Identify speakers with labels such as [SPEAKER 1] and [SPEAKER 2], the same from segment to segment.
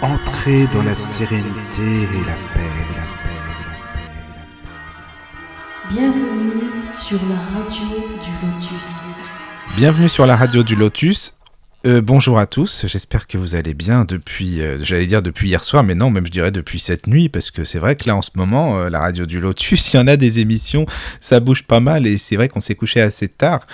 [SPEAKER 1] Entrez dans la sérénité et la paix, la paix, la paix, la paix.
[SPEAKER 2] Bienvenue sur la radio du Lotus.
[SPEAKER 1] Bienvenue sur la radio du Lotus. Bonjour à tous, j'espère que vous allez bien depuis, j'allais dire depuis hier soir, mais non, même je dirais depuis cette nuit, parce que c'est vrai que là en ce moment, la radio du Lotus, il y en a des émissions, ça bouge pas mal, et c'est vrai qu'on s'est couché assez tard.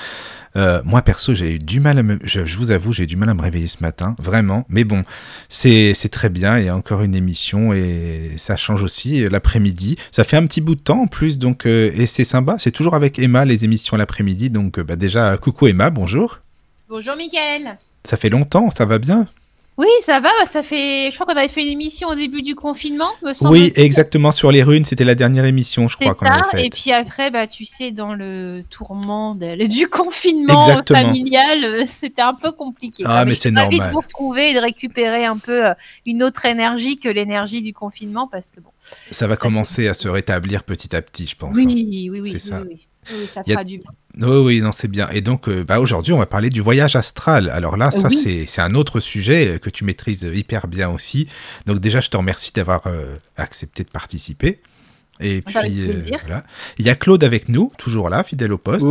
[SPEAKER 1] Moi perso, j'ai eu du mal je vous avoue, j'ai eu du mal à me réveiller ce matin, vraiment. Mais bon, c'est très bien. Il y a encore une émission et ça change aussi l'après-midi. Ça fait un petit bout de temps en plus, donc et c'est sympa. C'est toujours avec Emma les émissions l'après-midi, donc déjà coucou Emma, bonjour.
[SPEAKER 3] Bonjour Mickaël.
[SPEAKER 1] Ça fait longtemps, ça va bien?
[SPEAKER 3] Oui, ça va, ça fait... Je crois qu'on avait fait une émission au début du confinement, me semble.
[SPEAKER 1] Oui, exactement, sur les runes, c'était la dernière émission, je crois, qu'on avait faite.
[SPEAKER 3] Et puis après, tu sais, dans le tourment du confinement familial, c'était un peu compliqué.
[SPEAKER 1] Ah, mais c'est normal.
[SPEAKER 3] Envie de vous retrouver et de récupérer un peu une autre énergie que l'énergie du confinement, parce que bon...
[SPEAKER 1] Ça va commencer à se rétablir petit à petit, je pense.
[SPEAKER 3] Oui,
[SPEAKER 1] c'est ça.
[SPEAKER 3] Oui, ça fera du bien.
[SPEAKER 1] Oui, non, c'est bien. Et donc, aujourd'hui, on va parler du voyage astral. Alors là, ça, c'est un autre sujet que tu maîtrises hyper bien aussi. Donc déjà, je te remercie d'avoir accepté de participer. Et puis, voilà. Il y a Claude avec nous, toujours là, fidèle au poste.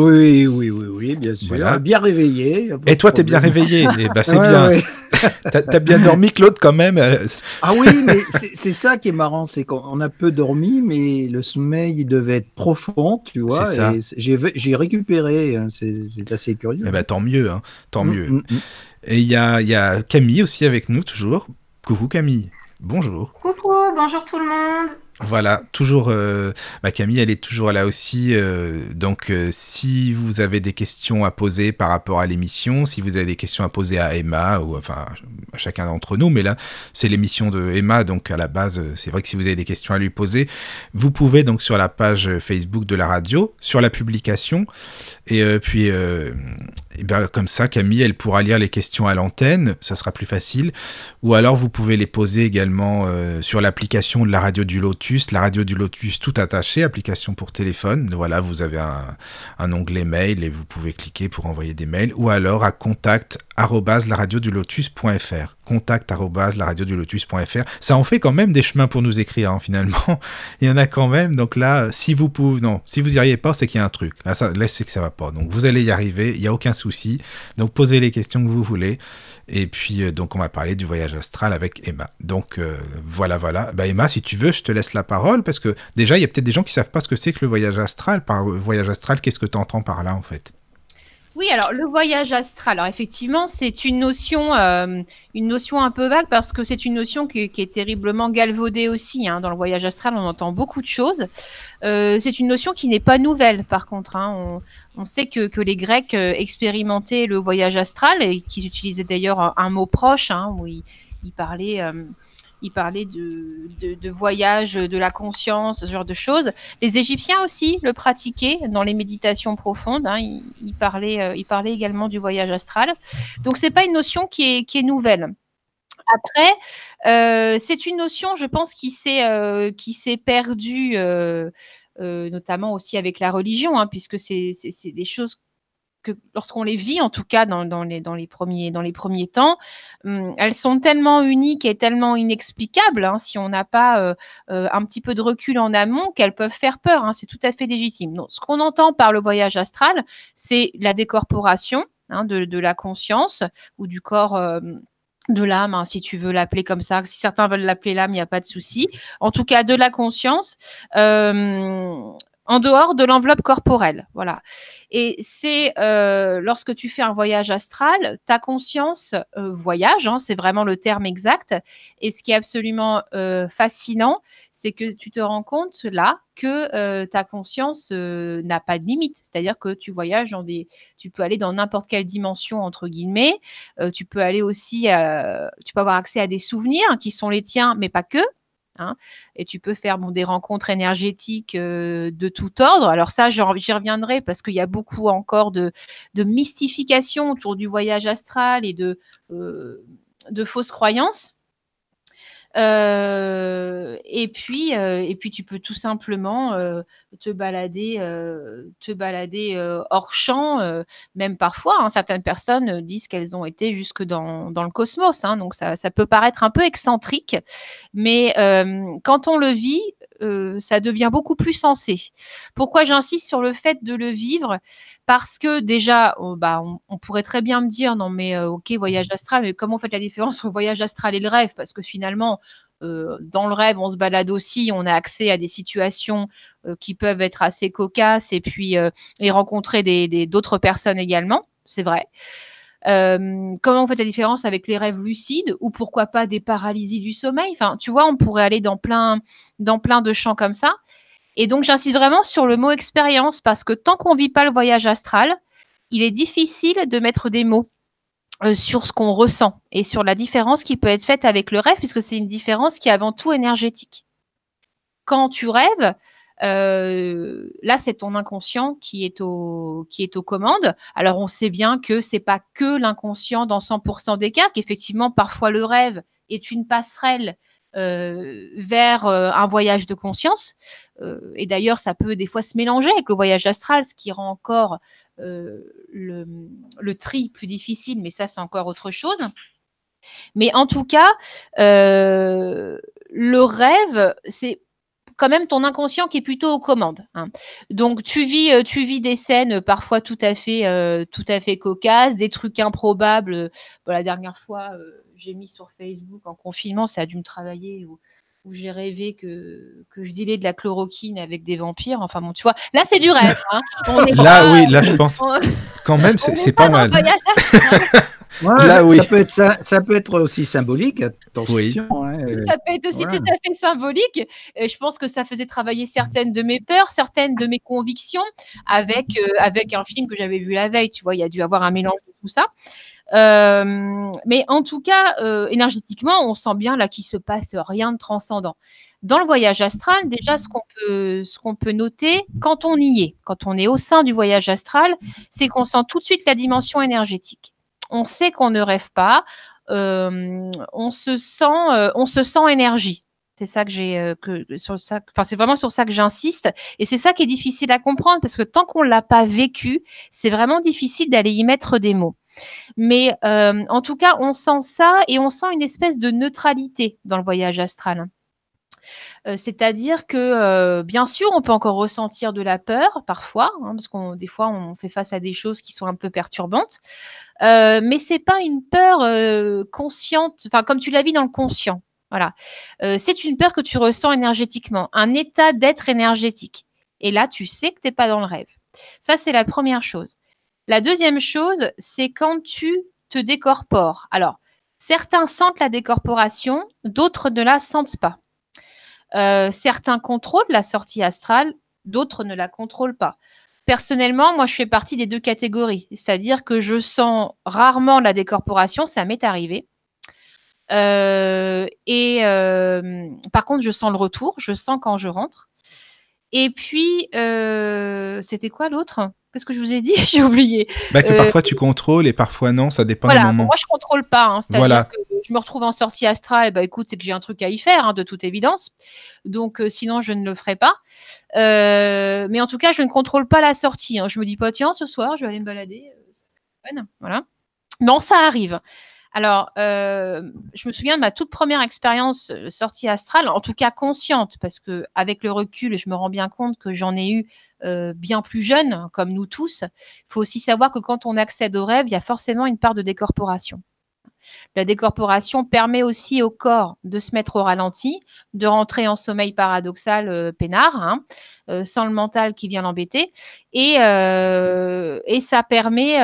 [SPEAKER 4] Oui, bien sûr. Voilà. Bien réveillé.
[SPEAKER 1] Et toi, t'es bien réveillé. C'est bien. Ouais. T'as bien dormi, Claude, quand même.
[SPEAKER 4] Ah oui, mais c'est ça qui est marrant, c'est qu'on a peu dormi, mais le sommeil devait être profond, tu vois.
[SPEAKER 1] C'est ça.
[SPEAKER 4] Et j'ai récupéré. C'est assez curieux.
[SPEAKER 1] Eh ben, tant mieux, hein. Tant mieux. Et il y a Camille aussi avec nous, toujours. Coucou Camille. Bonjour.
[SPEAKER 5] Coucou, bonjour tout le monde.
[SPEAKER 1] Voilà, toujours, Camille, elle est toujours là aussi. Donc, si vous avez des questions à poser par rapport à l'émission, si vous avez des questions à poser à Emma, ou enfin à chacun d'entre nous, mais là, c'est l'émission de Emma, donc à la base, c'est vrai que si vous avez des questions à lui poser, vous pouvez donc sur la page Facebook de la radio, sur la publication, et puis, comme ça, Camille, elle pourra lire les questions à l'antenne, ça sera plus facile, ou alors vous pouvez les poser également sur l'application de la radio du Lotus. La radio du Lotus tout attaché, application pour téléphone. Voilà, vous avez un onglet mail et vous pouvez cliquer pour envoyer des mails, ou alors à contact@laradiodulotus.fr. contact@laradiodulotus.fr. Ça en fait quand même des chemins pour nous écrire, hein, finalement. Il y en a quand même. Donc là, si vous y arrivez pas, c'est qu'il y a un truc. Là, c'est que ça va pas. Donc vous allez y arriver, il y a aucun souci. Donc posez les questions que vous voulez. Et puis, donc, on va parler du voyage astral avec Emma. Donc, voilà. Emma, si tu veux, je te laisse la parole, parce que déjà, il y a peut-être des gens qui ne savent pas ce que c'est que le voyage astral. Par voyage astral, qu'est-ce que tu entends par là, en fait ?
[SPEAKER 3] Oui, alors le voyage astral, alors effectivement, c'est une notion un peu vague, parce que c'est une notion qui est terriblement galvaudée aussi. Hein. Dans le voyage astral, on entend beaucoup de choses. C'est une notion qui n'est pas nouvelle, par contre. Hein. On sait que les Grecs expérimentaient le voyage astral, et qu'ils utilisaient d'ailleurs un mot proche, hein, où ils parlaient... Il parlait de voyage, de la conscience, ce genre de choses. Les Égyptiens aussi le pratiquaient dans les méditations profondes. Hein, ils parlaient également du voyage astral. Donc, c'est pas une notion qui est nouvelle. Après, c'est une notion, je pense, qui s'est perdue, notamment aussi avec la religion, hein, puisque c'est des choses que lorsqu'on les vit, en tout cas dans les premiers temps, elles sont tellement uniques et tellement inexplicables, hein, si on n'a pas un petit peu de recul en amont, qu'elles peuvent faire peur. Hein, c'est tout à fait légitime. Donc, ce qu'on entend par le voyage astral, c'est la décorporation, hein, de la conscience ou du corps. De l'âme, hein, si tu veux l'appeler comme ça. Si certains veulent l'appeler l'âme, il n'y a pas de souci. En tout cas, de la conscience. En dehors de l'enveloppe corporelle, voilà. Et c'est lorsque tu fais un voyage astral, ta conscience voyage, hein, c'est vraiment le terme exact. Et ce qui est absolument fascinant, c'est que tu te rends compte là que ta conscience n'a pas de limite. C'est-à-dire que tu voyages tu peux aller dans n'importe quelle dimension, entre guillemets. Tu peux aller aussi, tu peux avoir accès à des souvenirs qui sont les tiens, mais pas que. Hein, et tu peux faire des rencontres énergétiques de tout ordre. Alors ça, j'y reviendrai, parce qu'il y a beaucoup encore de mystification autour du voyage astral et de fausses croyances. Et puis tu peux tout simplement te balader hors champ. Même parfois, hein, certaines personnes disent qu'elles ont été jusque dans le cosmos. Hein, donc ça peut paraître un peu excentrique, mais quand on le vit, ça devient beaucoup plus sensé. Pourquoi j'insiste sur le fait de le vivre? Parce que déjà, on pourrait très bien me dire, non mais ok, voyage astral, mais comment on fait la différence entre le voyage astral et le rêve? Parce que finalement, dans le rêve, on se balade aussi, on a accès à des situations qui peuvent être assez cocasses et puis et rencontrer d'autres personnes également, c'est vrai. Comment on fait la différence avec les rêves lucides ou pourquoi pas des paralysies du sommeil? Enfin, tu vois, on pourrait aller dans plein de champs comme ça. Et donc, j'insiste vraiment sur le mot expérience parce que tant qu'on ne vit pas le voyage astral, il est difficile de mettre des mots sur ce qu'on ressent et sur la différence qui peut être faite avec le rêve, puisque c'est une différence qui est avant tout énergétique. Quand tu rêves, là, c'est ton inconscient qui est aux commandes. Alors, on sait bien que c'est pas que l'inconscient dans 100% des cas, qu'effectivement, parfois, le rêve est une passerelle vers un voyage de conscience. Et d'ailleurs, ça peut des fois se mélanger avec le voyage astral, ce qui rend encore le tri plus difficile, mais ça, c'est encore autre chose. Mais en tout cas, le rêve, c'est quand même ton inconscient qui est plutôt aux commandes. Hein. Donc, tu vis des scènes parfois tout à fait cocasses, des trucs improbables. Bon, la dernière fois, j'ai mis sur Facebook en confinement, ça a dû me travailler, où j'ai rêvé que je dealais de la chloroquine avec des vampires. Enfin bon, tu vois, là, c'est du rêve. Hein.
[SPEAKER 1] Là, oui, là, je pense quand même, c'est pas mal.
[SPEAKER 4] Ouais,
[SPEAKER 1] Là, oui.
[SPEAKER 4] Ça peut être aussi symbolique, attention.
[SPEAKER 1] Oui.
[SPEAKER 4] Hein,
[SPEAKER 3] ça peut être aussi tout à fait symbolique. Je pense que ça faisait travailler certaines de mes peurs, certaines de mes convictions, avec un film que j'avais vu la veille. Tu vois, il y a dû avoir un mélange de tout ça. Mais en tout cas, énergétiquement, on sent bien là qu'il se passe rien de transcendant. Dans le voyage astral, déjà, ce qu'on peut noter quand on y est, quand on est au sein du voyage astral, c'est qu'on sent tout de suite la dimension énergétique. On sait qu'on ne rêve pas, on se sent énergie. C'est ça que c'est vraiment sur ça que j'insiste, et c'est ça qui est difficile à comprendre parce que tant qu'on l'a pas vécu, c'est vraiment difficile d'aller y mettre des mots. Mais en tout cas, on sent ça et on sent une espèce de neutralité dans le voyage astral. C'est-à-dire que, bien sûr, on peut encore ressentir de la peur parfois, hein, parce des fois, on fait face à des choses qui sont un peu perturbantes. Mais c'est pas une peur consciente, enfin comme tu l'as vu dans le conscient. Voilà. C'est une peur que tu ressens énergétiquement, un état d'être énergétique. Et là, tu sais que tu n'es pas dans le rêve. Ça, c'est la première chose. La deuxième chose, c'est quand tu te décorpores. Alors, certains sentent la décorporation, d'autres ne la sentent pas. Certains contrôlent la sortie astrale, d'autres ne la contrôlent pas. Personnellement, moi, je fais partie des deux catégories. C'est-à-dire que je sens rarement la décorporation, ça m'est arrivé. Par contre, je sens le retour, je sens quand je rentre. Et puis, c'était quoi l'autre ? Qu'est-ce que je vous ai dit ? J'ai oublié.
[SPEAKER 1] Que parfois tu contrôles et parfois non, ça dépend des moments.
[SPEAKER 3] Moi, je contrôle pas. Hein, c'est-à-dire que je me retrouve en sortie astrale, écoute, c'est que j'ai un truc à y faire, hein, de toute évidence. Donc, sinon, je ne le ferai pas. Mais en tout cas, je ne contrôle pas la sortie. Hein. Je me dis pas, tiens, ce soir, je vais aller me balader. Voilà. Non, ça arrive. Alors, je me souviens de ma toute première expérience sortie astrale, en tout cas consciente, parce que avec le recul, je me rends bien compte que j'en ai eu bien plus jeune, comme nous tous. Il faut aussi savoir que quand on accède au rêve, il y a forcément une part de décorporation. La décorporation permet aussi au corps de se mettre au ralenti, de rentrer en sommeil paradoxal peinard, hein, sans le mental qui vient l'embêter, et ça permet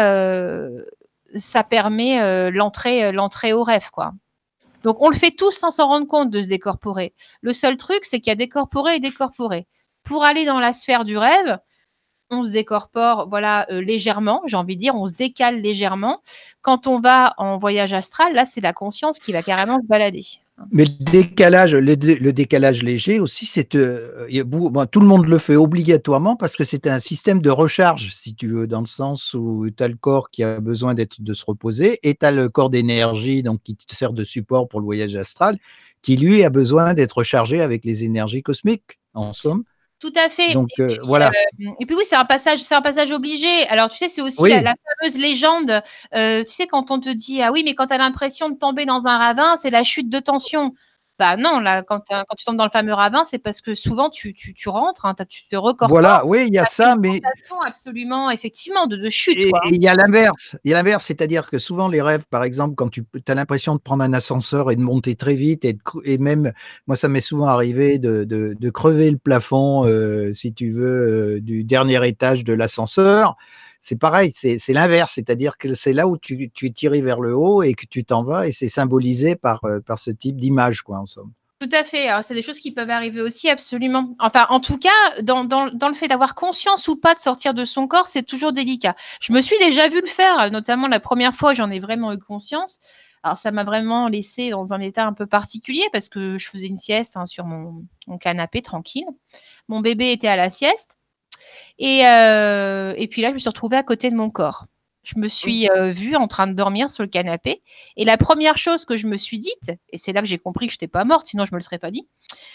[SPEAKER 3] l'entrée au rêve, quoi. Donc, on le fait tous sans s'en rendre compte de se décorporer. Le seul truc, c'est qu'il y a décorporé et décorporé. Pour aller dans la sphère du rêve, on se décorpore légèrement, j'ai envie de dire, on se décale légèrement. Quand on va en voyage astral, là, c'est la conscience qui va carrément se balader.
[SPEAKER 4] Mais le décalage léger aussi, c'est tout le monde le fait obligatoirement parce que c'est un système de recharge, si tu veux, dans le sens où tu as le corps qui a besoin de se reposer et tu as le corps d'énergie donc qui te sert de support pour le voyage astral qui lui a besoin d'être rechargé avec les énergies cosmiques, en somme.
[SPEAKER 3] Tout à fait.
[SPEAKER 4] Donc
[SPEAKER 3] Et puis,
[SPEAKER 4] voilà.
[SPEAKER 3] oui, c'est un passage obligé. Alors, tu sais, c'est aussi
[SPEAKER 4] Oui.
[SPEAKER 3] la fameuse légende. Tu sais, quand on te dit, ah oui, mais quand tu as l'impression de tomber dans un ravin, c'est la chute de tension. Bah non, là, quand tu tombes dans le fameux ravin, c'est parce que souvent tu rentres, hein, tu te recorpores.
[SPEAKER 4] Voilà, oui, il y a
[SPEAKER 3] Tu as
[SPEAKER 4] ça,
[SPEAKER 3] une
[SPEAKER 4] mais
[SPEAKER 3] sensation absolument, effectivement, de chute,
[SPEAKER 4] et
[SPEAKER 3] quoi.
[SPEAKER 4] il y a l'inverse. Il y a l'inverse, c'est-à-dire que souvent les rêves, par exemple, quand tu as l'impression de prendre un ascenseur et de monter très vite et même, moi, ça m'est souvent arrivé de crever le plafond, si tu veux, du dernier étage de l'ascenseur. C'est pareil, c'est l'inverse, c'est-à-dire que c'est là où tu es tiré vers le haut et que tu t'en vas et c'est symbolisé par ce type d'image, quoi, en somme.
[SPEAKER 3] Tout à fait. Alors, c'est des choses qui peuvent arriver aussi, absolument. Enfin, en tout cas, dans le fait d'avoir conscience ou pas de sortir de son corps, c'est toujours délicat. Je me suis déjà vu le faire, notamment la première fois, j'en ai vraiment eu conscience. Alors, ça m'a vraiment laissé dans un état un peu particulier parce que je faisais une sieste sur mon canapé tranquille. Mon bébé était à la sieste. Et puis là, je me suis retrouvée à côté de mon corps. Je me suis vue en train de dormir sur le canapé. Et la première chose que je me suis dite, et c'est là que j'ai compris que je n'étais pas morte, sinon je ne me le serais pas dit,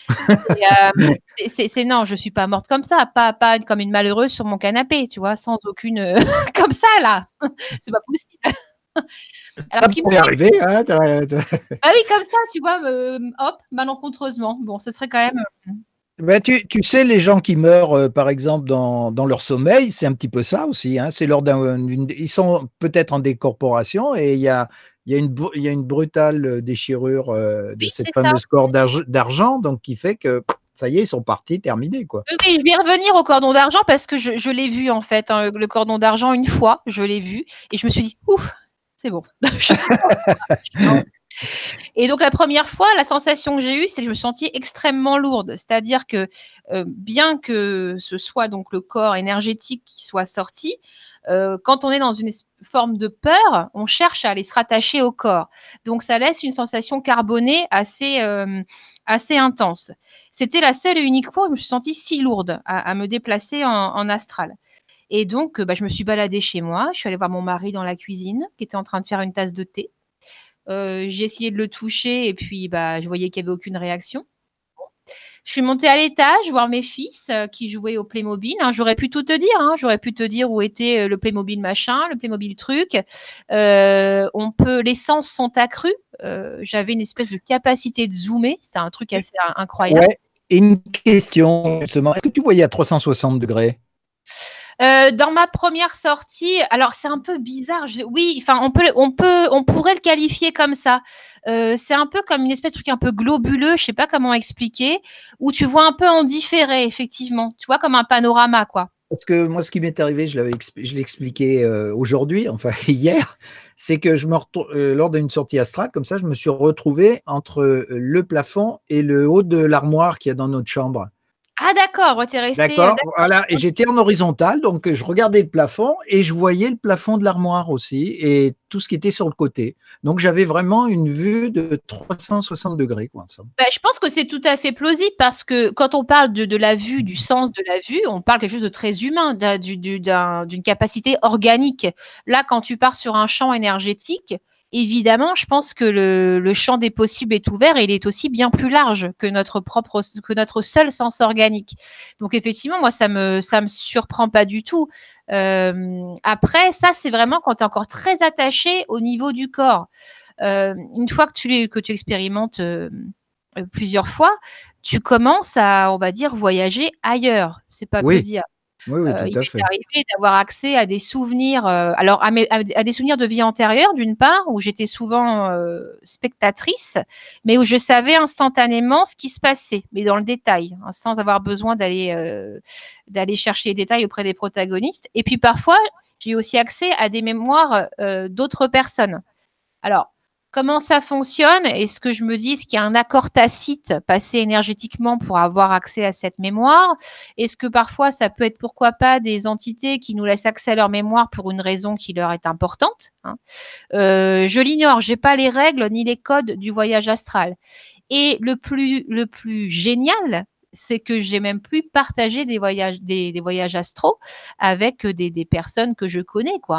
[SPEAKER 3] c'est non, je ne suis pas morte comme ça, pas comme une malheureuse sur mon canapé, tu vois, sans aucune... comme ça, là. C'est pas possible.
[SPEAKER 4] Ça pourrait arriver, hein.
[SPEAKER 3] Ah oui, comme ça, tu vois, hop, malencontreusement. Bon, ce serait quand même...
[SPEAKER 4] Ben, tu sais, les gens qui meurent, par exemple, dans leur sommeil, c'est un petit peu ça aussi, hein. C'est lors ils sont peut-être en décorporation et il y a une brutale déchirure de
[SPEAKER 3] Oui,
[SPEAKER 4] cette
[SPEAKER 3] c'est ça.
[SPEAKER 4] fameuse corde d'argent, donc qui fait que ça y est, ils sont partis, terminés, quoi.
[SPEAKER 3] Oui, je vais revenir au cordon d'argent parce que je l'ai vu en fait, hein, le cordon d'argent une fois, je l'ai vu et je me suis dit, ouf, c'est bon. Et donc la première fois, la sensation que j'ai eue, c'est que je me sentis extrêmement lourde. C'est-à-dire que bien que ce soit donc le corps énergétique qui soit sorti, quand on est dans une forme de peur, on cherche à aller se rattacher au corps. Donc ça laisse une sensation carbonée assez intense. C'était la seule et unique fois où je me suis sentie si lourde à me déplacer en astral. Et donc, je me suis baladée chez moi. Je suis allée voir mon mari dans la cuisine qui était en train de faire une tasse de thé. J'ai essayé de le toucher et puis je voyais qu'il n'y avait aucune réaction. Je suis montée à l'étage voir mes fils qui jouaient au Playmobil. Hein. J'aurais pu tout te dire. Hein. J'aurais pu te dire où était le Playmobil machin, le Playmobil truc. Les sens sont accrus. J'avais une espèce de capacité de zoomer. C'était un truc assez incroyable.
[SPEAKER 4] Ouais. Et une question, justement. Est-ce que tu voyais à 360 degrés ?
[SPEAKER 3] Dans ma première sortie, alors c'est un peu bizarre. Oui, enfin on pourrait le qualifier comme ça. C'est un peu comme une espèce de truc un peu globuleux, je sais pas comment expliquer, où tu vois un peu en différé, effectivement. Tu vois comme un panorama, quoi.
[SPEAKER 4] Parce que moi, ce qui m'est arrivé, je l'ai expliqué aujourd'hui, enfin hier, c'est que lors d'une sortie astrale, comme ça, je me suis retrouvé entre le plafond et le haut de l'armoire qu'il y a dans notre chambre.
[SPEAKER 3] Ah d'accord, ouais, t'es resté.
[SPEAKER 4] D'accord, voilà. Et j'étais en horizontal, donc je regardais le plafond et je voyais le plafond de l'armoire aussi et tout ce qui était sur le côté. Donc j'avais vraiment une vue de 360 degrés, quoi.
[SPEAKER 3] Je pense que c'est tout à fait plausible parce que quand on parle de la vue, du sens de la vue, on parle quelque chose de très humain, d'une capacité organique. Là, quand tu pars sur un champ énergétique, évidemment, je pense que le champ des possibles est ouvert et il est aussi bien plus large que notre seul sens organique. Donc effectivement, moi, ça me surprend pas du tout. Après, ça, c'est vraiment quand tu es encore très attaché au niveau du corps. Une fois que tu expérimentes plusieurs fois, tu commences à, on va dire, voyager ailleurs. C'est pas peu dire.
[SPEAKER 4] Oui, tout
[SPEAKER 3] il
[SPEAKER 4] à
[SPEAKER 3] m'est
[SPEAKER 4] fait.
[SPEAKER 3] arrivé d'avoir accès à des souvenirs, alors à des souvenirs de vie antérieure d'une part, où j'étais souvent spectatrice, mais où je savais instantanément ce qui se passait, mais dans le détail, hein, sans avoir besoin d'aller chercher les détails auprès des protagonistes. Et puis parfois, j'ai eu aussi accès à des mémoires d'autres personnes. Alors, comment ça fonctionne? Est-ce que je me dis qu'il y a un accord tacite passé énergétiquement pour avoir accès à cette mémoire? Est-ce que parfois ça peut être, pourquoi pas, des entités qui nous laissent accès à leur mémoire pour une raison qui leur est importante, hein? Je l'ignore, j'ai pas les règles ni les codes du voyage astral. Et le plus génial, c'est que j'ai même pu partager des voyages astraux avec des personnes que je connais, quoi.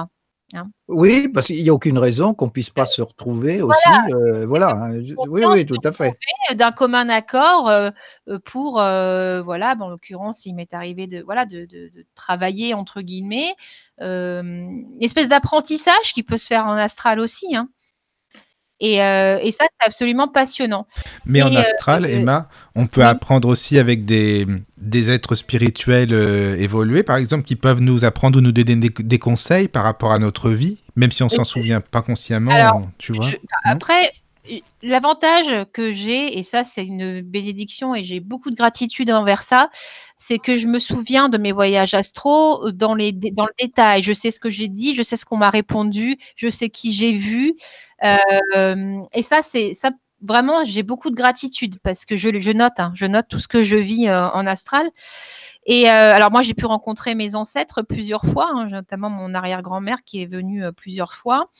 [SPEAKER 3] hein.
[SPEAKER 4] Oui, parce qu'il y a aucune raison qu'on puisse pas se retrouver aussi,
[SPEAKER 3] C'est
[SPEAKER 4] voilà,
[SPEAKER 3] comme
[SPEAKER 4] hein,
[SPEAKER 3] si une
[SPEAKER 4] oui,
[SPEAKER 3] conscience
[SPEAKER 4] oui,
[SPEAKER 3] se
[SPEAKER 4] tout à fait.
[SPEAKER 3] retrouvait d'un commun accord, pour, voilà, en l'occurrence, il m'est arrivé de voilà, de «travailler» entre guillemets, une espèce d'apprentissage qui peut se faire en astral aussi, hein, et ça, c'est absolument passionnant
[SPEAKER 1] Mais en
[SPEAKER 3] et
[SPEAKER 1] astral, Emma, on peut
[SPEAKER 3] oui.
[SPEAKER 1] apprendre aussi avec des êtres spirituels évolués, par exemple, qui peuvent nous apprendre ou nous donner des conseils par rapport à notre vie, même si on s'en souvient pas
[SPEAKER 3] Alors,
[SPEAKER 1] consciemment, tu vois, non?
[SPEAKER 3] après, l'avantage que j'ai, et ça, c'est une bénédiction et j'ai beaucoup de gratitude envers ça, c'est que je me souviens de mes voyages astraux dans le détail. Je sais ce que j'ai dit, je sais ce qu'on m'a répondu, je sais qui j'ai vu. Et ça, vraiment, j'ai beaucoup de gratitude parce que je note, hein, je note tout ce que je vis en astral. Et alors moi, j'ai pu rencontrer mes ancêtres plusieurs fois, hein, notamment mon arrière-grand-mère qui est venue plusieurs fois.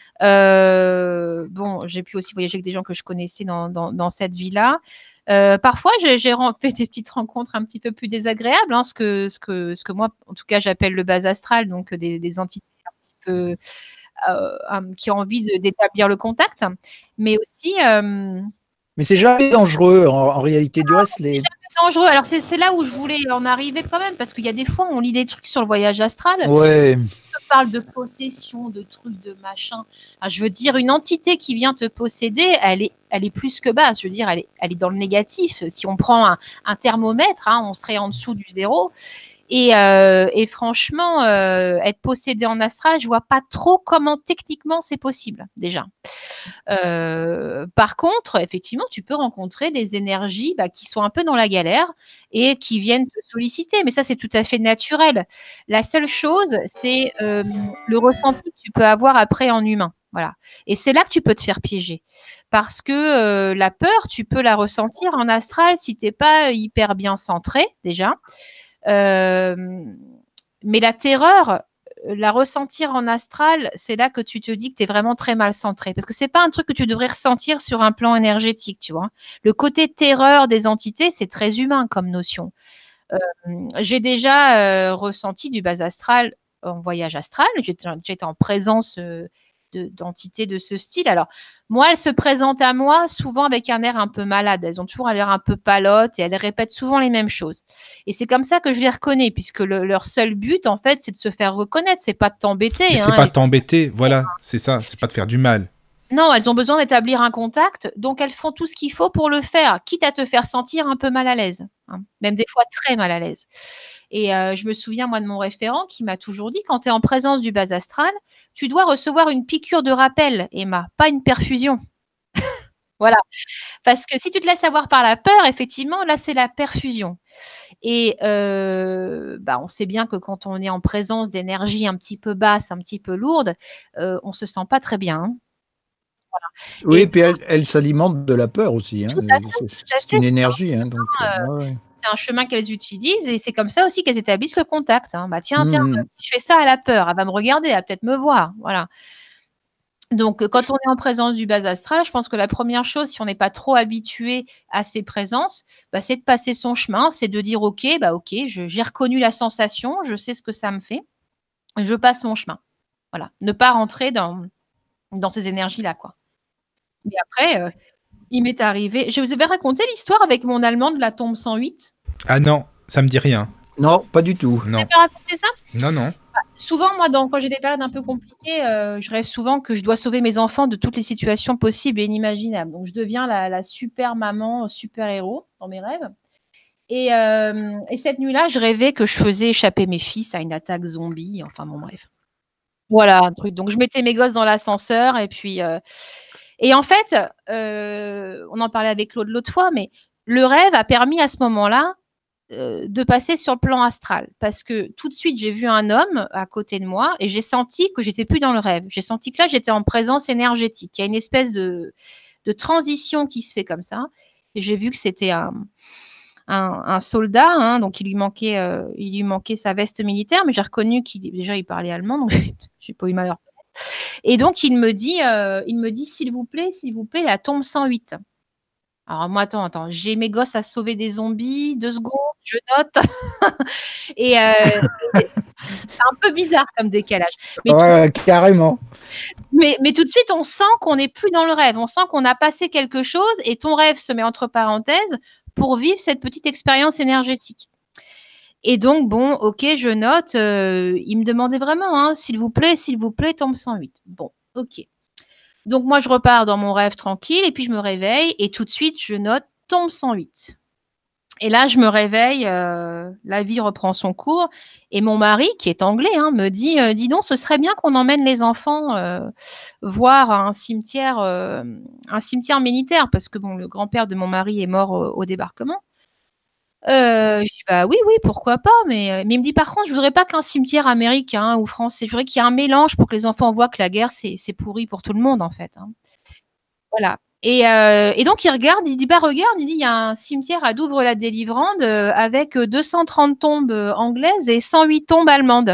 [SPEAKER 3] Bon, j'ai pu aussi voyager avec des gens que je connaissais dans cette vie-là. Parfois, j'ai fait des petites rencontres un petit peu plus désagréables, hein, ce que moi, en tout cas, j'appelle le bas astral, donc des entités un petit peu qui ont envie d'établir le contact, mais aussi
[SPEAKER 4] Mais c'est jamais dangereux en réalité. Du reste, les
[SPEAKER 3] dangereux. Alors c'est là où je voulais en arriver quand même, parce qu'il y a des fois où on lit des trucs sur le voyage astral.
[SPEAKER 4] ouais,
[SPEAKER 3] Parle de possession, de trucs, de machin. Enfin, je veux dire, une entité qui vient te posséder, elle est plus que basse. Je veux dire, elle est dans le négatif. Si on prend un thermomètre, hein, on serait en dessous du zéro. Et franchement, être possédé en astral, je vois pas trop comment techniquement c'est possible déjà. Par contre, effectivement, tu peux rencontrer des énergies qui sont un peu dans la galère et qui viennent te solliciter. Mais ça, c'est tout à fait naturel. La seule chose, c'est le ressenti que tu peux avoir après en humain. Voilà. Et c'est là que tu peux te faire piéger. Parce que la peur, tu peux la ressentir en astral si tu n'es pas hyper bien centré, déjà. Mais la terreur, la ressentir en astral, c'est là que tu te dis que tu es vraiment très mal centré. Parce que c'est pas un truc que tu devrais ressentir sur un plan énergétique, tu vois. Le côté terreur des entités, c'est très humain comme notion. J'ai déjà ressenti du bas astral en voyage astral. J'étais en présence d'entités de ce style. Alors, moi, elles se présentent à moi souvent avec un air un peu malade. Elles ont toujours l'air un peu palote et elles répètent souvent les mêmes choses. Et c'est comme ça que je les reconnais, puisque leur seul but, en fait, c'est de se faire reconnaître. C'est pas de
[SPEAKER 1] Mais
[SPEAKER 3] t'embêter,
[SPEAKER 1] c'est
[SPEAKER 3] hein.
[SPEAKER 1] pas t'embêter, voilà, c'est ça, c'est pas te faire du mal.
[SPEAKER 3] Non, elles ont besoin d'établir un contact, donc elles font tout ce qu'il faut pour le faire, quitte à te faire sentir un peu mal à l'aise, hein, même des fois très mal à l'aise. Et je me souviens, moi, de mon référent qui m'a toujours dit: «Quand tu es en présence du bas astral, tu dois recevoir une piqûre de rappel, Emma, pas une perfusion». Voilà, parce que si tu te laisses avoir par la peur, effectivement, là, c'est la perfusion. Et on sait bien que quand on est en présence d'énergie un petit peu basse, un petit peu lourde, on se sent pas très bien, hein.
[SPEAKER 4] oui,
[SPEAKER 3] Et
[SPEAKER 4] puis elle s'alimente de la peur aussi, hein,
[SPEAKER 3] tout à fait, tout à
[SPEAKER 4] c'est
[SPEAKER 3] fait,
[SPEAKER 4] une énergie, hein, donc ouais, ouais.
[SPEAKER 3] c'est un chemin qu'elles utilisent et c'est comme ça aussi qu'elles établissent le contact, hein. Bah, tiens, tiens,
[SPEAKER 4] Mmh mh.
[SPEAKER 3] si je fais ça, elle a peur, elle va me regarder, elle va peut-être me voir, voilà. Donc quand on est en présence du bas astral, je pense que la première chose, si on n'est pas trop habitué à ces présences, c'est de passer son chemin, c'est de dire: «OK, OK, j'ai reconnu la sensation, je sais ce que ça me fait, je passe mon chemin». Voilà, ne pas rentrer dans ces énergies-là, quoi. Mais après, il m'est arrivé je vous avais raconté l'histoire avec mon allemand de la tombe 108?
[SPEAKER 1] Ah non, ça me dit rien.
[SPEAKER 4] Non, pas du tout.
[SPEAKER 3] Je vous ai
[SPEAKER 1] Non,
[SPEAKER 3] pas raconté ça?
[SPEAKER 1] non, non.
[SPEAKER 3] Souvent, moi, quand j'ai des périodes un peu compliquées, je rêve souvent que je dois sauver mes enfants de toutes les situations possibles et inimaginables. Donc je deviens la super maman, super héros dans mes rêves. Et cette nuit-là, je rêvais que je faisais échapper mes fils à une attaque zombie, enfin bon bref. Voilà, un truc. Donc je mettais mes gosses dans l'ascenseur et puis, et en fait, on en parlait avec Claude l'autre fois, mais le rêve a permis à ce moment-là, de passer sur le plan astral. Parce que tout de suite, j'ai vu un homme à côté de moi et j'ai senti que j'étais plus dans le rêve. J'ai senti que là, j'étais en présence énergétique. Il y a une espèce de transition qui se fait comme ça et j'ai vu que c'était un soldat, hein, donc il lui manquait sa veste militaire, mais j'ai reconnu qu'il déjà il parlait allemand, donc j'ai pas eu mal à le reconnaître. Et donc il me dit: s'il vous plaît, la tombe 108». Alors moi, attends, j'ai mes gosses à sauver des zombies, 2 secondes, je note. Et C'est un peu bizarre comme décalage. Mais,
[SPEAKER 4] Ouais, carrément.
[SPEAKER 3] mais tout de suite, on sent qu'on n'est plus dans le rêve. On sent qu'on a passé quelque chose et ton rêve se met entre parenthèses pour vivre cette petite expérience énergétique. Et donc, bon, ok, je note. Il me demandait vraiment, hein, s'il vous plaît, tombe 108. Bon, ok. Donc, moi, je repars dans mon rêve tranquille et puis je me réveille et tout de suite, je note tombe 108. Et là, je me réveille, la vie reprend son cours et mon mari, qui est anglais, hein, me dit dis donc, ce serait bien qu'on emmène les enfants voir un cimetière militaire parce que bon, le grand-père de mon mari est mort au débarquement. Je dis bah oui, pourquoi pas, mais il me dit par contre, je voudrais pas qu'un cimetière américain ou français, je voudrais qu'il y ait un mélange pour que les enfants voient que la guerre, c'est pourri pour tout le monde en fait. Hein. Voilà. Et donc il regarde, il dit bah regarde, il dit il y a un cimetière à Douvres-la-Délivrande avec 230 tombes anglaises et 108 tombes allemandes.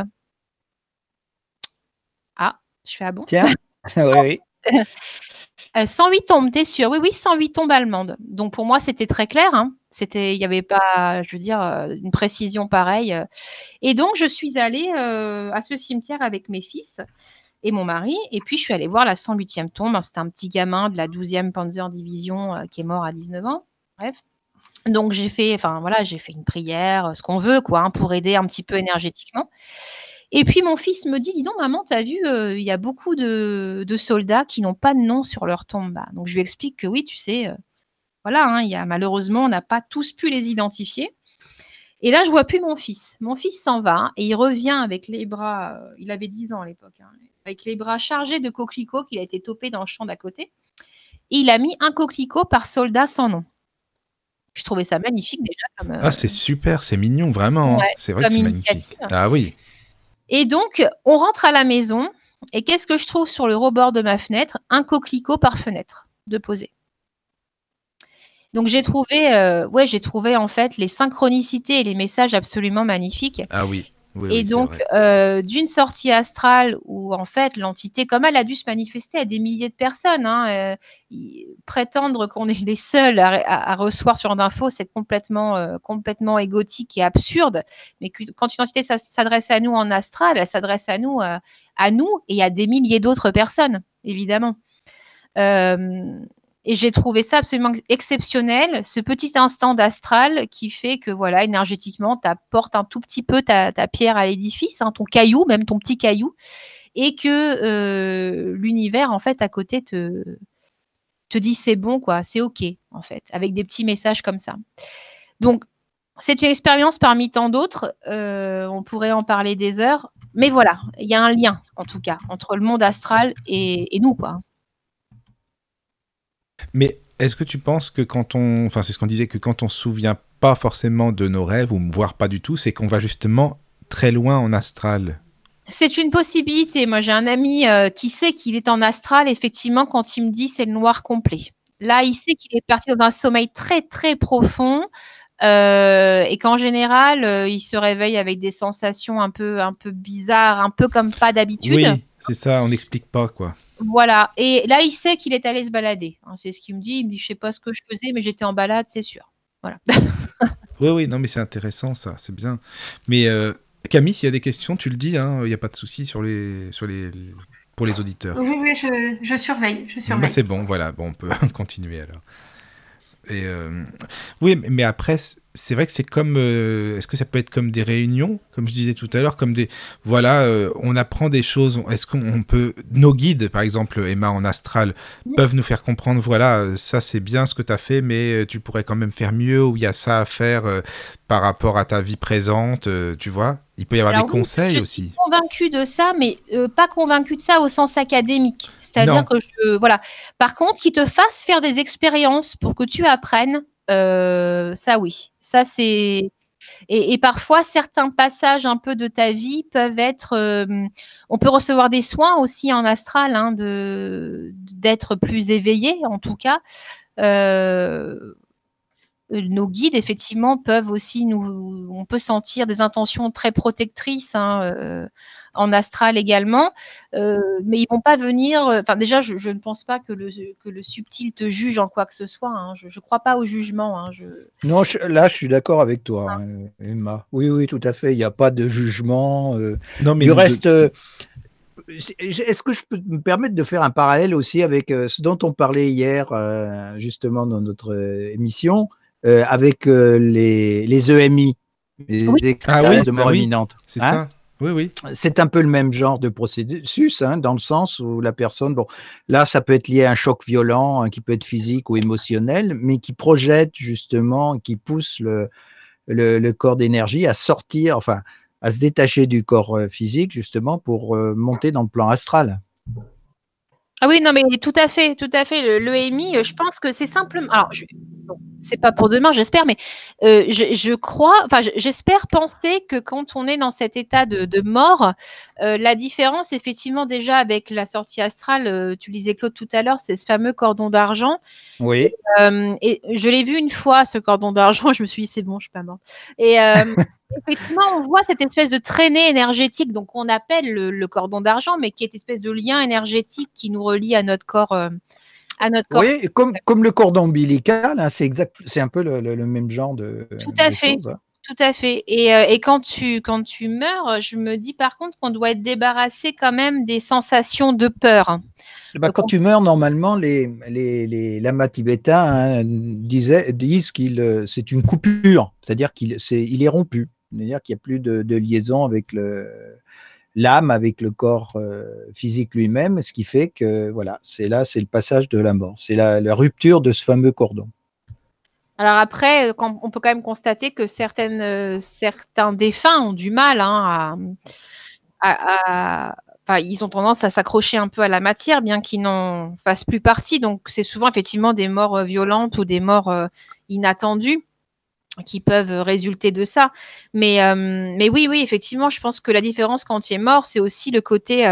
[SPEAKER 3] Ah, je fais ah bon.
[SPEAKER 4] Tiens, oui.
[SPEAKER 3] 108 tombes, t'es sûr? Oui, 108 tombes allemandes. Donc pour moi, c'était très clair. Hein. Il n'y avait pas, je veux dire, une précision pareille. Et donc je suis allée à ce cimetière avec mes fils et mon mari. Et puis je suis allée voir la 108e tombe. C'était un petit gamin de la 12e Panzer Division qui est mort à 19 ans. Bref. Donc j'ai fait une prière, ce qu'on veut, quoi, hein, pour aider un petit peu énergétiquement. Et puis mon fils me dit, dis donc maman, t'as vu, il y a beaucoup de soldats qui n'ont pas de nom sur leur tombe. Bah, donc je lui explique que oui, tu sais, voilà, hein, malheureusement, on n'a pas tous pu les identifier. Et là, je vois plus mon fils. Mon fils s'en va et il revient avec les bras, il avait 10 ans à l'époque, hein, avec les bras chargés de coquelicots qu'il a été topé dans le champ d'à côté. Et il a mis un coquelicot par soldat sans nom. Je trouvais ça magnifique déjà.
[SPEAKER 1] Ah, c'est super, c'est mignon, vraiment. Hein.
[SPEAKER 3] Ouais,
[SPEAKER 1] C'est vrai que c'est magnifique. Ah oui.
[SPEAKER 3] Et donc, on rentre à la maison. Et qu'est-ce que je trouve sur le rebord de ma fenêtre? Un coquelicot par fenêtre de poser. Donc, j'ai trouvé en fait les synchronicités et les messages absolument magnifiques.
[SPEAKER 1] Ah oui. Oui,
[SPEAKER 3] et
[SPEAKER 1] oui,
[SPEAKER 3] donc, d'une sortie astrale où en fait l'entité, comme elle a dû se manifester à des milliers de personnes, hein, prétendre qu'on est les seuls à recevoir ce genre d'infos, c'est complètement égotique et absurde. Mais quand une entité s'adresse à nous en astral, elle s'adresse à nous et à des milliers d'autres personnes, évidemment. Et j'ai trouvé ça absolument exceptionnel, ce petit instant d'astral qui fait que, voilà, énergétiquement, tu apportes un tout petit peu ta pierre à l'édifice, hein, ton caillou, même ton petit caillou, et que l'univers, en fait, à côté te dit c'est bon, quoi, c'est OK, en fait, avec des petits messages comme ça. Donc, c'est une expérience parmi tant d'autres. On pourrait en parler des heures, mais voilà, il y a un lien, en tout cas, entre le monde astral et nous, quoi.
[SPEAKER 1] Mais est-ce que tu penses que enfin c'est ce qu'on disait, que quand on se souvient pas forcément de nos rêves, ou voire pas du tout, c'est qu'on va justement très loin en astral?
[SPEAKER 3] C'est une possibilité. Moi, j'ai un ami qui sait qu'il est en astral, effectivement, quand il me dit c'est le noir complet. Là, il sait qu'il est parti dans un sommeil très, très profond et qu'en général, il se réveille avec des sensations un peu bizarres, un peu comme pas d'habitude.
[SPEAKER 1] Oui, c'est ça, on n'explique pas, quoi.
[SPEAKER 3] Voilà. Et là, il sait qu'il est allé se balader. Hein, c'est ce qu'il me dit. Il me dit, je sais pas ce que je faisais, mais j'étais en balade, c'est sûr. Voilà.
[SPEAKER 1] Oui, non, mais c'est intéressant, ça, c'est bien. Mais Camille, s'il y a des questions, tu le dis, hein, il n'y a pas de souci pour les auditeurs.
[SPEAKER 5] Oui, je surveille.
[SPEAKER 1] Bah, c'est bon, voilà, bon, on peut continuer alors. Et oui, mais après, c'est vrai que c'est comme... est-ce que ça peut être comme des réunions, comme je disais tout à l'heure, comme des... Voilà, on apprend des choses. Est-ce qu'on peut... Nos guides, par exemple, Emma, en astral, peuvent nous faire comprendre, voilà, ça c'est bien ce que tu as fait, mais tu pourrais quand même faire mieux, ou il y a ça à faire par rapport à ta vie présente, tu vois. Il peut y avoir des conseils aussi.
[SPEAKER 3] Je suis convaincue de ça, mais pas convaincue de ça au sens académique. C'est-à-dire que voilà. Par contre, qu'ils te fassent faire des expériences pour que tu apprennes, ça oui. Ça c'est... Et parfois, certains passages un peu de ta vie peuvent être... on peut recevoir des soins aussi en astral, hein, d'être plus éveillé, en tout cas. Nos guides, effectivement, peuvent aussi on peut sentir des intentions très protectrices, hein, en astral également, mais ils vont pas venir. Enfin, déjà, je ne pense pas que le subtil te juge en quoi que ce soit. Hein. Je crois pas au jugement. Hein.
[SPEAKER 4] Non, là, je suis d'accord avec toi, hein, Emma. Oui, oui, tout à fait. Il n'y a pas de jugement.
[SPEAKER 1] Non, mais
[SPEAKER 4] Du reste, est-ce que je peux me permettre de faire un parallèle aussi avec ce dont on parlait hier, justement, dans notre émission, avec les EMI, les
[SPEAKER 3] Oui.
[SPEAKER 1] Ah
[SPEAKER 4] expériences
[SPEAKER 1] oui,
[SPEAKER 4] de
[SPEAKER 1] bah
[SPEAKER 4] mort
[SPEAKER 1] oui,
[SPEAKER 4] imminente.
[SPEAKER 1] c'est
[SPEAKER 4] Hein?
[SPEAKER 1] ça. Oui, oui.
[SPEAKER 4] C'est un peu le même genre de processus, hein, dans le sens où la personne, bon, là, ça peut être lié à un choc violent, hein, qui peut être physique ou émotionnel, mais qui projette justement, qui pousse le corps d'énergie à sortir, enfin, à se détacher du corps physique, justement, pour monter dans le plan astral.
[SPEAKER 3] Ah oui, non, mais tout à fait, tout à fait. L'EMI, je pense que c'est simplement. Alors, bon, c'est pas pour demain, j'espère, mais je crois, enfin, j'espère penser que quand on est dans cet état de mort, la différence, effectivement, déjà avec la sortie astrale, tu le disais, Claude, tout à l'heure, c'est ce fameux cordon d'argent.
[SPEAKER 4] Oui.
[SPEAKER 3] Et je l'ai vu une fois, ce cordon d'argent, je me suis dit, c'est bon, je suis pas morte. Et effectivement, on voit cette espèce de traînée énergétique, donc on appelle le cordon d'argent, mais qui est une espèce de lien énergétique qui nous relie à notre corps. À notre corps.
[SPEAKER 4] Oui, comme le cordon ombilical, hein, c'est un peu le même genre de
[SPEAKER 3] Tout à fait.
[SPEAKER 4] choses. Hein.
[SPEAKER 3] Tout à fait. Et quand tu meurs, je me dis par contre qu'on doit être débarrassé quand même des sensations de peur.
[SPEAKER 4] Bah, quand tu meurs, normalement, les lamas tibétains, hein, disent c'est une coupure, c'est-à-dire il est rompu, c'est-à-dire qu'il n'y a plus de liaison avec l'âme, avec le corps physique lui-même, ce qui fait que voilà, c'est le passage de la mort, c'est la rupture de ce fameux cordon.
[SPEAKER 3] Alors après, on peut quand même constater que certains défunts ont du mal enfin, ils ont tendance à s'accrocher un peu à la matière, bien qu'ils n'en fassent plus partie. Donc, c'est souvent effectivement des morts violentes ou des morts inattendues qui peuvent résulter de ça. Mais oui, effectivement, je pense que la différence quand tu es mort, c'est aussi le côté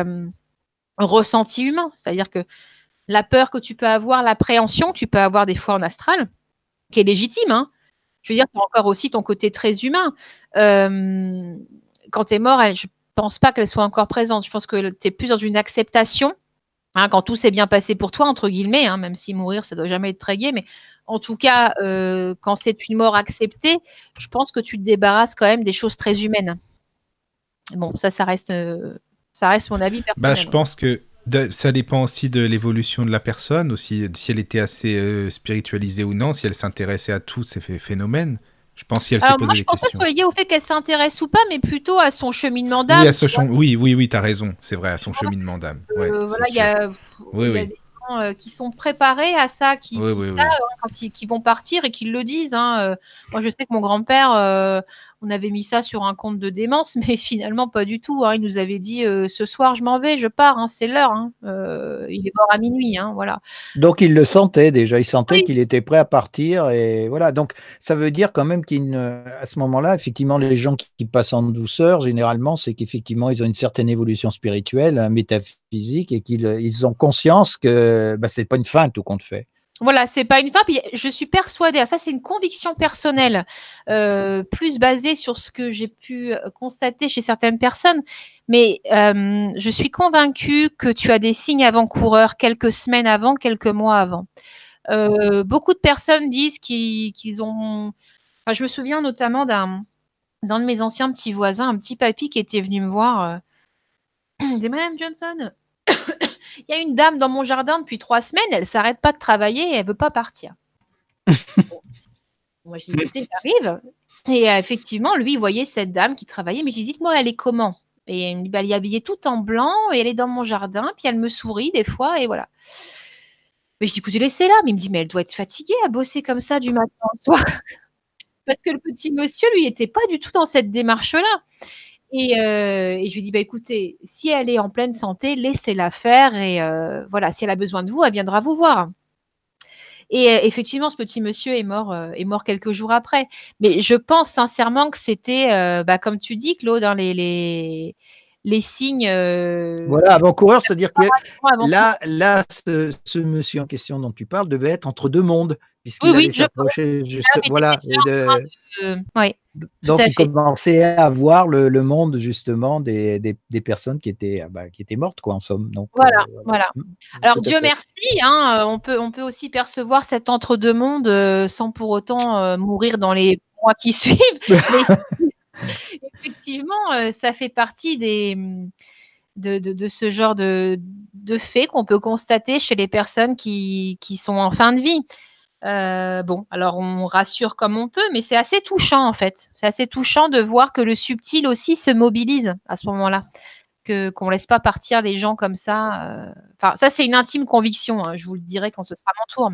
[SPEAKER 3] ressenti humain. C'est-à-dire que la peur que tu peux avoir, l'appréhension que tu peux avoir des fois en astral, qui est légitime, hein. Je veux dire, tu as encore aussi ton côté très humain. Quand tu es mort, je pense pas qu'elle soit encore présente. Je pense que tu es plus dans une acceptation, hein, quand tout s'est bien passé pour toi, entre guillemets, hein, même si mourir, ça doit jamais être très gai, mais en tout cas, quand c'est une mort acceptée, je pense que tu te débarrasses quand même des choses très humaines. Bon, ça reste mon avis
[SPEAKER 1] Bah,
[SPEAKER 3] personnel.
[SPEAKER 1] je pense que ça dépend aussi de l'évolution de la personne, aussi si elle était assez spiritualisée ou non, si elle s'intéressait à tous ces phénomènes. Je pense si elle s'est
[SPEAKER 3] Alors
[SPEAKER 1] posé
[SPEAKER 3] moi, je
[SPEAKER 1] des
[SPEAKER 3] pense pas que
[SPEAKER 1] questions.
[SPEAKER 3] ce soit lié au fait qu'elle s'intéresse ou pas, mais plutôt à son cheminement d'âme.
[SPEAKER 1] Oui, t'as raison, c'est vrai, à son cheminement d'âme. Ouais,
[SPEAKER 3] Voilà,
[SPEAKER 1] c'est
[SPEAKER 3] il y
[SPEAKER 1] sûr.
[SPEAKER 3] a
[SPEAKER 1] Oui, oui.
[SPEAKER 3] des gens qui sont préparés à ça, qui
[SPEAKER 1] Oui, oui,
[SPEAKER 3] savent,
[SPEAKER 1] oui.
[SPEAKER 3] hein, quand qui vont partir et qui le disent. Hein. Moi, je sais que mon grand-père, on avait mis ça sur un compte de démence, mais finalement, pas du tout. Hein. Il nous avait dit ce soir, je m'en vais, je pars, hein, c'est l'heure. Hein. Il est mort à minuit. Hein, voilà.
[SPEAKER 4] Donc il le sentait déjà, il sentait
[SPEAKER 3] Oui.
[SPEAKER 4] qu'il était prêt à partir et voilà. Donc ça veut dire quand même à ce moment-là, effectivement, les gens qui passent en douceur, généralement, c'est qu'effectivement ils ont une certaine évolution spirituelle, métaphysique et qu'ils ont conscience que c'est pas une fin tout compte fait.
[SPEAKER 3] Voilà, c'est pas une fin. Puis je suis persuadée, ça c'est une conviction personnelle, plus basée sur ce que j'ai pu constater chez certaines personnes. Mais je suis convaincue que tu as des signes avant-coureurs quelques semaines avant, quelques mois avant. Beaucoup de personnes disent qu'ils ont. Enfin, je me souviens notamment d'un de mes anciens petits voisins, un petit papy qui était venu me voir. Il dit Madame Johnson, il y a une dame dans mon jardin depuis 3 semaines, elle s'arrête pas de travailler et elle veut pas partir. Moi, je dis, écoutez, j'arrive. Et effectivement, lui, il voyait cette dame qui travaillait, mais j'ai dit, dites-moi, elle est comment? Et il me dit, bah, elle est habillée tout en blanc et elle est dans mon jardin, puis elle me sourit des fois, et voilà. Mais je dis, écoutez, laissez-la. Mais il me dit, mais elle doit être fatiguée à bosser comme ça du matin au soir. Parce que le petit monsieur, lui, n'était pas du tout dans cette démarche-là. Et je lui dis, bah, écoutez, si elle est en pleine santé, laissez-la faire. Et voilà, si elle a besoin de vous, elle viendra vous voir. Et effectivement, ce petit monsieur est mort quelques jours après. Mais je pense sincèrement que c'était, comme tu dis, Claude, hein, les signes.
[SPEAKER 4] Voilà, avant-coureur, c'est-à-dire que
[SPEAKER 3] Avant.
[SPEAKER 4] là, ce monsieur en question dont tu parles devait être entre 2 mondes,
[SPEAKER 3] Oui,
[SPEAKER 4] puisqu'il
[SPEAKER 3] oui,
[SPEAKER 4] allait
[SPEAKER 3] je pense.
[SPEAKER 4] s'approcher
[SPEAKER 3] Là,
[SPEAKER 4] juste
[SPEAKER 3] mais
[SPEAKER 4] voilà
[SPEAKER 3] t'étais déjà en train ouais, tout
[SPEAKER 4] donc
[SPEAKER 3] à
[SPEAKER 4] il
[SPEAKER 3] fait.
[SPEAKER 4] commençait à voir le monde justement des personnes qui étaient, qui étaient mortes quoi, en somme, donc
[SPEAKER 3] Voilà,
[SPEAKER 4] voilà.
[SPEAKER 3] voilà.
[SPEAKER 4] Mmh,
[SPEAKER 3] Alors
[SPEAKER 4] tout à
[SPEAKER 3] Dieu
[SPEAKER 4] fait.
[SPEAKER 3] merci, hein, on peut aussi percevoir cet entre-deux mondes, sans pour autant, mourir dans les mois qui suivent. Mais effectivement, ça fait partie de ce genre de faits qu'on peut constater chez les personnes qui sont en fin de vie. Bon, alors on rassure comme on peut, mais c'est assez touchant en fait. C'est assez touchant de voir que le subtil aussi se mobilise à ce moment-là, qu'on laisse pas partir les gens comme ça. Enfin, ça c'est une intime conviction, hein, je vous le dirai quand ce sera mon tour,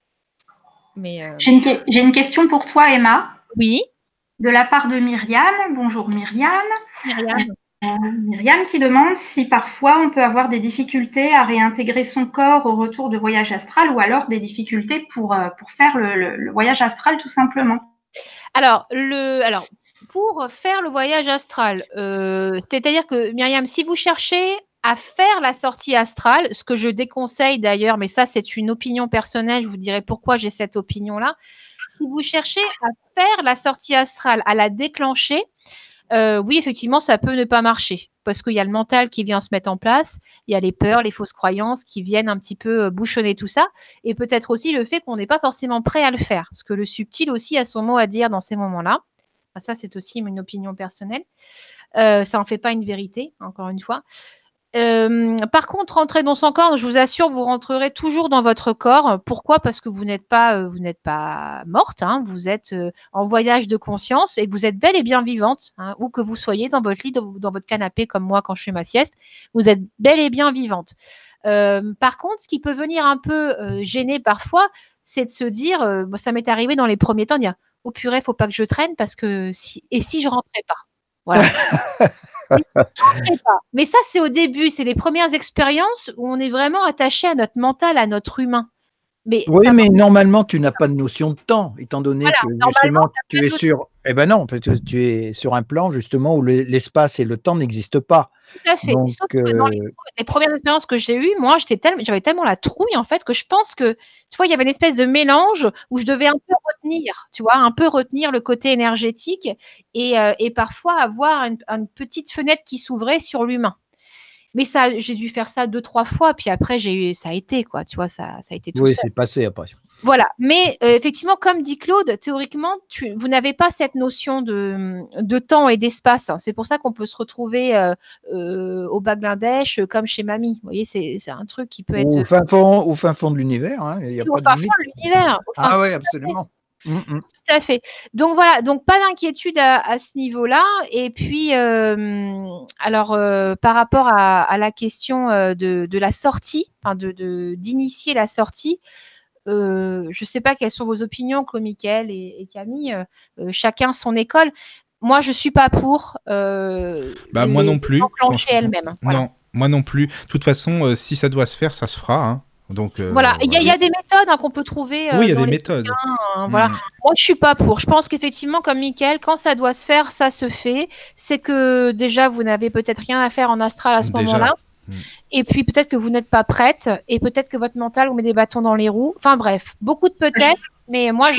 [SPEAKER 3] mais
[SPEAKER 5] J'ai une question pour toi, Emma,
[SPEAKER 3] oui,
[SPEAKER 5] de la part de Myriam. Bonjour Myriam.
[SPEAKER 3] Myriam.
[SPEAKER 5] Myriam qui demande si parfois on peut avoir des difficultés à réintégrer son corps au retour de voyage astral ou alors des difficultés pour faire le voyage astral tout simplement.
[SPEAKER 3] Alors, pour faire le voyage astral, c'est-à-dire que Myriam, si vous cherchez à faire la sortie astrale, ce que je déconseille d'ailleurs, mais ça c'est une opinion personnelle, je vous dirai pourquoi j'ai cette opinion-là. Si vous cherchez à faire la sortie astrale, à la déclencher, oui, effectivement, ça peut ne pas marcher parce qu'il y a le mental qui vient se mettre en place, il y a les peurs, les fausses croyances qui viennent un petit peu bouchonner tout ça, et peut-être aussi le fait qu'on n'est pas forcément prêt à le faire, parce que le subtil aussi a son mot à dire dans ces moments-là. Enfin, ça, c'est aussi une opinion personnelle. Ça n'en fait pas une vérité, encore une fois. Par contre, rentrer dans son corps, je vous assure, vous rentrerez toujours dans votre corps. Pourquoi? Parce que vous n'êtes pas morte, hein, vous êtes en voyage de conscience et que vous êtes bel et bien vivante, hein, où que vous soyez dans votre lit, dans votre canapé, comme moi quand je fais ma sieste, vous êtes bel et bien vivante. Par contre, ce qui peut venir un peu gêner parfois, c'est de se dire, moi, ça m'est arrivé dans les premiers temps, de dire, oh purée, faut pas que je traîne parce que si je rentrais pas. Voilà. Mais ça, c'est au début, c'est les premières expériences où on est vraiment attaché à notre mental, à notre humain. Mais
[SPEAKER 4] Oui,
[SPEAKER 3] ça
[SPEAKER 4] mais normalement, tu n'as pas de notion de temps, étant donné
[SPEAKER 3] voilà,
[SPEAKER 4] que
[SPEAKER 3] normalement,
[SPEAKER 4] justement,
[SPEAKER 3] tu as
[SPEAKER 4] tu
[SPEAKER 3] pas
[SPEAKER 4] es
[SPEAKER 3] de
[SPEAKER 4] sur eh ben non, parce que tu es sur un plan justement où l'espace et le temps n'existent pas.
[SPEAKER 3] tout à fait.
[SPEAKER 4] Donc
[SPEAKER 3] Sauf que dans les premières expériences que j'ai eues, moi, j'avais tellement la trouille, en fait, que je pense que, tu vois, il y avait une espèce de mélange où je devais un peu retenir, tu vois, un peu retenir le côté énergétique et parfois avoir une petite fenêtre qui s'ouvrait sur l'humain. Mais ça, j'ai dû faire ça 2-3 fois, puis après, ça a été, quoi, tu vois, ça a été tout
[SPEAKER 4] oui,
[SPEAKER 3] seul.
[SPEAKER 4] c'est passé après.
[SPEAKER 3] Voilà, mais effectivement, comme dit Claude, théoriquement, vous n'avez pas cette notion de temps et d'espace, hein. C'est pour ça qu'on peut se retrouver au Bangladesh comme chez mamie. Vous voyez, c'est un truc qui peut être
[SPEAKER 4] Au fin fond de l'univers, hein, il n'y a
[SPEAKER 3] au
[SPEAKER 4] pas de
[SPEAKER 3] fin fond
[SPEAKER 4] limite.
[SPEAKER 3] de l'univers.
[SPEAKER 4] Ah oui, absolument.
[SPEAKER 3] Tout à fait. Donc voilà, donc pas d'inquiétude à ce niveau-là. Et puis, alors, par rapport à la question de la sortie, enfin d'initier la sortie, je ne sais pas quelles sont vos opinions, Claude, Mickaël et Camille. Chacun son école. Moi, je ne suis pas pour
[SPEAKER 1] Moi non plus.
[SPEAKER 3] enclencher elle-même. Voilà.
[SPEAKER 1] Non, moi non plus. De toute façon, si ça doit se faire, ça se fera. Hein. Donc,
[SPEAKER 3] voilà, il y a des méthodes qu'on peut trouver
[SPEAKER 1] oui, il y a
[SPEAKER 3] dans
[SPEAKER 1] des
[SPEAKER 3] les
[SPEAKER 1] méthodes.
[SPEAKER 3] bouquins, voilà. Moi, je suis pas pour. Je pense qu'effectivement, comme Mickaël, quand ça doit se faire, ça se fait. C'est que déjà, vous n'avez peut-être rien à faire en astral à ce moment-là. Et puis peut-être que vous n'êtes pas prête, et peut-être que votre mental vous met des bâtons dans les roues. Enfin bref, beaucoup de peut-être, mais moi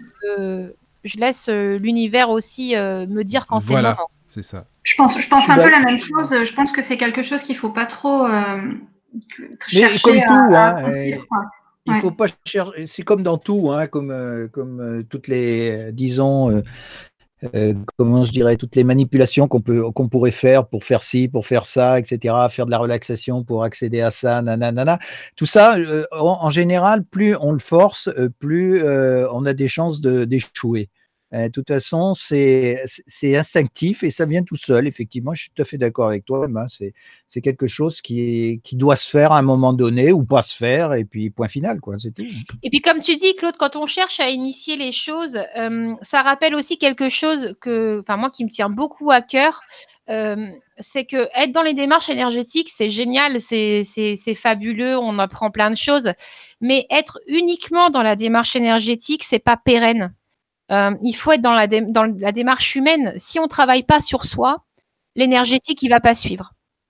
[SPEAKER 3] je laisse l'univers aussi me dire quand c'est le moment.
[SPEAKER 1] C'est ça.
[SPEAKER 5] Je pense un peu la même chose. Je pense que c'est quelque chose qu'il faut pas trop chercher.
[SPEAKER 4] Mais comme tout, il
[SPEAKER 5] ouais.
[SPEAKER 4] faut pas chercher. C'est comme dans tout, hein, comme toutes les, disons. Comment je dirais, toutes les manipulations qu'on pourrait faire pour faire ci, pour faire ça, etc., faire de la relaxation pour accéder à ça, nanana. Tout ça, en général, plus on le force, plus on a des chances d'échouer. De toute façon, c'est instinctif et ça vient tout seul, effectivement. Je suis tout à fait d'accord avec toi, Emma. C'est quelque chose qui doit se faire à un moment donné ou pas se faire, et puis point final, quoi, c'est tout.
[SPEAKER 3] Et puis comme tu dis, Claude, quand on cherche à initier les choses, ça rappelle aussi quelque chose moi qui me tient beaucoup à cœur, c'est que être dans les démarches énergétiques, c'est génial, c'est fabuleux, on apprend plein de choses, mais être uniquement dans la démarche énergétique, c'est pas pérenne. Il faut être dans la démarche humaine. Si on ne travaille pas sur soi, l'énergétique, il ne va pas suivre.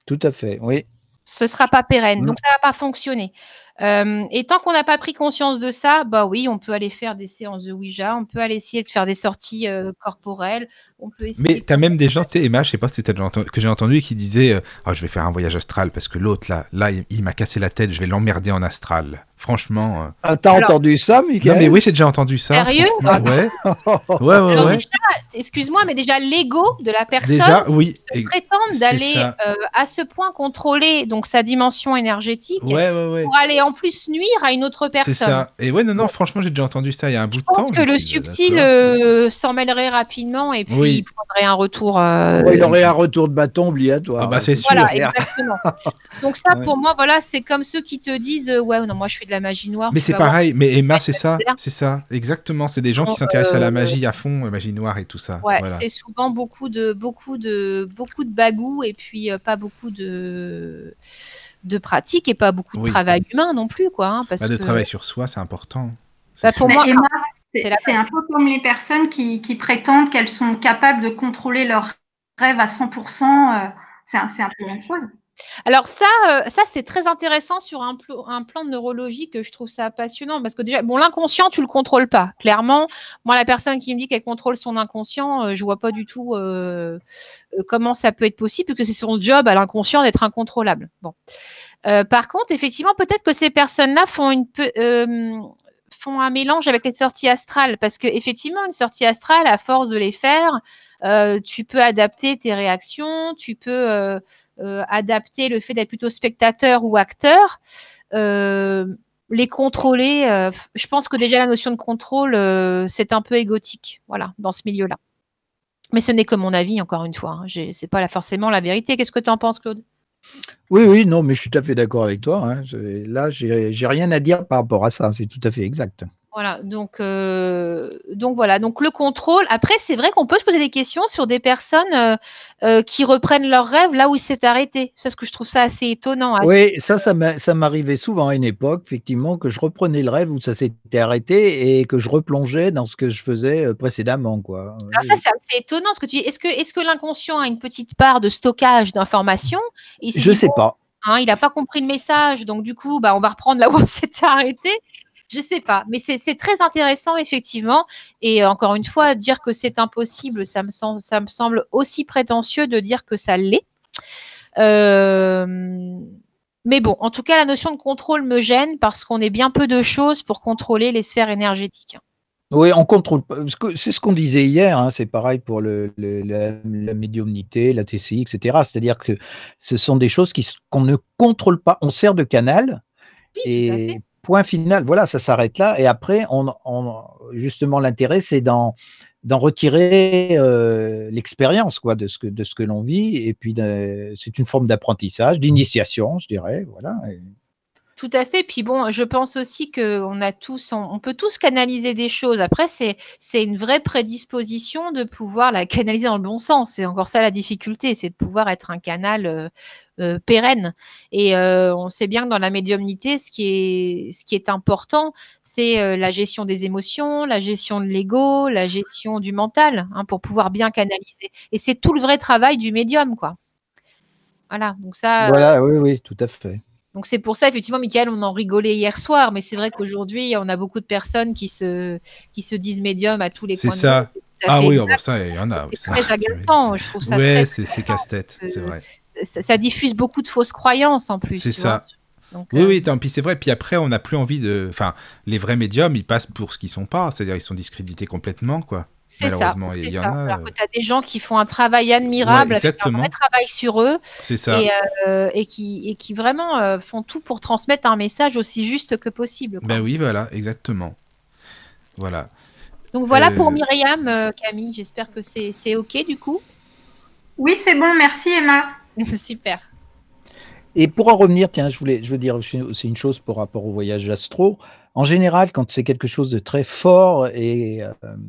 [SPEAKER 4] Tout à fait, oui.
[SPEAKER 3] Ce sera pas pérenne,
[SPEAKER 4] Mmh.
[SPEAKER 3] donc ça va pas fonctionner. Et tant qu'on n'a pas pris conscience de ça, bah oui, on peut aller faire des séances de Ouija, on peut aller essayer de faire des sorties corporelles, on peut essayer
[SPEAKER 1] Mais
[SPEAKER 3] de
[SPEAKER 1] t'as
[SPEAKER 3] faire
[SPEAKER 1] même des gens, tu sais, Emma, je sais pas si t'as déjà entendu, que j'ai entendu qui disaient ah, je vais faire un voyage astral parce que l'autre, là, il m'a cassé la tête, je vais l'emmerder en astral. Franchement.
[SPEAKER 4] Ah, t'as
[SPEAKER 3] Alors,
[SPEAKER 4] entendu ça,
[SPEAKER 1] Non, mais
[SPEAKER 4] Michael?
[SPEAKER 1] oui, j'ai déjà entendu ça.
[SPEAKER 3] Sérieux?
[SPEAKER 1] Franchement, ouais. Ouais,
[SPEAKER 3] Alors
[SPEAKER 1] ouais.
[SPEAKER 3] déjà, excuse-moi, mais déjà l'ego de la personne
[SPEAKER 1] Déjà, oui.
[SPEAKER 3] se prétendre
[SPEAKER 1] C'est
[SPEAKER 3] d'aller
[SPEAKER 1] ça.
[SPEAKER 3] à ce point contrôler donc sa dimension énergétique
[SPEAKER 1] Ouais.
[SPEAKER 3] pour aller en plus nuire à une autre
[SPEAKER 1] C'est
[SPEAKER 3] personne.
[SPEAKER 1] ça. Et ouais, non,
[SPEAKER 3] Bon.
[SPEAKER 1] franchement, j'ai déjà entendu ça il y a un bout
[SPEAKER 3] Je
[SPEAKER 1] de temps.
[SPEAKER 3] pense que
[SPEAKER 1] je me
[SPEAKER 3] le
[SPEAKER 1] suis dit,
[SPEAKER 3] subtil
[SPEAKER 1] d'accord.
[SPEAKER 3] s'en mêlerait rapidement et puis
[SPEAKER 1] Oui.
[SPEAKER 3] il prendrait un retour.
[SPEAKER 4] Il aurait un retour de bâton obligatoire.
[SPEAKER 1] Ah bah, c'est sûr.
[SPEAKER 3] Voilà,
[SPEAKER 4] clair.
[SPEAKER 3] exactement. Donc ça,
[SPEAKER 4] Ouais.
[SPEAKER 3] pour moi, voilà, c'est comme ceux qui te disent ouais, non, moi je fais de la magie noire.
[SPEAKER 1] Mais
[SPEAKER 3] tu
[SPEAKER 1] c'est
[SPEAKER 3] vas voir.
[SPEAKER 1] pareil, mais Emma, c'est
[SPEAKER 3] bizarre.
[SPEAKER 1] ça, exactement. C'est des gens qui
[SPEAKER 3] Bon,
[SPEAKER 1] s'intéressent à la magie à fond, la magie noire et tout ça.
[SPEAKER 3] Ouais,
[SPEAKER 1] Voilà.
[SPEAKER 3] c'est souvent beaucoup de bagou et puis pas beaucoup de pratique et pas beaucoup de
[SPEAKER 1] Oui.
[SPEAKER 3] travail humain non plus, quoi. Hein, parce
[SPEAKER 1] Bah, de
[SPEAKER 3] que
[SPEAKER 1] travail sur soi, c'est important.
[SPEAKER 3] bah,
[SPEAKER 1] C'est
[SPEAKER 3] pour
[SPEAKER 1] sûr.
[SPEAKER 3] moi,
[SPEAKER 5] Mais Emma,
[SPEAKER 3] c'est la
[SPEAKER 5] c'est un peu comme les personnes qui prétendent qu'elles sont capables de contrôler leurs rêves à 100%. C'est un peu la même chose.
[SPEAKER 3] Alors ça c'est très intéressant sur un plan neurologique. Je trouve ça passionnant parce que déjà, bon, l'inconscient, tu le contrôles pas. Clairement, moi, la personne qui me dit qu'elle contrôle son inconscient, je vois pas du tout comment ça peut être possible, puisque c'est son job à l'inconscient d'être incontrôlable. Bon. Par contre, effectivement, peut-être que ces personnes-là font un mélange avec les sorties astrales, parce que effectivement, une sortie astrale, à force de les faire, tu peux adapter tes réactions, tu peux adapter le fait d'être plutôt spectateur ou acteur, les contrôler. Je pense que déjà la notion de contrôle, c'est un peu égotique, voilà, dans ce milieu-là. Mais ce n'est que mon avis, encore une fois. Hein. C'est pas forcément la vérité. Qu'est-ce que tu en penses, Claude?
[SPEAKER 4] Oui, non, mais je suis tout à fait d'accord avec toi. Hein. Là, j'ai rien à dire par rapport à ça. C'est tout à fait exact.
[SPEAKER 3] Voilà, donc voilà, donc le contrôle. Après, c'est vrai qu'on peut se poser des questions sur des personnes qui reprennent leurs rêves là où ils s'est arrêté. C'est ce que je trouve ça assez étonnant.
[SPEAKER 4] Oui, ça m'arrivait souvent à une époque, effectivement, que je reprenais le rêve où ça s'était arrêté et que je replongeais dans ce que je faisais précédemment, quoi.
[SPEAKER 3] Alors ça, c'est assez étonnant ce que tu dis. Est-ce que l'inconscient a une petite part de stockage d'informations?
[SPEAKER 4] Je sais pas.
[SPEAKER 3] Hein, il n'a pas compris le message, donc du coup, bah, on va reprendre là où on s'était arrêté. Je sais pas, mais c'est très intéressant effectivement. Et encore une fois, dire que c'est impossible, ça me semble aussi prétentieux de dire que ça l'est. Mais bon, en tout cas, la notion de contrôle me gêne parce qu'on est bien peu de choses pour contrôler les sphères énergétiques.
[SPEAKER 4] Oui, on contrôle pas. C'est ce qu'on disait hier. Hein, c'est pareil pour la médiumnité, la TCI, etc. C'est-à-dire que ce sont des choses qu'on ne contrôle pas. On sert de canal.
[SPEAKER 3] Oui,
[SPEAKER 4] Et point final, voilà, ça s'arrête là. Et après, justement, l'intérêt, c'est d'en retirer l'expérience, quoi, de ce que l'on vit. Et puis, c'est une forme d'apprentissage, d'initiation, je dirais. Voilà.
[SPEAKER 3] Tout à fait. Puis bon, je pense aussi on peut tous canaliser des choses. Après, c'est une vraie prédisposition de pouvoir la canaliser dans le bon sens. C'est encore ça la difficulté, c'est de pouvoir être un canal pérenne. Et on sait bien que dans la médiumnité, ce qui est important, c'est la gestion des émotions, la gestion de l'ego, la gestion du mental, hein, pour pouvoir bien canaliser. Et c'est tout le vrai travail du médium, quoi. Voilà. Donc ça.
[SPEAKER 4] Voilà, oui, tout à fait.
[SPEAKER 3] Donc c'est pour ça, effectivement, Michael, on en rigolait hier soir, mais c'est vrai qu'aujourd'hui, on a beaucoup de personnes qui se disent médium à tous les coins de
[SPEAKER 1] ça.
[SPEAKER 3] rue.
[SPEAKER 1] Ah oui, bah ça, il y en a.
[SPEAKER 3] C'est très agaçant, je trouve ça
[SPEAKER 1] ouais,
[SPEAKER 3] très
[SPEAKER 1] c'est casse-tête, c'est vrai.
[SPEAKER 3] Ça diffuse beaucoup de fausses croyances en plus.
[SPEAKER 1] C'est ça.
[SPEAKER 3] Donc,
[SPEAKER 1] oui, tant pis, c'est vrai. Puis après, on n'a plus envie de... Enfin, les vrais médiums, ils passent pour ce qu'ils sont pas. C'est-à-dire, ils sont discrédités complètement, quoi.
[SPEAKER 3] C'est ça.
[SPEAKER 1] Il y en
[SPEAKER 3] a.
[SPEAKER 1] a.
[SPEAKER 3] Alors que tu as des gens qui font un travail admirable,
[SPEAKER 1] un
[SPEAKER 3] vrai travail sur eux.
[SPEAKER 1] C'est ça.
[SPEAKER 3] Et qui vraiment font tout pour transmettre un message aussi juste que possible.
[SPEAKER 1] Ben oui, voilà, exactement. Voilà.
[SPEAKER 3] Donc voilà pour Myriam, Camille. J'espère que c'est OK du coup.
[SPEAKER 5] Oui, c'est bon. Merci, Emma.
[SPEAKER 3] Super.
[SPEAKER 4] Et pour en revenir, tiens, je veux dire aussi une chose par rapport au voyage astro. En général, quand c'est quelque chose de très fort et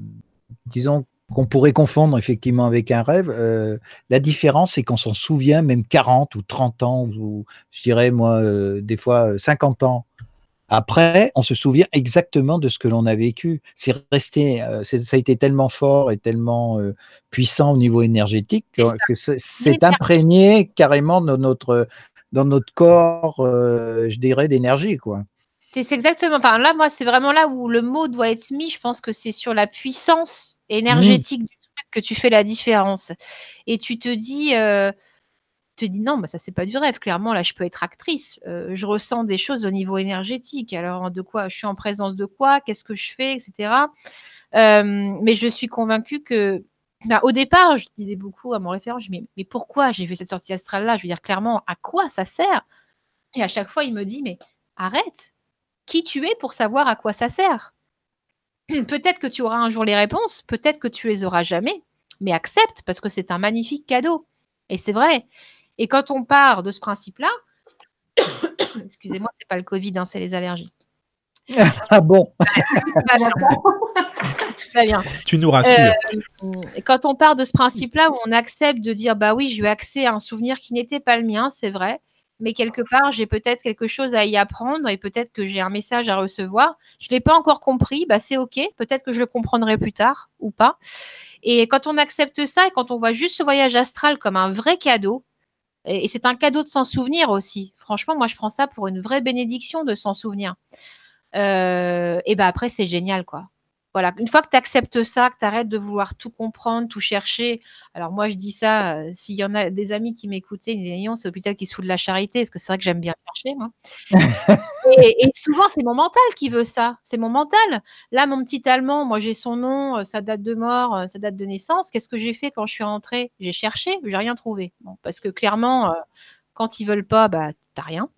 [SPEAKER 4] disons qu'on pourrait confondre effectivement avec un rêve, la différence, c'est qu'on s'en souvient même 40 ou 30 ans, ou je dirais moi, des fois 50 ans Après, on se souvient exactement de ce que l'on a vécu. C'est resté, ça a été tellement fort et tellement puissant au niveau énergétique
[SPEAKER 3] C'est ça.
[SPEAKER 4] que
[SPEAKER 3] Mais
[SPEAKER 4] c'est
[SPEAKER 3] bien,
[SPEAKER 4] imprégné carrément dans notre corps, je dirais, d'énergie, quoi.
[SPEAKER 3] c'est exactement. Enfin, là, moi, c'est vraiment là où le mot doit être mis. Je pense que c'est sur la puissance
[SPEAKER 4] Mmh.
[SPEAKER 3] énergétique du truc que tu fais la différence. Et tu te dis, non, bah, ça c'est pas du rêve. Clairement, là, je peux être actrice. Je ressens des choses au niveau énergétique. Alors, de quoi? Je suis en présence de quoi? Qu'est-ce que je fais, etc. Mais je suis convaincue que, bah, au départ, je disais beaucoup à mon référent, je dis, mais pourquoi j'ai fait cette sortie astrale-là? Je veux dire, clairement, à quoi ça sert? Et à chaque fois, il me dit, mais arrête, qui tu es pour savoir à quoi ça sert? Peut-être que tu auras un jour les réponses, peut-être que tu les auras jamais, mais accepte parce que c'est un magnifique cadeau. Et c'est vrai. Et quand on part de ce principe-là, excusez-moi, c'est pas le Covid, hein, c'est les allergies.
[SPEAKER 4] Ah bon?
[SPEAKER 3] Tout va bien.
[SPEAKER 1] Tu nous rassures.
[SPEAKER 3] Quand on part de ce principe-là où on accepte de dire, bah oui, j'ai eu accès à un souvenir qui n'était pas le mien, c'est vrai, mais quelque part, j'ai peut-être quelque chose à y apprendre et peut-être que j'ai un message à recevoir. Je ne l'ai pas encore compris, bah c'est OK, peut-être que je le comprendrai plus tard ou pas. Et quand on accepte ça et quand on voit juste ce voyage astral comme un vrai cadeau, et c'est un cadeau de s'en souvenir aussi. Franchement, moi, je prends ça pour une vraie bénédiction de s'en souvenir. Et ben après, c'est génial, quoi. Voilà, une fois que tu acceptes ça, que tu arrêtes de vouloir tout comprendre, tout chercher. Alors moi, je dis ça, s'il y en a des amis qui m'écoutaient, ils disaient: «Non, c'est l'hôpital qui se fout de la charité», parce que c'est vrai que j'aime bien chercher, moi. Et souvent, c'est mon mental qui veut ça. C'est mon mental. Là, mon petit Allemand, moi, j'ai son nom, sa date de mort, sa date de naissance. Qu'est-ce que j'ai fait quand je suis rentrée? J'ai cherché, j'ai rien trouvé. Bon, parce que clairement, quand ils veulent pas, bah, tu rien.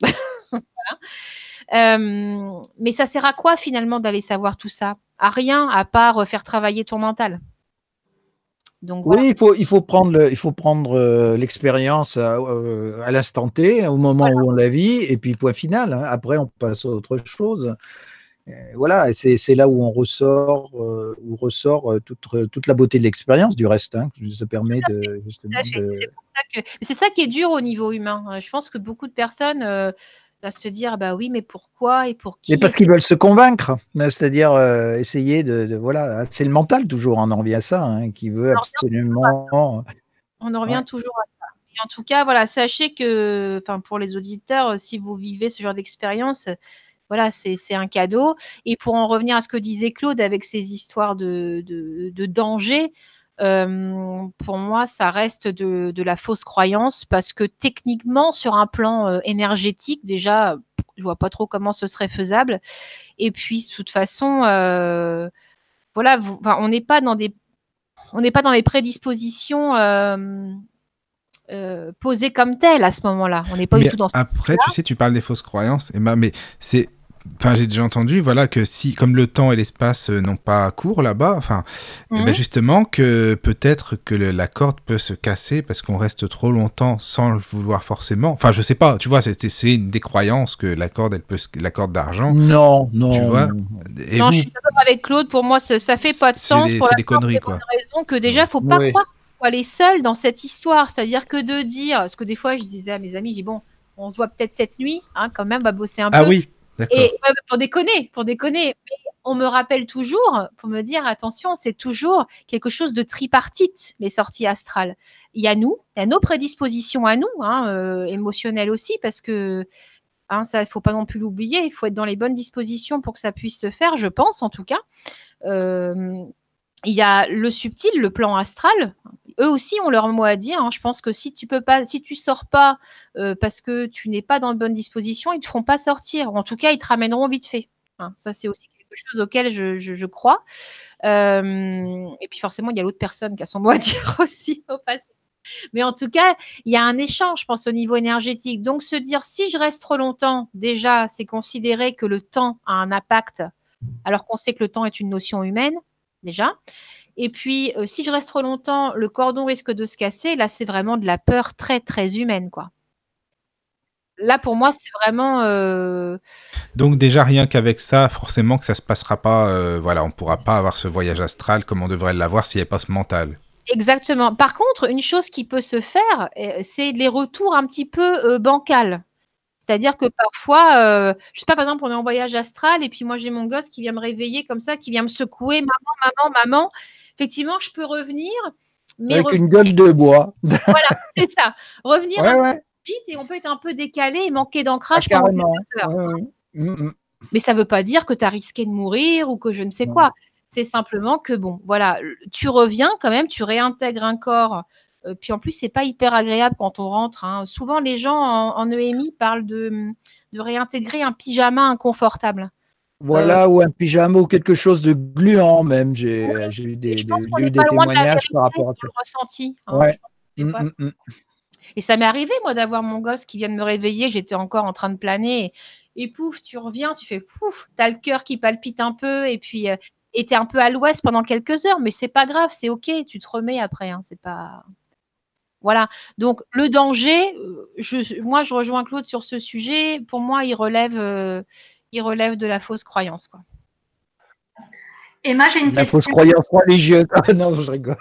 [SPEAKER 3] Mais ça sert à quoi finalement d'aller savoir tout ça? À rien, à part faire travailler ton mental. Donc voilà.
[SPEAKER 4] Oui, il faut prendre l'expérience à l'instant T, au moment où on la vit, et puis point final, hein. Après, on passe à autre chose. Voilà, et c'est là où où ressort toute la beauté de l'expérience, du reste, hein. Ça permet de
[SPEAKER 3] Tout à
[SPEAKER 4] justement
[SPEAKER 3] fait.
[SPEAKER 4] de.
[SPEAKER 3] C'est pour ça que c'est ça qui est dur au niveau humain. Je pense que beaucoup de personnes doivent se dire bah oui, mais pourquoi et pour
[SPEAKER 4] Mais
[SPEAKER 3] qui? Et
[SPEAKER 4] parce qu'ils veulent se convaincre, c'est-à-dire essayer voilà, c'est le mental toujours, on en revient à ça, hein, qui veut absolument.
[SPEAKER 3] on en revient
[SPEAKER 4] Ouais.
[SPEAKER 3] toujours à ça. Et en tout cas, voilà, sachez que, enfin, pour les auditeurs, si vous vivez ce genre d'expérience, voilà, c'est un cadeau. Et pour en revenir à ce que disait Claude avec ses histoires de danger, pour moi, ça reste de la fausse croyance parce que techniquement, sur un plan énergétique, déjà, je vois pas trop comment ce serait faisable. Et puis, de toute façon, voilà, enfin, on n'est pas dans des prédispositions posées comme telles à ce moment-là. On n'est pas du
[SPEAKER 1] Mais
[SPEAKER 3] tout dans ce
[SPEAKER 1] après, tu sais, tu parles des fausses croyances, Emma, mais c'est. Enfin, j'ai déjà entendu, voilà, que si, comme le temps et l'espace n'ont pas cours là-bas, enfin, eh ben justement, que peut-être que la corde peut se casser parce qu'on reste trop longtemps sans le vouloir forcément. Enfin, je sais pas, tu vois, c'est une des croyances que la corde, la corde d'argent,
[SPEAKER 4] Non,
[SPEAKER 1] tu
[SPEAKER 4] non,
[SPEAKER 1] vois.
[SPEAKER 4] non.
[SPEAKER 1] Et
[SPEAKER 3] Non,
[SPEAKER 1] vous,
[SPEAKER 3] je suis d'accord avec Claude. Pour moi, ça fait pas de sens pour
[SPEAKER 1] c'est
[SPEAKER 3] la
[SPEAKER 1] des
[SPEAKER 3] simple
[SPEAKER 1] conneries,
[SPEAKER 3] et
[SPEAKER 1] quoi.
[SPEAKER 3] bonne raison que déjà,
[SPEAKER 1] Ouais.
[SPEAKER 3] faut pas
[SPEAKER 4] Oui.
[SPEAKER 3] croire qu'il faut aller seul dans cette histoire. C'est-à-dire que de dire, parce que des fois, je disais à mes amis, je dis bon, on se voit peut-être cette nuit, hein, quand même, on va bosser un
[SPEAKER 1] Ah
[SPEAKER 3] peu.
[SPEAKER 1] oui, d'accord.
[SPEAKER 3] Et pour déconner. Mais on me rappelle toujours, pour me dire, attention, c'est toujours quelque chose de tripartite, les sorties astrales. Il y a nous, il y a nos prédispositions à nous, hein, émotionnelles aussi, parce que hein, ça, il ne faut pas non plus l'oublier. Il faut être dans les bonnes dispositions pour que ça puisse se faire, je pense, en tout cas. Il y a le subtil, le plan astral. Eux aussi ont leur mot à dire. Hein. Je pense que si tu peux pas, si tu sors pas parce que tu n'es pas dans de bonnes dispositions, ils te feront pas sortir. Ou en tout cas, ils te ramèneront vite fait. Hein, ça, c'est aussi quelque chose auquel je crois. Et puis forcément, il y a l'autre personne qui a son mot à dire aussi au passé. Mais en tout cas, il y a un échange, je pense, au niveau énergétique. Donc, se dire, si je reste trop longtemps, déjà, c'est considérer que le temps a un impact, alors qu'on sait que le temps est une notion humaine, déjà. Et puis, si je reste trop longtemps, le cordon risque de se casser. Là, c'est vraiment de la peur très, très humaine, quoi. Là, pour moi, c'est vraiment...
[SPEAKER 1] Donc déjà, rien qu'avec ça, forcément que ça se passera pas, voilà, on pourra pas avoir ce voyage astral comme on devrait l'avoir s'il n'y avait pas ce mental.
[SPEAKER 3] Exactement. Par contre, une chose qui peut se faire, c'est les retours un petit peu bancals. C'est-à-dire que parfois, je sais pas, par exemple, on est en voyage astral et puis moi j'ai mon gosse qui vient me réveiller comme ça, qui vient me secouer, maman, maman, maman. Effectivement, je peux revenir, mais
[SPEAKER 4] Avec une gueule de bois.
[SPEAKER 3] voilà, c'est ça. Revenir un
[SPEAKER 4] Ouais.
[SPEAKER 3] peu vite et on peut être un peu décalé et manquer
[SPEAKER 4] Ah,
[SPEAKER 3] d'ancrage pendant
[SPEAKER 4] carrément.
[SPEAKER 3] quelques heures.
[SPEAKER 4] Ouais.
[SPEAKER 3] Mais ça veut pas dire que tu as risqué de mourir ou que je ne sais quoi. C'est simplement que bon, voilà, tu reviens quand même, tu réintègres un corps. Puis en plus, c'est pas hyper agréable quand on rentre, hein. Souvent, les gens en EMI parlent de réintégrer un pyjama inconfortable.
[SPEAKER 4] Voilà, ou un pyjama ou quelque chose de gluant même. J'ai eu
[SPEAKER 3] Et je pense qu'on
[SPEAKER 4] des
[SPEAKER 3] n'est pas loin de la
[SPEAKER 4] témoignages
[SPEAKER 3] vérité
[SPEAKER 4] par rapport à
[SPEAKER 3] sur
[SPEAKER 4] ça.
[SPEAKER 3] le ressenti, hein,
[SPEAKER 4] Ouais.
[SPEAKER 3] des fois. Et ça m'est arrivé, moi, d'avoir mon gosse qui vient de me réveiller. J'étais encore en train de planer. Et pouf, tu reviens, tu fais pouf, tu as le cœur qui palpite un peu. Et puis, tu es un peu à l'ouest pendant quelques heures. Mais c'est pas grave, c'est OK. Tu te remets après. Hein, c'est pas. Voilà. Donc, le danger, moi, je rejoins Claude sur ce sujet. Pour moi, il relève de la fausse croyance, quoi.
[SPEAKER 5] Emma, j'ai une
[SPEAKER 4] La fausse
[SPEAKER 5] question.
[SPEAKER 4] croyance religieuse. Ah non, je rigole.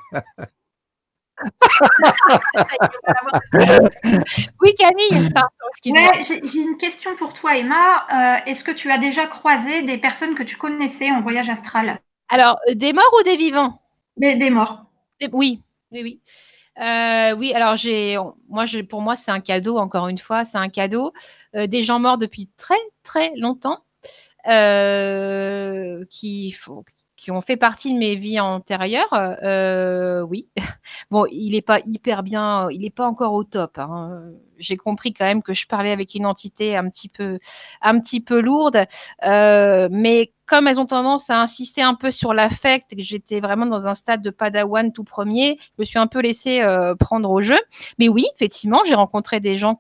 [SPEAKER 3] Oui, Camille, pardon, excuse-moi.
[SPEAKER 5] Ouais, j'ai une question pour toi, Emma. Est-ce que tu as déjà croisé des personnes que tu connaissais en voyage astral?
[SPEAKER 3] Alors, des morts ou des vivants?
[SPEAKER 5] Des morts.
[SPEAKER 3] Oui. Oui, alors pour moi, c'est un cadeau, encore une fois, c'est un cadeau. Des gens morts depuis très, très longtemps, qui ont fait partie de mes vies antérieures, oui. Bon, il n'est pas hyper bien, il n'est pas encore au top, hein. J'ai compris quand même que je parlais avec une entité un petit peu lourde, mais comme elles ont tendance à insister un peu sur l'affect et que j'étais vraiment dans un stade de padawan tout premier, je me suis un peu laissée prendre au jeu. Mais oui, effectivement, j'ai rencontré des gens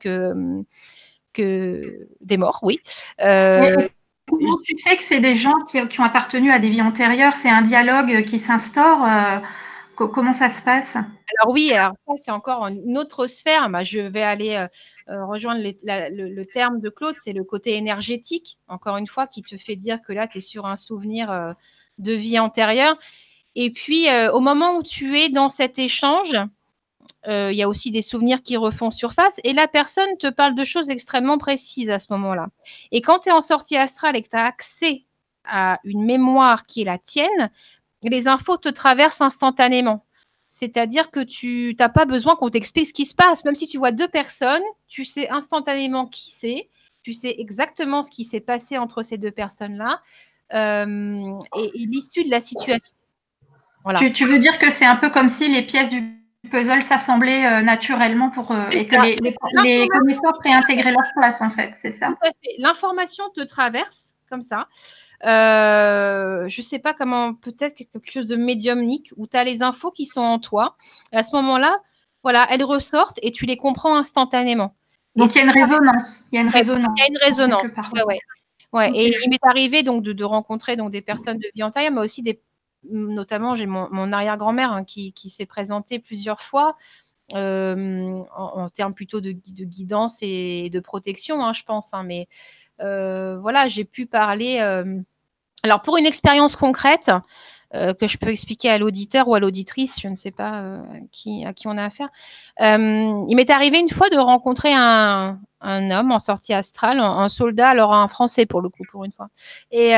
[SPEAKER 3] des morts, oui.
[SPEAKER 5] Comment tu sais que c'est des gens qui ont appartenu à des vies antérieures? C'est un dialogue qui s'instaure? Comment ça se passe?
[SPEAKER 3] Alors oui, ça, c'est encore une autre sphère. Je vais aller rejoindre le terme de Claude, c'est le côté énergétique, encore une fois, qui te fait dire que là, tu es sur un souvenir de vie antérieure. Et puis, au moment où tu es dans cet échange, il y a aussi des souvenirs qui refont surface et la personne te parle de choses extrêmement précises à ce moment-là. Et quand tu es en sortie astrale et que tu as accès à une mémoire qui est la tienne, les infos te traversent instantanément. C'est-à-dire que tu n'as pas besoin qu'on t'explique ce qui se passe. Même si tu vois deux personnes, tu sais instantanément qui c'est, tu sais exactement ce qui s'est passé entre ces deux personnes-là et l'issue de la situation. Voilà.
[SPEAKER 5] Tu veux dire que c'est un peu comme si les pièces du puzzle s'assemblaient naturellement et que les connaissances réintégraient leur place, en fait, c'est ça?
[SPEAKER 3] Tout à fait. L'information te traverse comme ça. Je sais pas comment, peut-être quelque chose de médiumnique où tu as les infos qui sont en toi. Et à ce moment-là, voilà, elles ressortent et tu les comprends instantanément.
[SPEAKER 5] Donc, il y a une résonance. Il y a une résonance.
[SPEAKER 3] Il y a une résonance.
[SPEAKER 5] Quelque part.
[SPEAKER 3] Ouais.
[SPEAKER 5] Okay.
[SPEAKER 3] Et il m'est arrivé donc de rencontrer donc des personnes de vie antérieure, mais aussi notamment j'ai mon arrière-grand-mère qui s'est présentée plusieurs fois en termes plutôt de guidance et de protection, hein, je pense. Hein, mais voilà, j'ai pu parler. Alors pour une expérience concrète que je peux expliquer à l'auditeur ou à l'auditrice, je ne sais pas à qui on a affaire. Il m'est arrivé une fois de rencontrer un homme en sortie astrale, un soldat, alors un Français pour le coup, pour une fois. Et,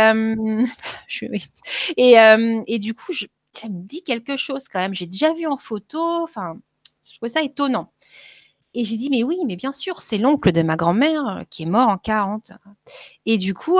[SPEAKER 3] et du coup, ça me dit quelque chose quand même. J'ai déjà vu en photo, enfin, je trouvais ça étonnant. Et j'ai dit, mais oui, mais bien sûr, c'est l'oncle de ma grand-mère qui est mort en 40. Et du coup,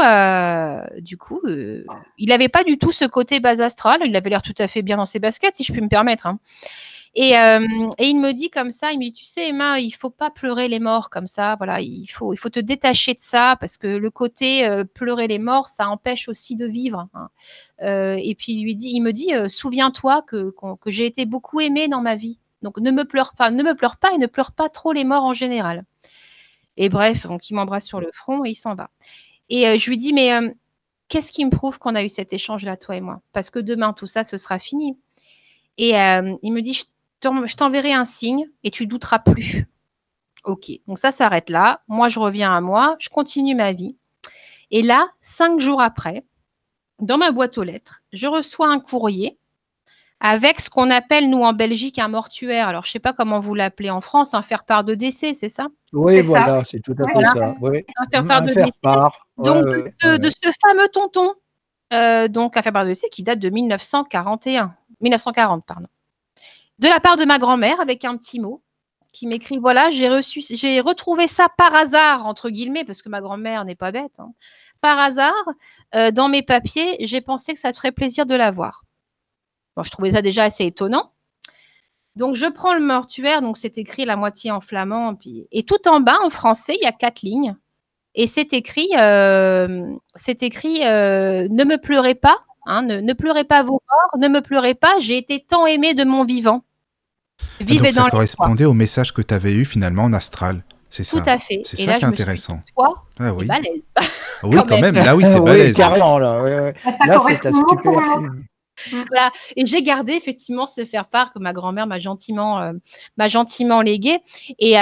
[SPEAKER 3] il n'avait pas du tout ce côté base astrale. Il avait l'air tout à fait bien dans ses baskets, si je puis me permettre. Hein. Et il me dit comme ça, il me dit, tu sais, Emma, il ne faut pas pleurer les morts comme ça. Voilà, il faut te détacher de ça parce que le côté pleurer les morts, ça empêche aussi de vivre. Hein. Et puis il me dit, souviens-toi que j'ai été beaucoup aimée dans ma vie. Donc, ne me pleure pas et ne pleure pas trop les morts en général. Et bref, donc il m'embrasse sur le front et il s'en va. Et je lui dis, mais qu'est-ce qui me prouve qu'on a eu cet échange-là, toi et moi? Parce que demain, tout ça, ce sera fini. Et il me dit, je t'enverrai un signe et tu ne douteras plus. Ok, donc ça s'arrête là. Moi, je reviens à moi, je continue ma vie. Et là, 5 jours après, dans ma boîte aux lettres, je reçois un courrier avec ce qu'on appelle, nous, en Belgique, un mortuaire. Alors, je ne sais pas comment vous l'appelez en France, un faire-part de décès, c'est ça?
[SPEAKER 4] Oui,
[SPEAKER 5] C'est ça.
[SPEAKER 4] voilà, c'est tout à
[SPEAKER 5] Ouais,
[SPEAKER 4] fait
[SPEAKER 3] Voilà,
[SPEAKER 4] ça. Oui.
[SPEAKER 3] un faire-part
[SPEAKER 4] Un
[SPEAKER 3] de décès.
[SPEAKER 4] faire-part. Ouais,
[SPEAKER 3] Donc
[SPEAKER 4] ouais, ouais,
[SPEAKER 3] de
[SPEAKER 4] ouais.
[SPEAKER 3] ce fameux tonton, donc un faire-part de décès qui date de 1940, pardon. De la part de ma grand-mère avec un petit mot qui m'écrit voilà, j'ai retrouvé ça par hasard entre guillemets parce que ma grand-mère n'est pas bête, hein. Par hasard, dans mes papiers, j'ai pensé que ça te ferait plaisir de l'avoir. Bon, je trouvais ça déjà assez étonnant. Donc je prends le mortuaire, donc c'est écrit la moitié en flamand, et tout en bas en français, il y a 4 lignes. Et c'est écrit, ne me pleurez pas, hein, ne pleurez pas vos morts, ne me pleurez pas, j'ai été tant aimée de mon vivant.
[SPEAKER 1] Ah,
[SPEAKER 3] Vivez
[SPEAKER 1] donc ça
[SPEAKER 3] dans l'espoir.
[SPEAKER 1] correspondait au message que tu avais eu finalement en astral. C'est
[SPEAKER 3] Tout
[SPEAKER 1] ça.
[SPEAKER 3] à fait.
[SPEAKER 1] C'est
[SPEAKER 3] Et
[SPEAKER 1] ça
[SPEAKER 3] là,
[SPEAKER 1] qui est
[SPEAKER 3] je me suis dit,
[SPEAKER 1] intéressant.
[SPEAKER 3] toi,
[SPEAKER 1] Ah
[SPEAKER 3] t'es
[SPEAKER 1] oui.
[SPEAKER 3] balèze.
[SPEAKER 1] Oui,
[SPEAKER 3] Quand
[SPEAKER 1] quand
[SPEAKER 3] même.
[SPEAKER 1] même. Là, oui, c'est
[SPEAKER 4] Oui,
[SPEAKER 1] balèze.
[SPEAKER 4] carrément, là. Ouais, ouais.
[SPEAKER 5] Ça
[SPEAKER 4] Là, c'est un
[SPEAKER 5] correspond mot pour
[SPEAKER 4] super
[SPEAKER 5] mot.
[SPEAKER 4] signe.
[SPEAKER 3] Voilà. Et j'ai gardé effectivement ce faire-part que ma grand-mère m'a gentiment légué. Et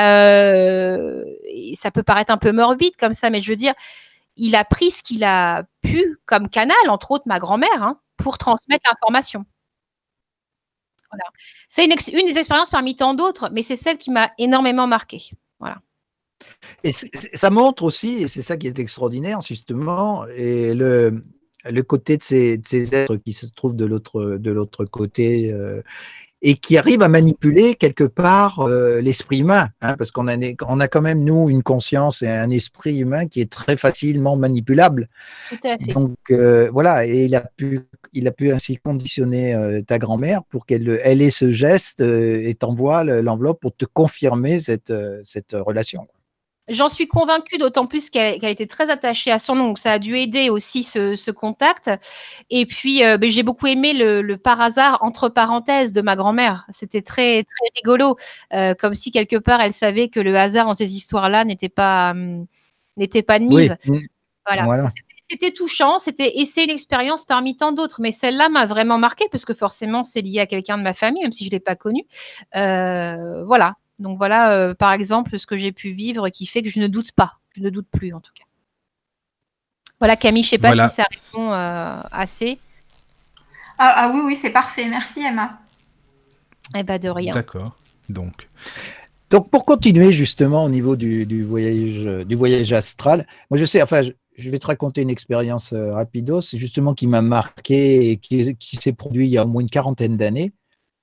[SPEAKER 3] ça peut paraître un peu morbide comme ça, mais je veux dire, il a pris ce qu'il a pu comme canal, entre autres ma grand-mère, hein, pour transmettre l'information. Voilà. C'est une des expériences parmi tant d'autres, mais c'est celle qui m'a énormément marquée. Voilà.
[SPEAKER 4] Et ça montre aussi, et c'est ça qui est extraordinaire, justement, et le côté de ces êtres qui se trouvent de l'autre côté et qui arrivent à manipuler quelque part l'esprit humain, hein, parce qu'on a quand même, nous, une conscience et un esprit humain qui est très facilement manipulable.
[SPEAKER 3] Tout à fait.
[SPEAKER 4] Donc, voilà, et il a pu ainsi conditionner ta grand-mère pour qu'elle ait ce geste et t'envoie l'enveloppe pour te confirmer cette relation.
[SPEAKER 3] J'en suis convaincue, d'autant plus qu'elle était très attachée à son nom, donc ça a dû aider aussi ce contact. Et puis, j'ai beaucoup aimé le par hasard, entre parenthèses, de ma grand-mère. C'était très, très rigolo, comme si quelque part elle savait que le hasard dans ces histoires-là n'était pas de
[SPEAKER 4] Oui,
[SPEAKER 3] mise. Voilà.
[SPEAKER 4] voilà.
[SPEAKER 3] C'était touchant, et c'est une expérience parmi tant d'autres, mais celle-là m'a vraiment marquée parce que forcément c'est lié à quelqu'un de ma famille, même si je l'ai pas connu. Voilà. Donc voilà, par exemple, ce que j'ai pu vivre qui fait que je ne doute pas, je ne doute plus en tout cas. Voilà, Camille, je sais pas
[SPEAKER 1] Voilà.
[SPEAKER 3] si ça répond assez.
[SPEAKER 5] Ah oui, c'est parfait. Merci, Emma.
[SPEAKER 3] Eh ben de rien.
[SPEAKER 1] D'accord. Donc,
[SPEAKER 4] Donc, pour continuer justement au niveau du voyage astral, moi je sais, enfin, je vais te raconter une expérience rapidos, justement qui m'a marqué et qui s'est produit il y a au moins une quarantaine d'années.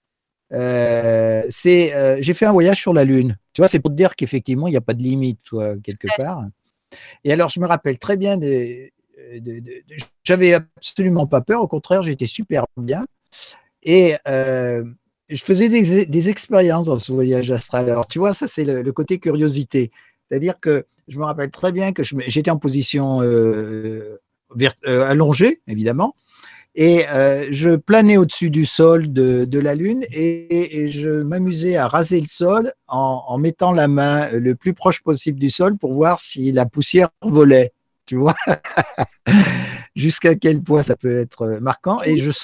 [SPEAKER 4] J'ai fait un voyage sur la Lune. Tu vois, c'est pour te dire qu'effectivement, il n'y a pas de limite, toi, quelque part. Et alors, je me rappelle très bien, j'avais absolument pas peur, au contraire, j'étais super bien. Et je faisais des expériences dans ce voyage astral. Alors, tu vois, ça, c'est le côté curiosité. C'est-à-dire que je me rappelle très bien que j'étais en position allongée, évidemment, et je planais au-dessus du sol de la Lune et je m'amusais à raser le sol en mettant la main le plus proche possible du sol pour voir si la poussière volait. Tu vois, jusqu'à quel point ça peut être marquant. Et je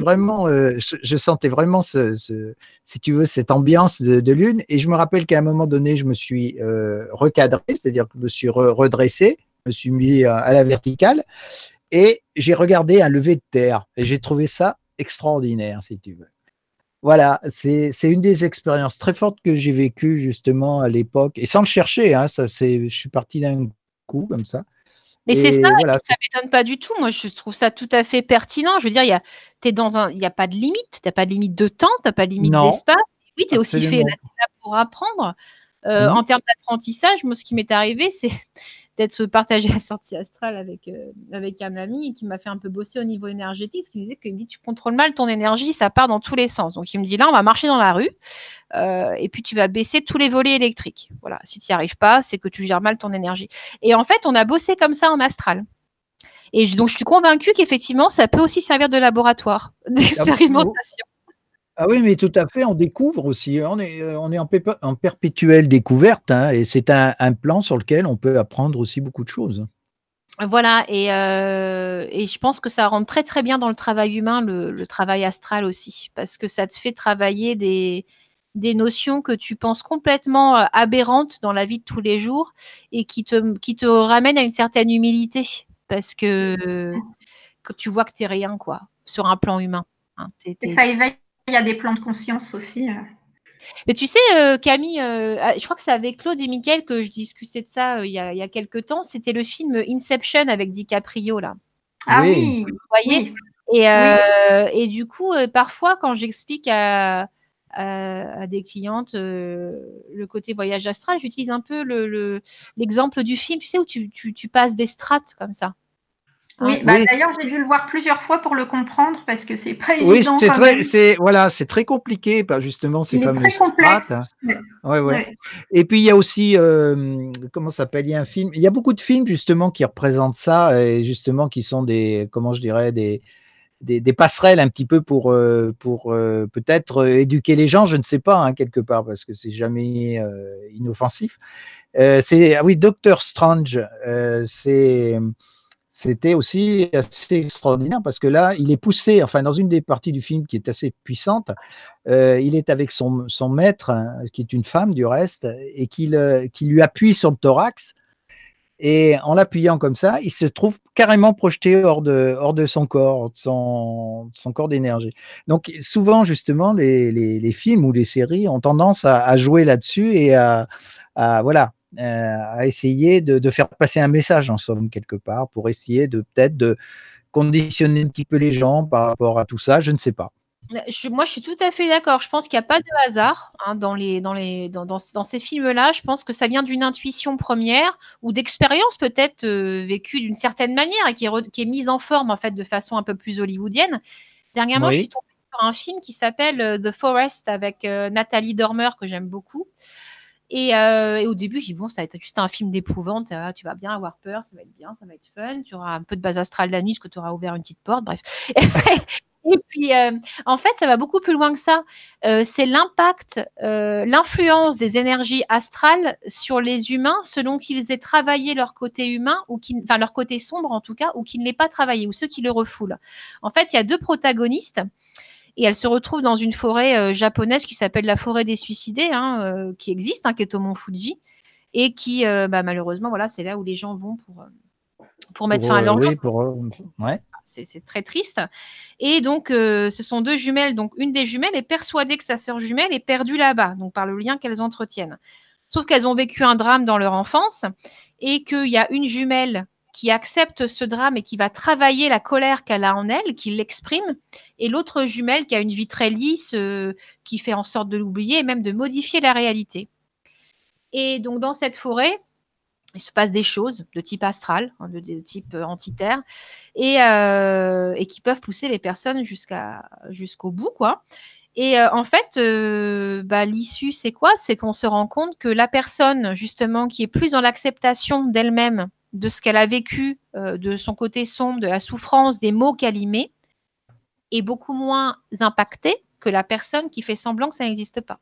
[SPEAKER 4] sentais vraiment si tu veux, cette ambiance de Lune. Et je me rappelle qu'à un moment donné, je me suis recadré, c'est-à-dire que je me suis redressé, je me suis mis à la verticale. Et j'ai regardé un lever de terre et j'ai trouvé ça extraordinaire, si tu veux. Voilà, c'est une des expériences très fortes que j'ai vécues justement à l'époque et sans le chercher, hein, je suis parti d'un coup comme ça.
[SPEAKER 3] Mais c'est ça,
[SPEAKER 4] Et
[SPEAKER 3] et
[SPEAKER 4] voilà.
[SPEAKER 3] ça m'étonne pas du tout. Moi, je trouve ça tout à fait pertinent. Je veux dire, il y a pas de limite. T'as pas de limite de temps, t'as pas de limite
[SPEAKER 4] Non,
[SPEAKER 3] d'espace. Oui, tu es aussi fait
[SPEAKER 4] absolument.
[SPEAKER 3] là pour apprendre.
[SPEAKER 4] Mmh.
[SPEAKER 3] En termes d'apprentissage, moi, ce qui m'est arrivé, c'est d'être partagé la sortie astrale avec un ami qui m'a fait un peu bosser au niveau énergétique. Il me disait tu contrôles mal ton énergie, ça part dans tous les sens. Donc, il me dit là, on va marcher dans la rue et puis tu vas baisser tous les volets électriques. Voilà, si tu n'y arrives pas, c'est que tu gères mal ton énergie. Et en fait, on a bossé comme ça en astral. Et donc, je suis convaincue qu'effectivement, ça peut aussi servir de laboratoire, d'expérimentation.
[SPEAKER 4] Ah oui, mais tout à fait, on découvre aussi. On est en perpétuelle découverte, hein, et c'est un plan sur lequel on peut apprendre aussi beaucoup de choses.
[SPEAKER 3] Voilà, et je pense que ça rentre très très bien dans le travail humain, le travail astral aussi, parce que ça te fait travailler des notions que tu penses complètement aberrantes dans la vie de tous les jours et qui te ramènent à une certaine humilité, parce que tu vois que tu n'es rien, quoi, sur un plan humain. Hein,
[SPEAKER 5] Et ça éveille à des plans de conscience aussi.
[SPEAKER 3] Mais tu sais, Camille, je crois que c'est avec Claude et Mickaël que je discutais de ça il y a quelques temps. C'était le film Inception avec DiCaprio, là.
[SPEAKER 5] Ah
[SPEAKER 4] Oui,
[SPEAKER 5] oui,
[SPEAKER 3] Vous voyez?
[SPEAKER 5] oui,
[SPEAKER 3] Et,
[SPEAKER 5] oui.
[SPEAKER 3] et du coup, parfois, quand j'explique à des clientes le côté voyage astral, j'utilise un peu l'exemple du film, tu sais, où tu passes des strates comme ça. Hein.
[SPEAKER 5] Oui,
[SPEAKER 4] oui.
[SPEAKER 5] d'ailleurs, j'ai dû le voir plusieurs fois pour le comprendre parce que c'est pas
[SPEAKER 4] Oui,
[SPEAKER 5] évident quand même.
[SPEAKER 4] c'est très compliqué, justement ces
[SPEAKER 5] Il est très
[SPEAKER 4] fameuses strates,
[SPEAKER 5] complexe.
[SPEAKER 4] hein.
[SPEAKER 5] Ouais.
[SPEAKER 4] Ouais, ouais.
[SPEAKER 5] Ouais.
[SPEAKER 4] Et puis il y a aussi, comment ça s'appelle? Il y a beaucoup de films justement qui représentent ça et justement qui sont des, comment je dirais, des passerelles un petit peu pour peut-être éduquer les gens, je ne sais pas, hein, quelque part, parce que c'est jamais inoffensif. Ah oui, Doctor Strange, c'était aussi assez extraordinaire parce que là, il est poussé, enfin, dans une des parties du film qui est assez puissante, il est avec son maître, hein, qui est une femme du reste, et qui lui appuie sur le thorax. Et en l'appuyant comme ça, il se trouve carrément projeté hors de son corps, son corps d'énergie. Donc souvent, justement, les films ou les séries ont tendance à jouer là-dessus et voilà, à essayer de faire passer un message, en somme, quelque part, pour essayer peut-être de conditionner un petit peu les gens par rapport à tout ça, je ne sais pas.
[SPEAKER 3] Moi, je suis tout à fait d'accord. Je pense qu'il n'y a pas de hasard hein, dans ces films-là. Je pense que ça vient d'une intuition première ou d'expérience peut-être vécue d'une certaine manière et qui est mise en forme en fait de façon un peu plus hollywoodienne. Dernièrement, je suis
[SPEAKER 4] Oui,
[SPEAKER 3] tombée sur un film qui s'appelle The Forest avec Nathalie Dormer que j'aime beaucoup. Et au début, j'ai dit, bon, ça va être juste un film d'épouvante. Tu vas bien avoir peur, ça va être bien, ça va être fun. Tu auras un peu de base astrale la nuit parce que tu auras ouvert une petite porte. Bref. Et puis, en fait, ça va beaucoup plus loin que ça. C'est l'impact, l'influence des énergies astrales sur les humains selon qu'ils aient travaillé leur côté humain, enfin leur côté sombre en tout cas, ou qu'ils ne l'aient pas travaillé, ou ceux qui le refoulent. En fait, il y a deux protagonistes et elle se retrouve dans une forêt japonaise qui s'appelle la forêt des suicidés, hein, qui existe, hein, qui est au mont Fuji, et qui, malheureusement, voilà, c'est là où les gens vont pour mettre fin à leur jour.
[SPEAKER 4] oui, ouais.
[SPEAKER 3] C'est très triste. Et donc, ce sont deux jumelles. Donc, une des jumelles est persuadée que sa sœur jumelle est perdue là-bas, donc par le lien qu'elles entretiennent. Sauf qu'elles ont vécu un drame dans leur enfance et qu'il y a une jumelle qui accepte ce drame et qui va travailler la colère qu'elle a en elle, qui l'exprime, et l'autre jumelle qui a une vie très lisse, qui fait en sorte de l'oublier et même de modifier la réalité. Et donc, dans cette forêt, il se passe des choses de type astral, hein, de type antiterre, et qui peuvent pousser les personnes jusqu'au bout, quoi. Et en fait, l'issue, c'est quoi? C'est qu'on se rend compte que la personne, justement, qui est plus dans l'acceptation d'elle-même, de ce qu'elle a vécu, de son côté sombre, de la souffrance, des mots qu'elle y met, est beaucoup moins impactée que la personne qui fait semblant que ça n'existe pas.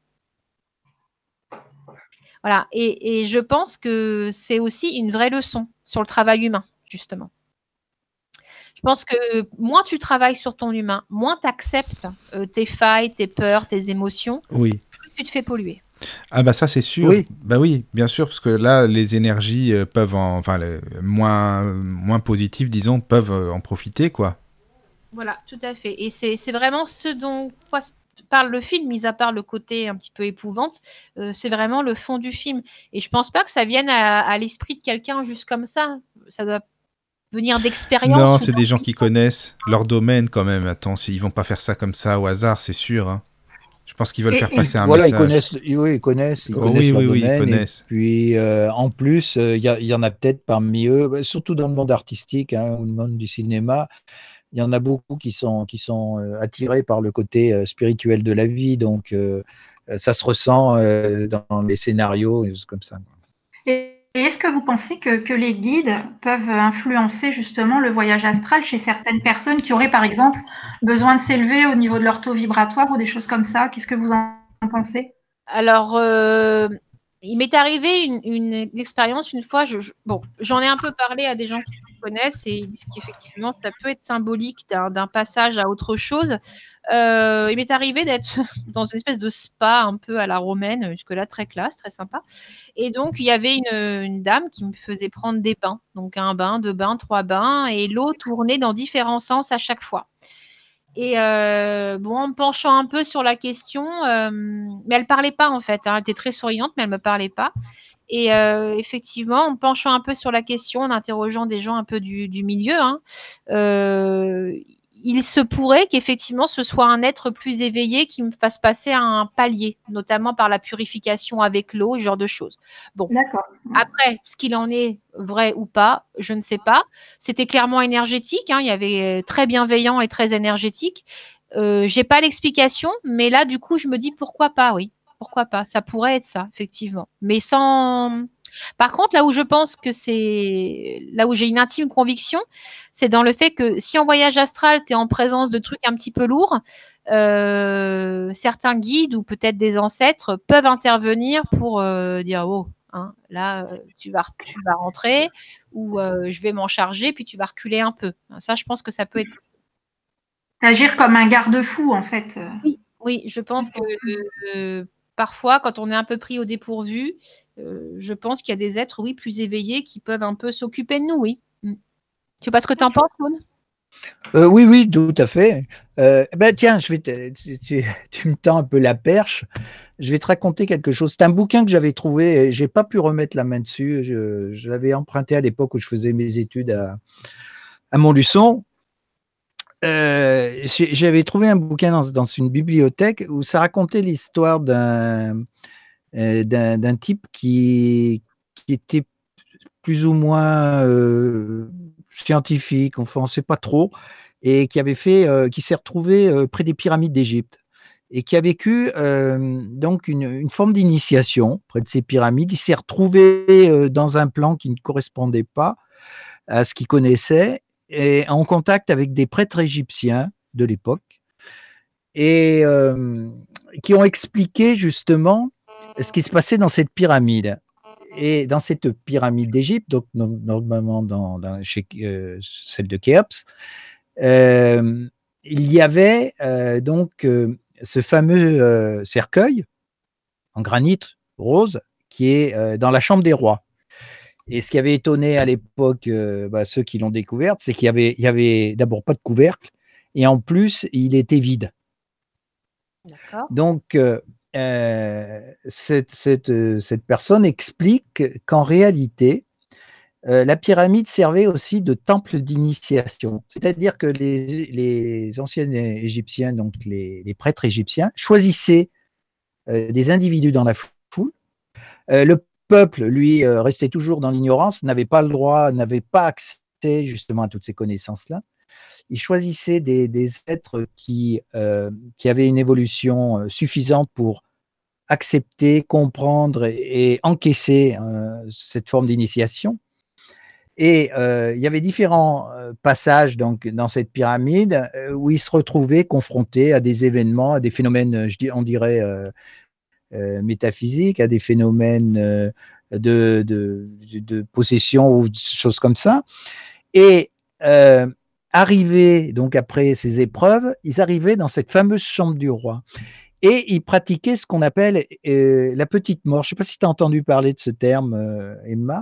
[SPEAKER 3] Voilà. Et je pense que c'est aussi une vraie leçon sur le travail humain, justement. Je pense que moins tu travailles sur ton humain, moins tu acceptes tes failles, tes peurs, tes émotions,
[SPEAKER 1] Oui.
[SPEAKER 3] plus tu te fais polluer.
[SPEAKER 1] Ah bah ça c'est sûr.
[SPEAKER 4] Oui.
[SPEAKER 1] Bah oui, bien sûr, parce que là les énergies peuvent moins positives, disons, peuvent en profiter quoi.
[SPEAKER 3] Voilà, tout à fait. Et c'est vraiment ce dont parle le film, mis à part le côté un petit peu épouvante, c'est vraiment le fond du film. Et je pense pas que ça vienne à l'esprit de quelqu'un juste comme ça. Ça doit venir d'expérience
[SPEAKER 1] Non,
[SPEAKER 3] ou
[SPEAKER 1] c'est des gens qui
[SPEAKER 3] d'intuition.
[SPEAKER 1] connaissent leur domaine quand même. Attends, ils vont pas faire ça comme ça au hasard, c'est sûr. Hein. Je pense qu'ils veulent faire
[SPEAKER 5] Et
[SPEAKER 1] passer un
[SPEAKER 4] Voilà,
[SPEAKER 1] message.
[SPEAKER 4] ils connaissent
[SPEAKER 1] Oh, oui,
[SPEAKER 4] leur
[SPEAKER 1] oui, oui, ils
[SPEAKER 4] domaine. Et
[SPEAKER 1] connaissent.
[SPEAKER 4] puis, en plus, il y en a peut-être parmi eux, surtout dans le monde artistique, hein, ou le monde du cinéma, il y en a beaucoup qui sont attirés par le côté spirituel de la vie. Donc, ça se ressent dans les scénarios, et des choses comme ça.
[SPEAKER 5] Et est-ce que vous pensez que les guides peuvent influencer justement le voyage astral chez certaines personnes qui auraient par exemple besoin de s'élever au niveau de leur taux vibratoire ou des choses comme ça? Qu'est-ce que vous en pensez?
[SPEAKER 3] Alors, il m'est arrivé une expérience une fois. Bon, j'en ai un peu parlé à des gens qui me connaissent et ils disent qu'effectivement, ça peut être symbolique d'un passage à autre chose. Il m'est arrivé d'être dans une espèce de spa un peu à la romaine, jusque-là très classe, très sympa. Et donc, il y avait une dame qui me faisait prendre des bains. Donc, un bain, deux bains, trois bains, et l'eau tournait dans différents sens à chaque fois. Et bon, en me penchant un peu sur la question, mais elle parlait pas en fait, hein, elle était très souriante, mais elle me parlait pas. Et effectivement, en me penchant un peu sur la question, en interrogeant des gens un peu du milieu, hein, il se pourrait qu'effectivement ce soit un être plus éveillé qui me fasse passer à un palier, notamment par la purification avec l'eau, ce genre de choses. Bon,
[SPEAKER 5] D'accord.
[SPEAKER 3] après, ce qu'il en est, vrai ou pas, je ne sais pas. C'était clairement énergétique, hein, il y avait très bienveillant et très énergétique. J'ai pas l'explication, mais là, du coup, je me dis pourquoi pas, oui. Pourquoi pas? Ça pourrait être ça, effectivement. Mais sans. Par contre, là où je pense que c'est. Là où j'ai une intime conviction, c'est dans le fait que si en voyage astral, tu es en présence de trucs un petit peu lourds, certains guides ou peut-être des ancêtres peuvent intervenir pour dire oh, hein, là, tu vas rentrer ou je vais m'en charger, puis tu vas reculer un peu. Ça, je pense que ça peut être.
[SPEAKER 5] Agir comme un garde-fou, en fait.
[SPEAKER 3] Oui, oui, je pense que parfois, quand on est un peu pris au dépourvu, je pense qu'il y a des êtres, oui, plus éveillés qui peuvent un peu s'occuper de nous, oui. Je sais pas ce que tu en penses, Maud?
[SPEAKER 4] Oui, oui, tout à fait. Tiens, tu me tends un peu la perche. Je vais te raconter quelque chose. C'est un bouquin que j'avais trouvé et j'ai pas pu remettre la main dessus. Je l'avais emprunté à l'époque où je faisais mes études à Montluçon. J'avais trouvé un bouquin dans une bibliothèque où ça racontait l'histoire d'un type qui était plus ou moins scientifique, enfin on ne sait pas trop, et qui s'est retrouvé près des pyramides d'Égypte et qui a vécu donc une forme d'initiation près de ces pyramides. Il s'est retrouvé dans un plan qui ne correspondait pas à ce qu'il connaissait et en contact avec des prêtres égyptiens de l'époque et qui ont expliqué justement ce qui se passait dans cette pyramide. Et dans cette pyramide d'Égypte, donc normalement chez celle de Khéops, il y avait ce fameux cercueil en granit rose qui est dans la chambre des rois. Et ce qui avait étonné à l'époque ceux qui l'ont découverte, c'est qu'il y avait d'abord pas de couvercle et en plus il était vide.
[SPEAKER 3] D'accord.
[SPEAKER 4] Donc cette personne explique qu'en réalité la pyramide servait aussi de temple d'initiation. C'est-à-dire que les anciens Égyptiens, donc les prêtres égyptiens, choisissaient des individus dans la foule. Le peuple, lui, restait toujours dans l'ignorance, n'avait pas le droit, n'avait pas accès justement à toutes ces connaissances-là. Il choisissait des êtres qui avaient une évolution suffisante pour accepter, comprendre et encaisser cette forme d'initiation. Et il y avait différents passages donc, dans cette pyramide où ils se retrouvaient confrontés à des événements, à des phénomènes, on dirait, métaphysiques, à des phénomènes de possession ou des choses comme ça. Et arrivés, donc après ces épreuves, ils arrivaient dans cette fameuse chambre du roi. Et ils pratiquaient ce qu'on appelle la petite mort. Je ne sais pas si tu as entendu parler de ce terme, Emma.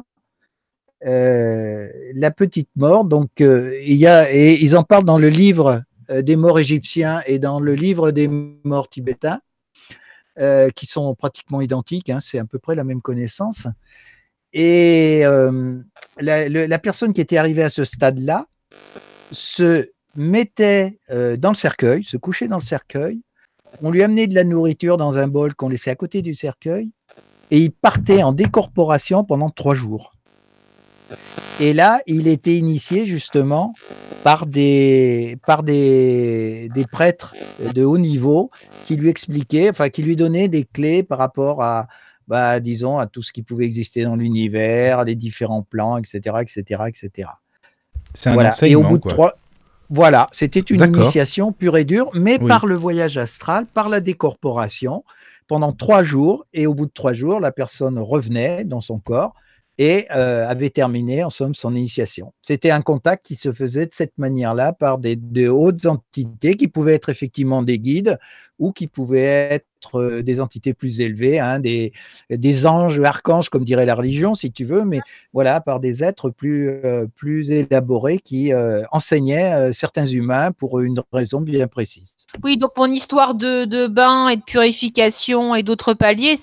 [SPEAKER 4] La petite mort. Donc, et ils en parlent dans le livre des morts égyptiens et dans le livre des morts tibétains, qui sont pratiquement identiques. Hein, c'est à peu près la même connaissance. Et la personne qui était arrivée à ce stade-là se mettait dans le cercueil, se couchait dans le cercueil. On lui amenait de la nourriture dans un bol qu'on laissait à côté du cercueil et il partait en décorporation pendant 3 jours. Et là, il était initié justement par des prêtres de haut niveau qui lui expliquaient, enfin qui lui donnaient des clés par rapport à, disons, à tout ce qui pouvait exister dans l'univers, les différents plans, etc., etc., etc.
[SPEAKER 1] C'est un enseignement,
[SPEAKER 4] et au bout de
[SPEAKER 1] quoi.
[SPEAKER 4] 3, voilà, c'était une initiation pure et dure, mais
[SPEAKER 1] Oui.
[SPEAKER 4] par le voyage astral, par la décorporation, pendant 3 jours. Et au bout de 3 jours, la personne revenait dans son corps et avait terminé, en somme, son initiation. C'était un contact qui se faisait de cette manière-là par de hautes entités qui pouvaient être effectivement des guides ou qui pouvaient être des entités plus élevées, hein, des anges, archanges, comme dirait la religion, si tu veux, mais voilà, par des êtres plus élaborés qui enseignaient certains humains pour une raison bien précise.
[SPEAKER 3] Oui, donc mon histoire de bain et de purification et d'autres paliers,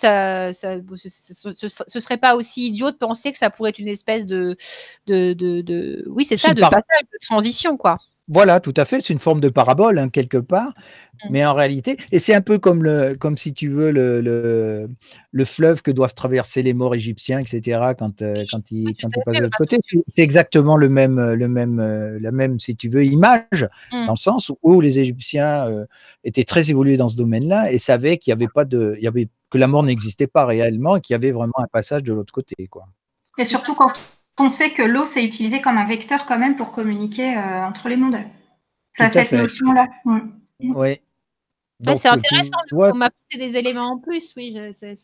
[SPEAKER 3] ce serait pas aussi idiot de penser que ça pourrait être une espèce oui, c'est ça, de passage, de transition, quoi.
[SPEAKER 4] Voilà, tout à fait, c'est une forme de parabole, hein, quelque part. Mais en réalité, et c'est un peu comme si tu veux, le fleuve que doivent traverser les morts égyptiens, etc., quand ils passent de l'autre côté. C'est exactement la même, si tu veux, image, dans le sens où les Égyptiens étaient très évolués dans ce domaine-là et savaient qu'il y avait que la mort n'existait pas réellement et qu'il y avait vraiment un passage de l'autre côté, quoi.
[SPEAKER 5] Et surtout quand on sait que l'eau, c'est utilisé comme un vecteur quand même pour communiquer entre les mondes. Ça a cette notion-là.
[SPEAKER 4] Oui.
[SPEAKER 3] Ouais, c'est intéressant, on m'a apporté des éléments en plus, oui.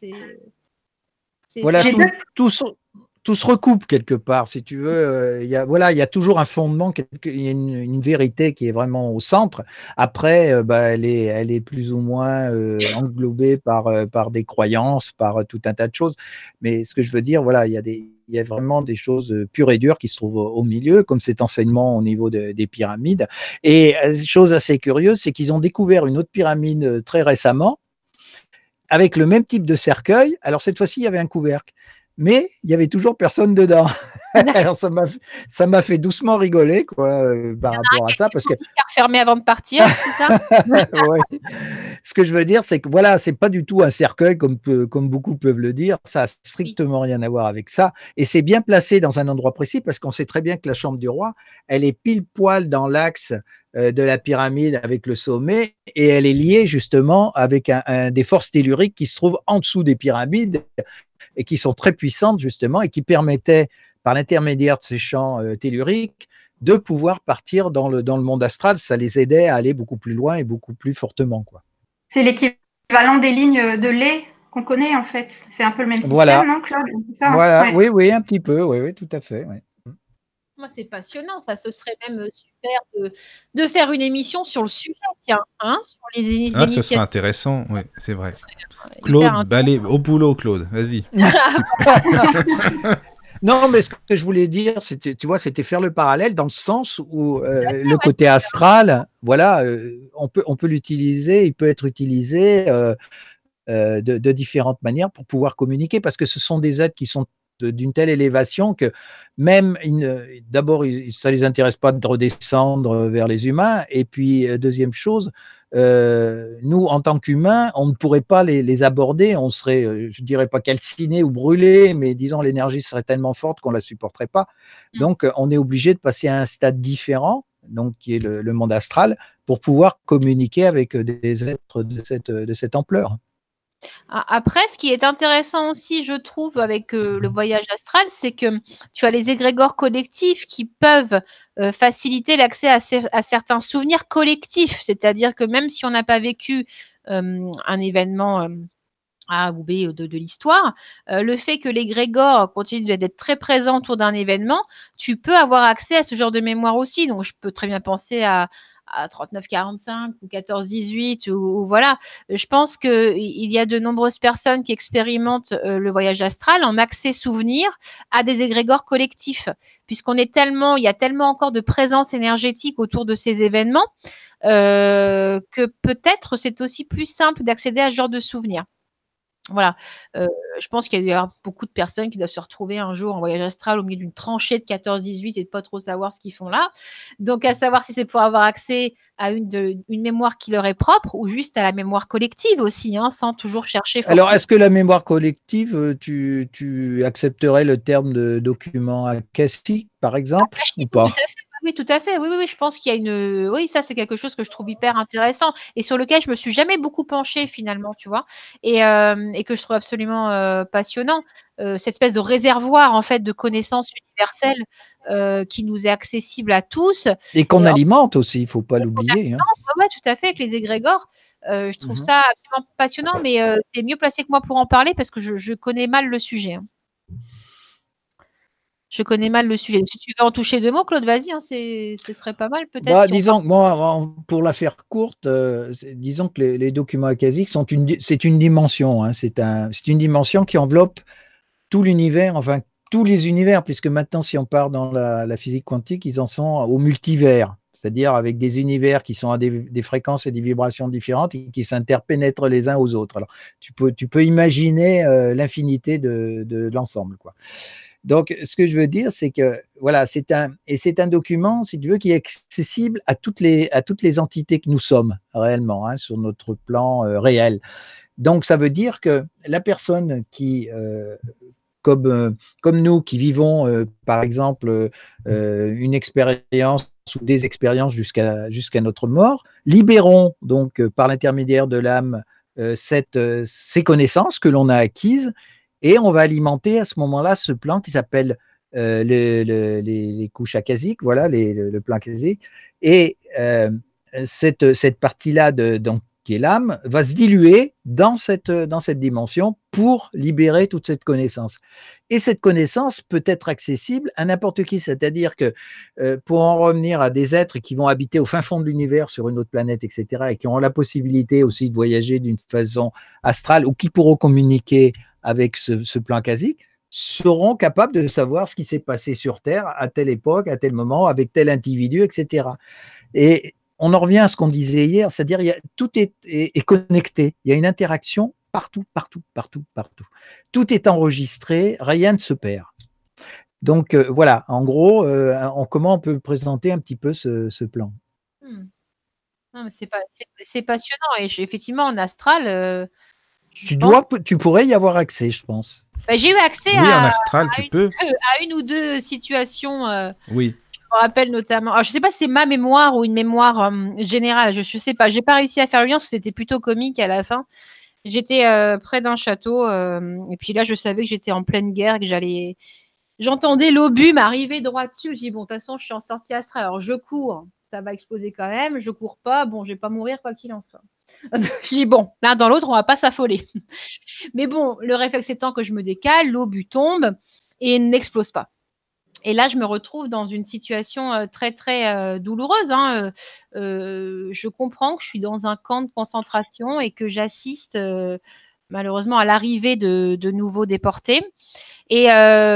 [SPEAKER 4] Voilà, tout se recoupe quelque part, si tu veux. Il y a toujours un fondement, il y a une vérité qui est vraiment au centre. Après, elle est plus ou moins englobée par des croyances, par tout un tas de choses. Mais ce que je veux dire, voilà, il y a vraiment des choses pures et dures qui se trouvent au milieu, comme cet enseignement au niveau des pyramides. Et chose assez curieuse, c'est qu'ils ont découvert une autre pyramide très récemment, avec le même type de cercueil. Alors cette fois-ci, il y avait un couvercle, mais il y avait toujours personne dedans. Alors ça m'a fait doucement rigoler, quoi, par rapport à ça, parce que
[SPEAKER 3] fermé avant de partir, c'est ça.
[SPEAKER 4] Ouais. Ce que je veux dire, c'est que voilà, c'est pas du tout un cercueil comme beaucoup peuvent le dire. Ça a strictement rien à voir avec ça, et c'est bien placé dans un endroit précis parce qu'on sait très bien que la chambre du roi, elle est pile poil dans l'axe de la pyramide avec le sommet, et elle est liée justement avec des forces telluriques qui se trouvent en dessous des pyramides et qui sont très puissantes justement et qui permettaient, par l'intermédiaire de ces champs telluriques, de pouvoir partir dans le monde astral. Ça les aidait à aller beaucoup plus loin et beaucoup plus fortement, quoi.
[SPEAKER 5] C'est l'équivalent des lignes de lait qu'on connaît, en fait. C'est un peu le même système,
[SPEAKER 4] voilà.
[SPEAKER 5] Non, Claude? Ça,
[SPEAKER 4] voilà, ouais. Oui, un petit peu, oui, tout à fait. Ouais.
[SPEAKER 3] Moi, c'est passionnant, ça. Ce serait même super de faire une émission sur le sujet, tiens, hein, sur les initiatives.
[SPEAKER 1] Ah, ça serait intéressant, oui, c'est vrai. Claude, allez, au boulot, Claude, vas-y.
[SPEAKER 4] Non, mais ce que je voulais dire, c'était, tu vois, c'était faire le parallèle dans le sens où le côté astral, voilà, on peut l'utiliser, il peut être utilisé de différentes manières pour pouvoir communiquer, parce que ce sont des êtres qui sont d'une telle élévation que même d'abord ça les intéresse pas de redescendre vers les humains, et puis deuxième chose, nous en tant qu'humains on ne pourrait pas les aborder, on serait, je dirais pas calciné ou brûlé, mais disons l'énergie serait tellement forte qu'on la supporterait pas. Donc on est obligé de passer à un stade différent, donc qui est le monde astral, pour pouvoir communiquer avec des êtres de cette ampleur.
[SPEAKER 3] Après, ce qui est intéressant aussi, je trouve, avec le voyage astral, c'est que tu as les égrégores collectifs qui peuvent faciliter l'accès à certains souvenirs collectifs. C'est-à-dire que même si on n'a pas vécu un événement A ou B de l'histoire, le fait que l'égrégore continue d'être très présent autour d'un événement, tu peux avoir accès à ce genre de mémoire aussi. Donc, je peux très bien penser à 39-45 ou 14-18 ou voilà. Je pense qu'il y a de nombreuses personnes qui expérimentent le voyage astral en accès souvenir à des égrégores collectifs, puisqu'il y a tellement encore de présence énergétique autour de ces événements que peut-être c'est aussi plus simple d'accéder à ce genre de souvenirs. Voilà, je pense qu'il y a beaucoup de personnes qui doivent se retrouver un jour en voyage astral au milieu d'une tranchée de 14-18 et de pas trop savoir ce qu'ils font là. Donc à savoir si c'est pour avoir accès à une mémoire qui leur est propre ou juste à la mémoire collective aussi, hein, sans toujours chercher forcément.
[SPEAKER 4] Alors, est-ce que la mémoire collective, tu accepterais le terme de document akashique, par exemple, ou pas?
[SPEAKER 3] Tout à fait. Oui, tout à fait. Oui, je pense qu'il y a oui, ça, c'est quelque chose que je trouve hyper intéressant et sur lequel je me suis jamais beaucoup penchée finalement, tu vois? Et que je trouve absolument passionnant. Cette espèce de réservoir, en fait, de connaissances universelles qui nous est accessible à tous.
[SPEAKER 4] Et qu'on alimente aussi, il ne faut pas l'oublier. Hein.
[SPEAKER 3] Oui, tout à fait, avec les égrégores. Je trouve ça absolument passionnant, mais tu es mieux placé que moi pour en parler parce que je connais mal le sujet. Hein. Je connais mal le sujet. Si tu veux en toucher 2 mots, Claude, vas-y, hein, ce serait pas mal peut-être
[SPEAKER 4] Bah,
[SPEAKER 3] si on parle.
[SPEAKER 4] disons que moi, pour la faire courte, disons que les documents akasiques c'est une dimension, hein, c'est une dimension qui enveloppe tout l'univers, enfin tous les univers, puisque maintenant, si on part dans la physique quantique, ils en sont au multivers, c'est-à-dire avec des univers qui sont à des fréquences et des vibrations différentes et qui s'interpénètrent les uns aux autres. Alors, tu peux imaginer l'infinité de l'ensemble, quoi. Donc, ce que je veux dire, c'est que voilà, c'est un document, si tu veux, qui est accessible à toutes les entités que nous sommes réellement, hein, sur notre plan réel. Donc, ça veut dire que la personne qui, comme nous, qui vivons, par exemple, une expérience ou des expériences jusqu'à notre mort, libérons donc par l'intermédiaire de l'âme ces connaissances que l'on a acquises et on va alimenter à ce moment-là ce plan qui s'appelle les couches akasiques, voilà, le plan akasique. Et cette partie-là donc, qui est l'âme, va se diluer dans cette dimension pour libérer toute cette connaissance. Et cette connaissance peut être accessible à n'importe qui, c'est-à-dire que pour en revenir à des êtres qui vont habiter au fin fond de l'univers sur une autre planète, etc., et qui auront la possibilité aussi de voyager d'une façon astrale ou qui pourront communiquer avec ce plan akasique, seront capables de savoir ce qui s'est passé sur Terre à telle époque, à tel moment, avec tel individu, etc. Et on en revient à ce qu'on disait hier, c'est-à-dire tout est connecté, il y a une interaction partout, partout, partout, partout. Tout est enregistré, rien ne se perd. Donc voilà, en gros, comment on peut présenter un petit peu ce plan.
[SPEAKER 3] Non, mais c'est passionnant et effectivement en astral,
[SPEAKER 4] Tu pourrais y avoir accès, je pense.
[SPEAKER 3] Bah, j'ai eu accès
[SPEAKER 1] Oui, en astral, tu peux.
[SPEAKER 3] à une ou deux situations.
[SPEAKER 1] Oui.
[SPEAKER 3] Je me rappelle notamment. Alors, je sais pas si c'est ma mémoire ou une mémoire générale. Je sais pas. J'ai pas réussi à faire le lien parce que c'était plutôt comique à la fin. J'étais près d'un château et puis là, je savais que j'étais en pleine guerre, que j'allais. J'entendais l'obus m'arriver droit dessus. Je dis bon, de toute façon, je suis en sortie astrale. Alors, je cours. Ça va exploser quand même. Je cours pas. Bon, je vais pas mourir quoi qu'il en soit. Je dis bon, l'un dans l'autre, on va pas s'affoler. Mais bon, le réflexe étant que je me décale, l'obus tombe et n'explose pas. Et là, je me retrouve dans une situation très, très douloureuse, hein. Je comprends que je suis dans un camp de concentration et que j'assiste malheureusement à l'arrivée de nouveaux déportés. Et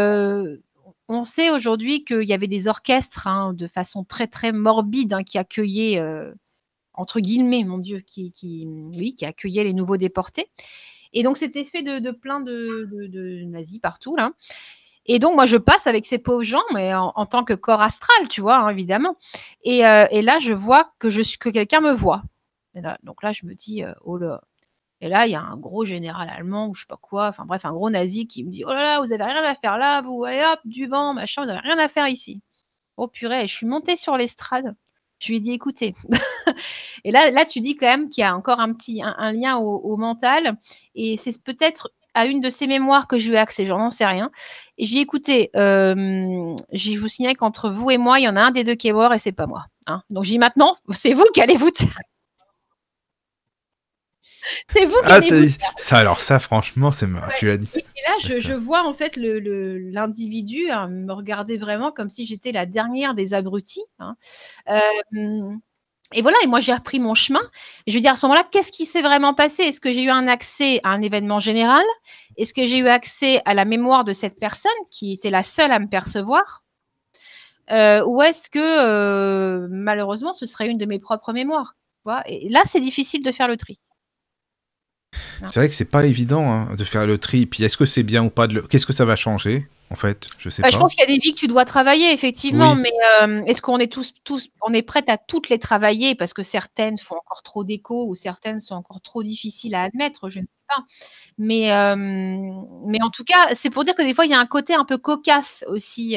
[SPEAKER 3] on sait aujourd'hui qu'il y avait des orchestres hein, de façon très, très morbide hein, qui accueillaient, entre guillemets, mon Dieu, qui accueillaient les nouveaux déportés. Et donc, c'était fait de plein de nazis partout, là. Et donc, moi, je passe avec ces pauvres gens, mais en tant que corps astral, tu vois, hein, évidemment. Et là, je vois que quelqu'un me voit. Donc là, je me dis, oh là. Et là, il y a un gros général allemand ou je sais pas quoi, enfin bref, un gros nazi qui me dit, oh là là, vous avez rien à faire là, vous, allez hop, du vent, machin, vous avez rien à faire ici. Oh purée, je suis montée sur l'estrade. Je lui ai dit, écoutez. Et là, tu dis quand même qu'il y a encore un lien au mental. Et c'est peut-être à une de ces mémoires que je lui ai accès, j'en sais rien. Et je lui ai dit, écoutez, je vous signale qu'entre vous et moi, il y en a un des deux qui est mort et c'est pas moi. Hein. Donc, j'ai dit maintenant, c'est vous qui allez vous taire. C'est vous qui allez vous taire.
[SPEAKER 1] Ça, alors ça, franchement, c'est marrant. Tu l'as dit.
[SPEAKER 3] Et là, je vois en fait l'individu hein, me regarder vraiment comme si j'étais la dernière des abrutis. Hein. Et voilà, et moi j'ai repris mon chemin. Et je veux dire, à ce moment-là, qu'est-ce qui s'est vraiment passé? Est-ce que j'ai eu un accès à un événement général? Est-ce que j'ai eu accès à la mémoire de cette personne qui était la seule à me percevoir? Ou est-ce que malheureusement ce serait une de mes propres mémoires? Et là, c'est difficile de faire le tri.
[SPEAKER 1] C'est vrai que c'est pas évident hein, de faire le tri. Puis est-ce que c'est bien ou pas Qu'est-ce que ça va changer en fait? Je sais pas.
[SPEAKER 3] Je pense qu'il y a des vies que tu dois travailler effectivement, oui. Mais est-ce qu'on est tous on est prête à toutes les travailler parce que certaines font encore trop d'écho ou certaines sont encore trop difficiles à admettre, je ne sais pas. Mais en tout cas, c'est pour dire que des fois il y a un côté un peu cocasse aussi.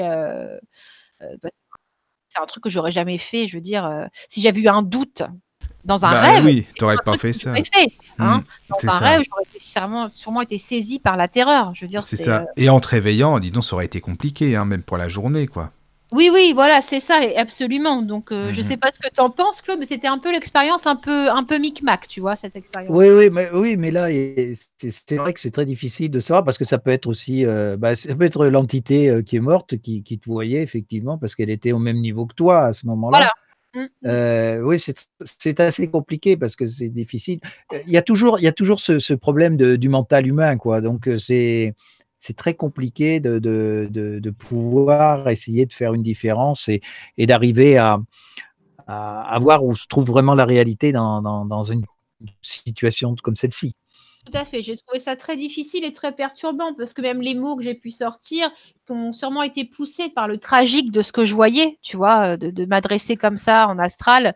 [SPEAKER 3] C'est un truc que j'aurais jamais fait. Je veux dire, si j'avais eu un doute. Dans un rêve,
[SPEAKER 1] oui, t'aurais pas fait ça.
[SPEAKER 3] Hein. Dans un rêve, j'aurais sûrement été saisie par la terreur. Je veux dire,
[SPEAKER 1] c'est ça. Et en te réveillant, dis donc, ça aurait été compliqué, hein, même pour la journée, quoi.
[SPEAKER 3] Oui, oui, voilà, c'est ça, absolument. Donc, je sais
[SPEAKER 1] Mhm.
[SPEAKER 3] pas ce que tu en penses, Claude, mais c'était un peu l'expérience un peu micmac, tu vois, cette expérience.
[SPEAKER 4] Oui, mais là, c'est vrai que c'est très difficile de savoir parce que ça peut être aussi, ça peut être l'entité qui est morte qui te voyait effectivement parce qu'elle était au même niveau que toi à ce moment-là.
[SPEAKER 3] Voilà. Mmh.
[SPEAKER 4] Oui, c'est assez compliqué parce que c'est difficile. Il y a toujours ce problème du mental humain, quoi. Donc, c'est très compliqué de pouvoir essayer de faire une différence et d'arriver à voir où se trouve vraiment la réalité dans une situation comme celle-ci.
[SPEAKER 3] Tout à fait, j'ai trouvé ça très difficile et très perturbant parce que même les mots que j'ai pu sortir ont sûrement été poussés par le tragique de ce que je voyais, tu vois, de m'adresser comme ça en astral,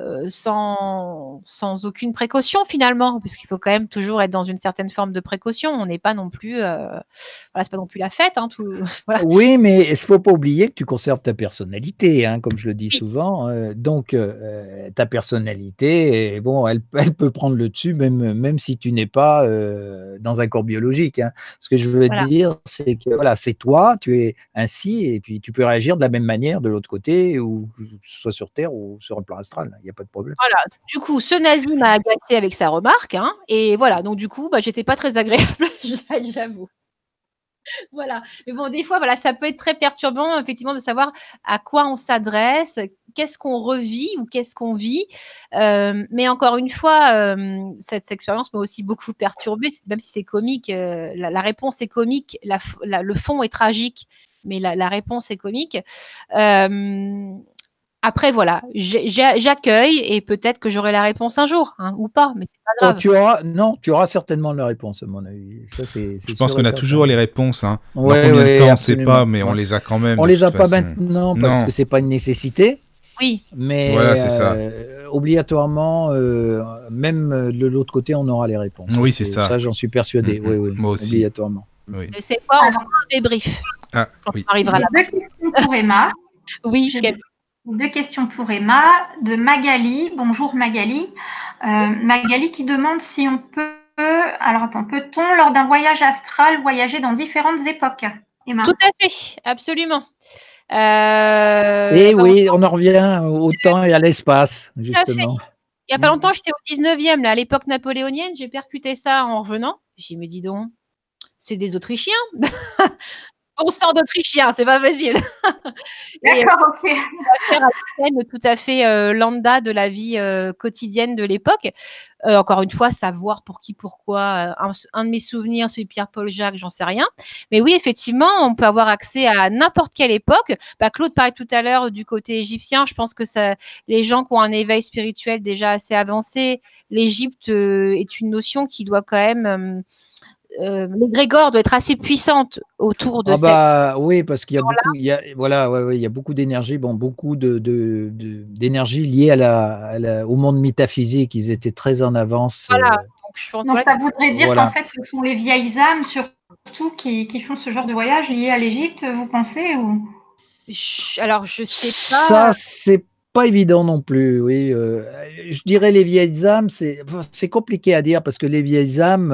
[SPEAKER 3] sans aucune précaution finalement, puisqu'il faut quand même toujours être dans une certaine forme de précaution. On n'est pas non plus, voilà, c'est pas non plus la fête, hein, tout voilà.
[SPEAKER 4] Oui, mais il ne faut pas oublier que tu conserves ta personnalité, hein, comme je le dis
[SPEAKER 3] Oui,
[SPEAKER 4] souvent. Donc, ta personnalité, bon, elle peut prendre le dessus, même si tu n'es pas dans un corps biologique, hein. Ce que je veux
[SPEAKER 3] voilà.
[SPEAKER 4] dire, c'est que voilà, c'est toi, tu es ainsi, et puis tu peux réagir de la même manière de l'autre côté, ou que ce soit sur Terre ou sur un plan astral, il n'y a pas de problème.
[SPEAKER 3] Voilà, du coup, ce nazi m'a agacée avec sa remarque, hein, et voilà, donc du coup, bah, j'étais pas très agréable, j'avoue. Voilà. Mais bon, des fois, voilà, ça peut être très perturbant, effectivement, de savoir à quoi on s'adresse, qu'est-ce qu'on revit ou qu'est-ce qu'on vit. Mais encore une fois, cette expérience m'a aussi beaucoup perturbée, même si c'est comique, la réponse est comique, le fond est tragique, mais la réponse est comique. Euh, Après, voilà, j'accueille et peut-être que j'aurai la réponse un jour, hein, ou pas, mais c'est pas
[SPEAKER 4] Oh,
[SPEAKER 3] grave.
[SPEAKER 4] non, tu auras certainement la réponse, à mon avis. Ça,
[SPEAKER 1] Je
[SPEAKER 4] c'est
[SPEAKER 1] pense
[SPEAKER 4] sûr et
[SPEAKER 1] qu'on a
[SPEAKER 4] certain.
[SPEAKER 1] toujours les réponses, hein. Dans
[SPEAKER 4] Oui,
[SPEAKER 1] combien de
[SPEAKER 4] oui,
[SPEAKER 1] temps, on sait pas,
[SPEAKER 4] absolument.
[SPEAKER 1] mais on
[SPEAKER 4] Ouais.
[SPEAKER 1] les a quand même
[SPEAKER 4] On
[SPEAKER 1] de
[SPEAKER 4] les
[SPEAKER 1] toute
[SPEAKER 4] a pas
[SPEAKER 1] façon.
[SPEAKER 4] maintenant parce que
[SPEAKER 1] Non,
[SPEAKER 4] c'est pas une nécessité,
[SPEAKER 3] Oui,
[SPEAKER 1] voilà,
[SPEAKER 4] mais
[SPEAKER 1] c'est ça.
[SPEAKER 4] obligatoirement, même de l'autre côté, on aura les réponses.
[SPEAKER 1] Oui, c'est ça.
[SPEAKER 4] Ça, j'en suis persuadé. Oui, oui,
[SPEAKER 1] Moi aussi.
[SPEAKER 4] obligatoirement.
[SPEAKER 1] Oui.
[SPEAKER 3] mais c'est quoi? On fera
[SPEAKER 5] Alors,
[SPEAKER 3] un débrief
[SPEAKER 1] Ah,
[SPEAKER 3] quand
[SPEAKER 1] oui.
[SPEAKER 3] on arrivera
[SPEAKER 5] j'ai
[SPEAKER 3] là-bas.
[SPEAKER 5] 2 questions pour Emma.
[SPEAKER 3] Oui,
[SPEAKER 5] J'ai 2 questions pour Emma de Magali. Bonjour Magali. Magali qui demande si on peut, alors attends, peut-on lors d'un voyage astral voyager dans différentes époques?
[SPEAKER 3] tout
[SPEAKER 5] Emma?
[SPEAKER 3] à fait, absolument.
[SPEAKER 4] Et
[SPEAKER 3] Bah,
[SPEAKER 4] oui, on en revient au temps et à l'espace,
[SPEAKER 3] tout à fait.
[SPEAKER 4] justement.
[SPEAKER 3] Il y a pas
[SPEAKER 4] Mm.
[SPEAKER 3] longtemps, j'étais au 19e, là, à l'époque napoléonienne, j'ai percuté ça en revenant. J'ai dit: «Mais dis donc, c'est des Autrichiens, bon sang d'Autrichiens, c'est pas facile» et
[SPEAKER 5] D'accord, OK.
[SPEAKER 3] affaire à des scènes tout à fait, lambda de la vie, quotidienne de l'époque. Encore une fois, savoir pour qui, pourquoi, un de mes souvenirs, celui de Pierre-Paul Jacques, j'en sais rien. Mais oui, effectivement, on peut avoir accès à n'importe quelle époque. Bah, Claude parlait tout à l'heure du côté égyptien. Je pense que ça les gens qui ont un éveil spirituel déjà assez avancé, l'Égypte, est une notion qui doit quand même, l'égrégore doit être assez puissante autour de
[SPEAKER 4] Ah
[SPEAKER 3] cette
[SPEAKER 4] bah oui, parce qu'il y a
[SPEAKER 3] là.
[SPEAKER 4] beaucoup, voilà, ouais, ouais, il y a beaucoup d'énergie, bon, beaucoup d'énergie liée au monde métaphysique. Ils étaient très en avance.
[SPEAKER 3] Voilà, donc je pense,
[SPEAKER 5] Donc
[SPEAKER 3] voilà.
[SPEAKER 5] ça voudrait dire qu'en
[SPEAKER 4] Voilà.
[SPEAKER 5] fait, ce sont les vieilles âmes surtout qui font ce genre de voyage lié à l'Égypte, vous pensez ou?
[SPEAKER 3] Alors je sais
[SPEAKER 4] Ça,
[SPEAKER 3] pas.
[SPEAKER 4] c'est pas évident non plus, oui. Je dirais les vieilles âmes, c'est compliqué à dire parce que les vieilles âmes,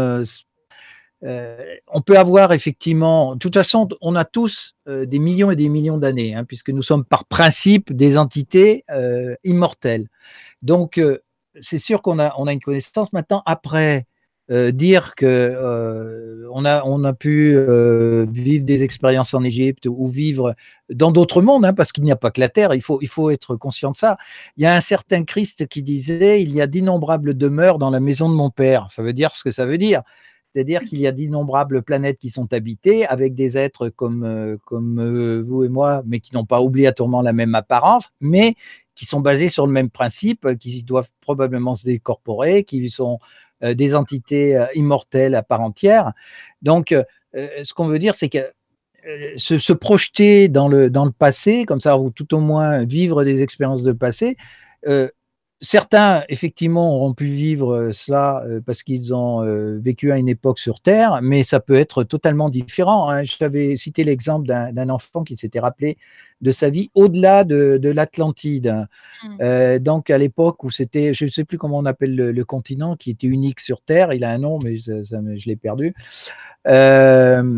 [SPEAKER 4] on peut avoir effectivement, de toute façon, on a tous des millions et des millions d'années, hein, puisque nous sommes par principe des entités immortelles. Donc, c'est sûr on a une connaissance maintenant. Après, dire que on a pu vivre des expériences en Égypte ou vivre dans d'autres mondes, hein, parce qu'il n'y a pas que la Terre, il faut être conscient de ça. Il y a un certain Christ qui disait, il y a d'innombrables demeures dans la maison de mon Père. Ça veut dire ce que ça veut dire. C'est-à-dire qu'il y a d'innombrables planètes qui sont habitées avec des êtres comme vous et moi, mais qui n'ont pas obligatoirement la même apparence, mais qui sont basés sur le même principe, qui doivent probablement se décorporer, qui sont des entités immortelles à part entière. Donc, ce qu'on veut dire, c'est que se projeter dans le passé, comme ça, ou tout au moins vivre des expériences de passé, euh, certains, effectivement, auront pu vivre cela parce qu'ils ont vécu à une époque sur Terre, mais ça peut être totalement différent, hein. Je t'avais cité l'exemple d'un enfant qui s'était rappelé de sa vie au-delà de l'Atlantide.
[SPEAKER 3] Mmh.
[SPEAKER 4] Donc, à l'époque où c'était, je ne sais plus comment on appelle le continent, qui était unique sur Terre, il a un nom, mais je l'ai perdu. Euh,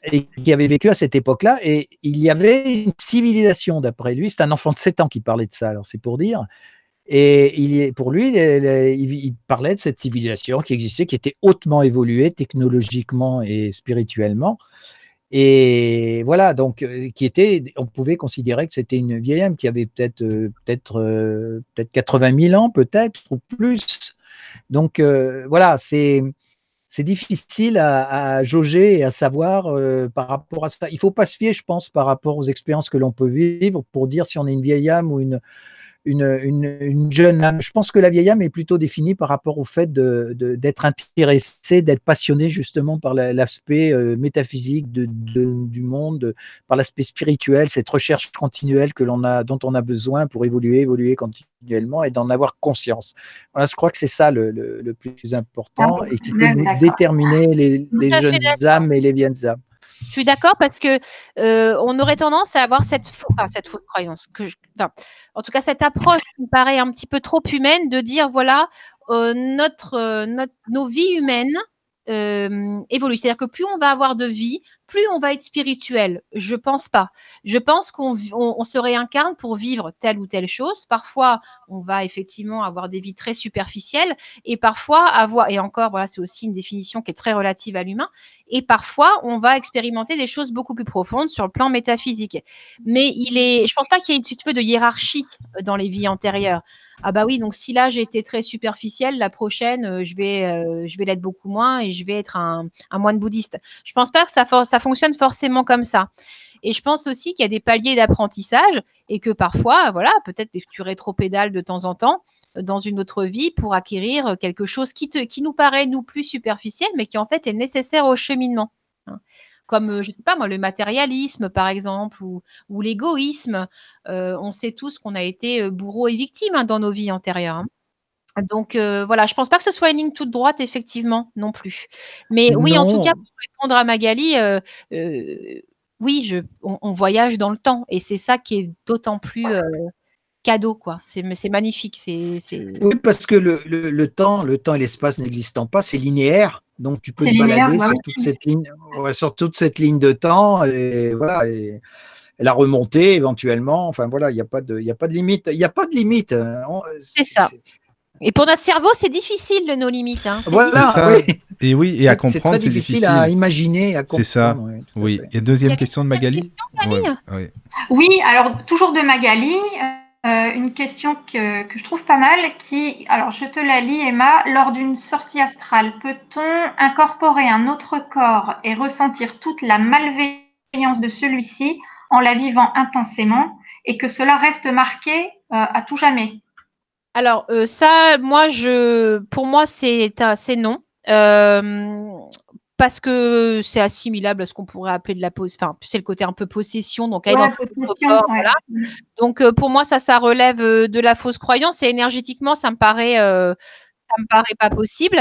[SPEAKER 4] et qui avait vécu à cette époque-là. Et il y avait une civilisation, d'après lui. C'est un enfant de 7 ans qui parlait de ça, alors c'est pour dire. Et pour lui, il parlait de cette civilisation qui existait, qui était hautement évoluée technologiquement et spirituellement. Et voilà, donc on pouvait considérer que c'était une vieille âme qui avait peut-être 80 000 ans, peut-être, ou plus. Donc voilà, c'est difficile à jauger et à savoir par rapport à ça. Il ne faut pas se fier, je pense, par rapport aux expériences que l'on peut vivre pour dire si on est une vieille âme ou une jeune âme. Je pense que la vieille âme est plutôt définie par rapport au fait d'être intéressé, d'être passionné justement par l'aspect métaphysique du monde, par l'aspect spirituel, cette recherche continuelle dont on a besoin pour évoluer continuellement et d'en avoir conscience. Voilà, je crois que c'est ça le plus important et qui peut nous déterminer les jeunes âmes et les vieilles âmes.
[SPEAKER 3] Je suis d'accord parce que on aurait tendance à avoir cette fausse croyance. En tout cas, cette approche qui me paraît un petit peu trop humaine de dire voilà, nos vies humaines évoluent. C'est-à-dire que plus on va avoir de vie, plus on va être spirituel. Je pense pas. Je pense qu'on se réincarne pour vivre telle ou telle chose. Parfois, on va effectivement avoir des vies très superficielles et parfois et encore, voilà, c'est aussi une définition qui est très relative à l'humain. Et parfois, on va expérimenter des choses beaucoup plus profondes sur le plan métaphysique. Mais je pense pas qu'il y ait un petit peu de hiérarchie dans les vies antérieures. Ah bah oui, donc si là j'ai été très superficielle, la prochaine je vais l'être beaucoup moins et je vais être un moine bouddhiste. Je pense pas que ça fonctionne forcément comme ça. Et je pense aussi qu'il y a des paliers d'apprentissage et que parfois, voilà, peut-être que tu rétropédales de temps en temps dans une autre vie pour acquérir quelque chose qui nous paraît nous plus superficiel, mais qui en fait est nécessaire au cheminement. Comme, je sais pas moi, le matérialisme, par exemple, ou l'égoïsme. On sait tous qu'on a été bourreaux et victimes dans nos vies antérieures. Donc, voilà, je pense pas que ce soit une ligne toute droite, effectivement, non plus. Mais oui, en tout cas, pour répondre à Magali, oui, on voyage dans le temps. Et c'est ça qui est d'autant plus cadeau, quoi. C'est magnifique.
[SPEAKER 4] Oui, parce que le temps et l'espace n'existant pas, c'est linéaire. Donc, tu peux te balader sur toute cette ligne de temps et voilà, et la remonter éventuellement. Enfin, voilà, il n'y a pas de limite. Il n'y a pas de limite.
[SPEAKER 3] C'est ça. Et pour notre cerveau, c'est difficile nos limites.
[SPEAKER 1] Voilà, c'est ça. Oui. Et à comprendre,
[SPEAKER 4] c'est très difficile à imaginer, à comprendre.
[SPEAKER 1] C'est ça. Oui. Et deuxième question de Magali.
[SPEAKER 5] Oui, alors toujours de Magali. Une question que je trouve pas mal, alors je te la lis Emma, lors d'une sortie astrale, peut-on incorporer un autre corps et ressentir toute la malveillance de celui-ci en la vivant intensément et que cela reste marqué à tout jamais?
[SPEAKER 3] Alors ça, pour moi c'est non. Parce que c'est assimilable à ce qu'on pourrait appeler de la c'est le côté un peu possession, donc corps, voilà. Donc pour moi ça relève de la fausse croyance et énergétiquement ça me paraît pas possible.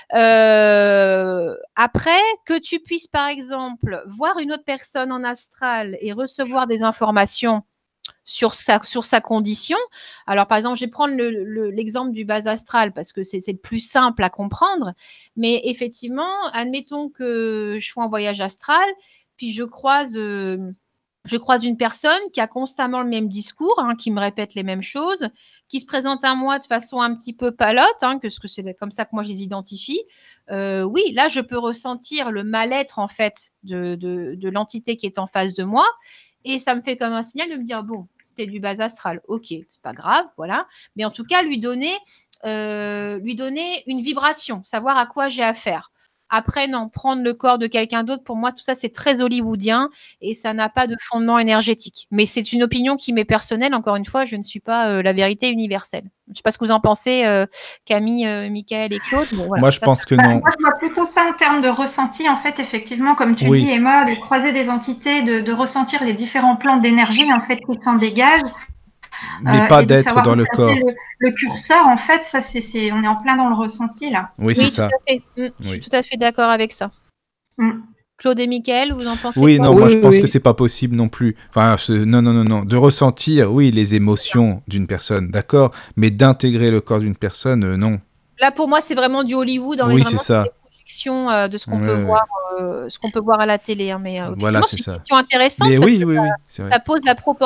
[SPEAKER 3] Après, que tu puisses par exemple voir une autre personne en astral et recevoir des informations sur sa condition. Alors, par exemple, je vais prendre l'exemple du bas astral parce que c'est le plus simple à comprendre. Mais effectivement, admettons que je sois en voyage astral, puis je croise une personne qui a constamment le même discours, qui me répète les mêmes choses, qui se présente à moi de façon un petit peu palote, parce que c'est comme ça que moi je les identifie. Oui, là, je peux ressentir le mal-être en fait de l'entité qui est en face de moi. Et ça me fait comme un signal de me dire, bon, c'était du bas astral, ok, c'est pas grave, voilà. Mais en tout cas, lui donner une vibration, savoir à quoi j'ai affaire. Après, non, prendre le corps de quelqu'un d'autre, pour moi, tout ça, c'est très hollywoodien et ça n'a pas de fondement énergétique. Mais c'est une opinion qui m'est personnelle. Encore une fois, je ne suis pas la vérité universelle. Je ne sais pas ce que vous en pensez, Camille, Michael et Claude. Voilà,
[SPEAKER 1] moi, je pense que non.
[SPEAKER 5] Moi, je vois plutôt ça en termes de ressenti, en fait, effectivement, comme tu dis, Emma, de croiser des entités, de ressentir les différents plans d'énergie, en fait, qui s'en dégagent.
[SPEAKER 1] Mais pas d'être dans le corps.
[SPEAKER 5] Le curseur, en fait, ça, on est en plein dans le ressenti, là.
[SPEAKER 1] Oui, c'est ça.
[SPEAKER 3] Je suis tout à fait d'accord avec ça. Claude et Michael, vous en pensez
[SPEAKER 1] quoi?
[SPEAKER 3] Non,
[SPEAKER 1] moi je pense que c'est pas possible non plus. Enfin, non. De ressentir, oui, les émotions d'une personne, d'accord, mais d'intégrer le corps d'une personne, non.
[SPEAKER 3] Là, pour moi, c'est vraiment du Hollywood.
[SPEAKER 1] Oui, c'est ça.
[SPEAKER 3] Des projections de ce qu'on peut voir ce qu'on peut voir à la télé, hein, mais
[SPEAKER 1] Voilà,
[SPEAKER 3] effectivement,
[SPEAKER 1] c'est
[SPEAKER 3] c'est une
[SPEAKER 1] ça.
[SPEAKER 3] question intéressante
[SPEAKER 1] Mais
[SPEAKER 3] parce
[SPEAKER 1] oui,
[SPEAKER 3] que
[SPEAKER 1] oui, oui, c'est vrai.
[SPEAKER 3] ça pose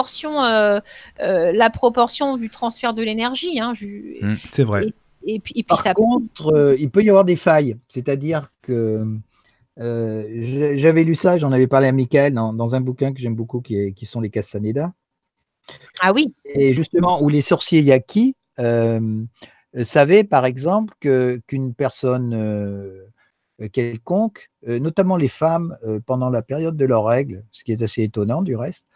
[SPEAKER 3] la proportion du transfert de l'énergie, hein,
[SPEAKER 1] C'est vrai.
[SPEAKER 3] et puis
[SPEAKER 4] Par
[SPEAKER 3] ça
[SPEAKER 4] contre, il peut y avoir des failles. C'est-à-dire que j'avais lu ça, j'en avais parlé à Michael dans un bouquin que j'aime beaucoup qui sont les Castaneda.
[SPEAKER 3] ah oui,
[SPEAKER 4] Et justement, où les sorciers Yaqui savaient, par exemple, qu'une personne quelconque, notamment les femmes, pendant la période de leurs règles, ce qui est assez étonnant du reste,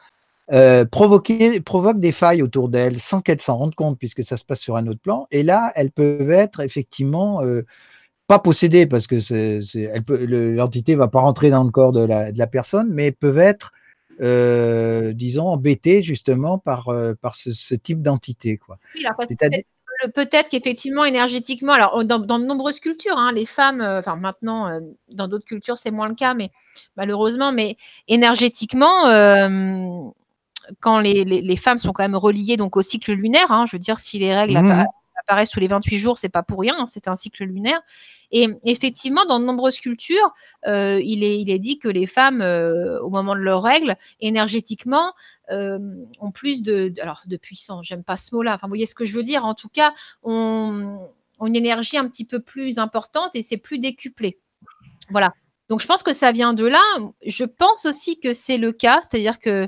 [SPEAKER 4] provoque des failles autour d'elles sans qu'elles s'en rendent compte, puisque ça se passe sur un autre plan. Et là, elles peuvent être effectivement pas possédées, parce que l'entité ne va pas rentrer dans le corps de la personne, mais peuvent être, disons, embêtées justement par ce type d'entité, quoi.
[SPEAKER 3] oui, alors
[SPEAKER 4] C'est-à-dire,
[SPEAKER 3] peut-être qu'effectivement énergétiquement, alors dans de nombreuses cultures, hein, les femmes, enfin maintenant, dans d'autres cultures c'est moins le cas, mais malheureusement, mais énergétiquement, quand les femmes sont quand même reliées donc au cycle lunaire, hein, je veux dire, si les règles apparaissent tous les 28 jours, c'est pas pour rien, hein, c'est un cycle lunaire. Et effectivement, dans de nombreuses cultures, il est dit que les femmes, au moment de leurs règles, énergétiquement, ont plus alors de puissance, j'aime pas ce mot-là, enfin, vous voyez ce que je veux dire, en tout cas, ont une énergie un petit peu plus importante et c'est plus décuplé. Voilà. Donc je pense que ça vient de là. Je pense aussi que c'est le cas, c'est-à-dire que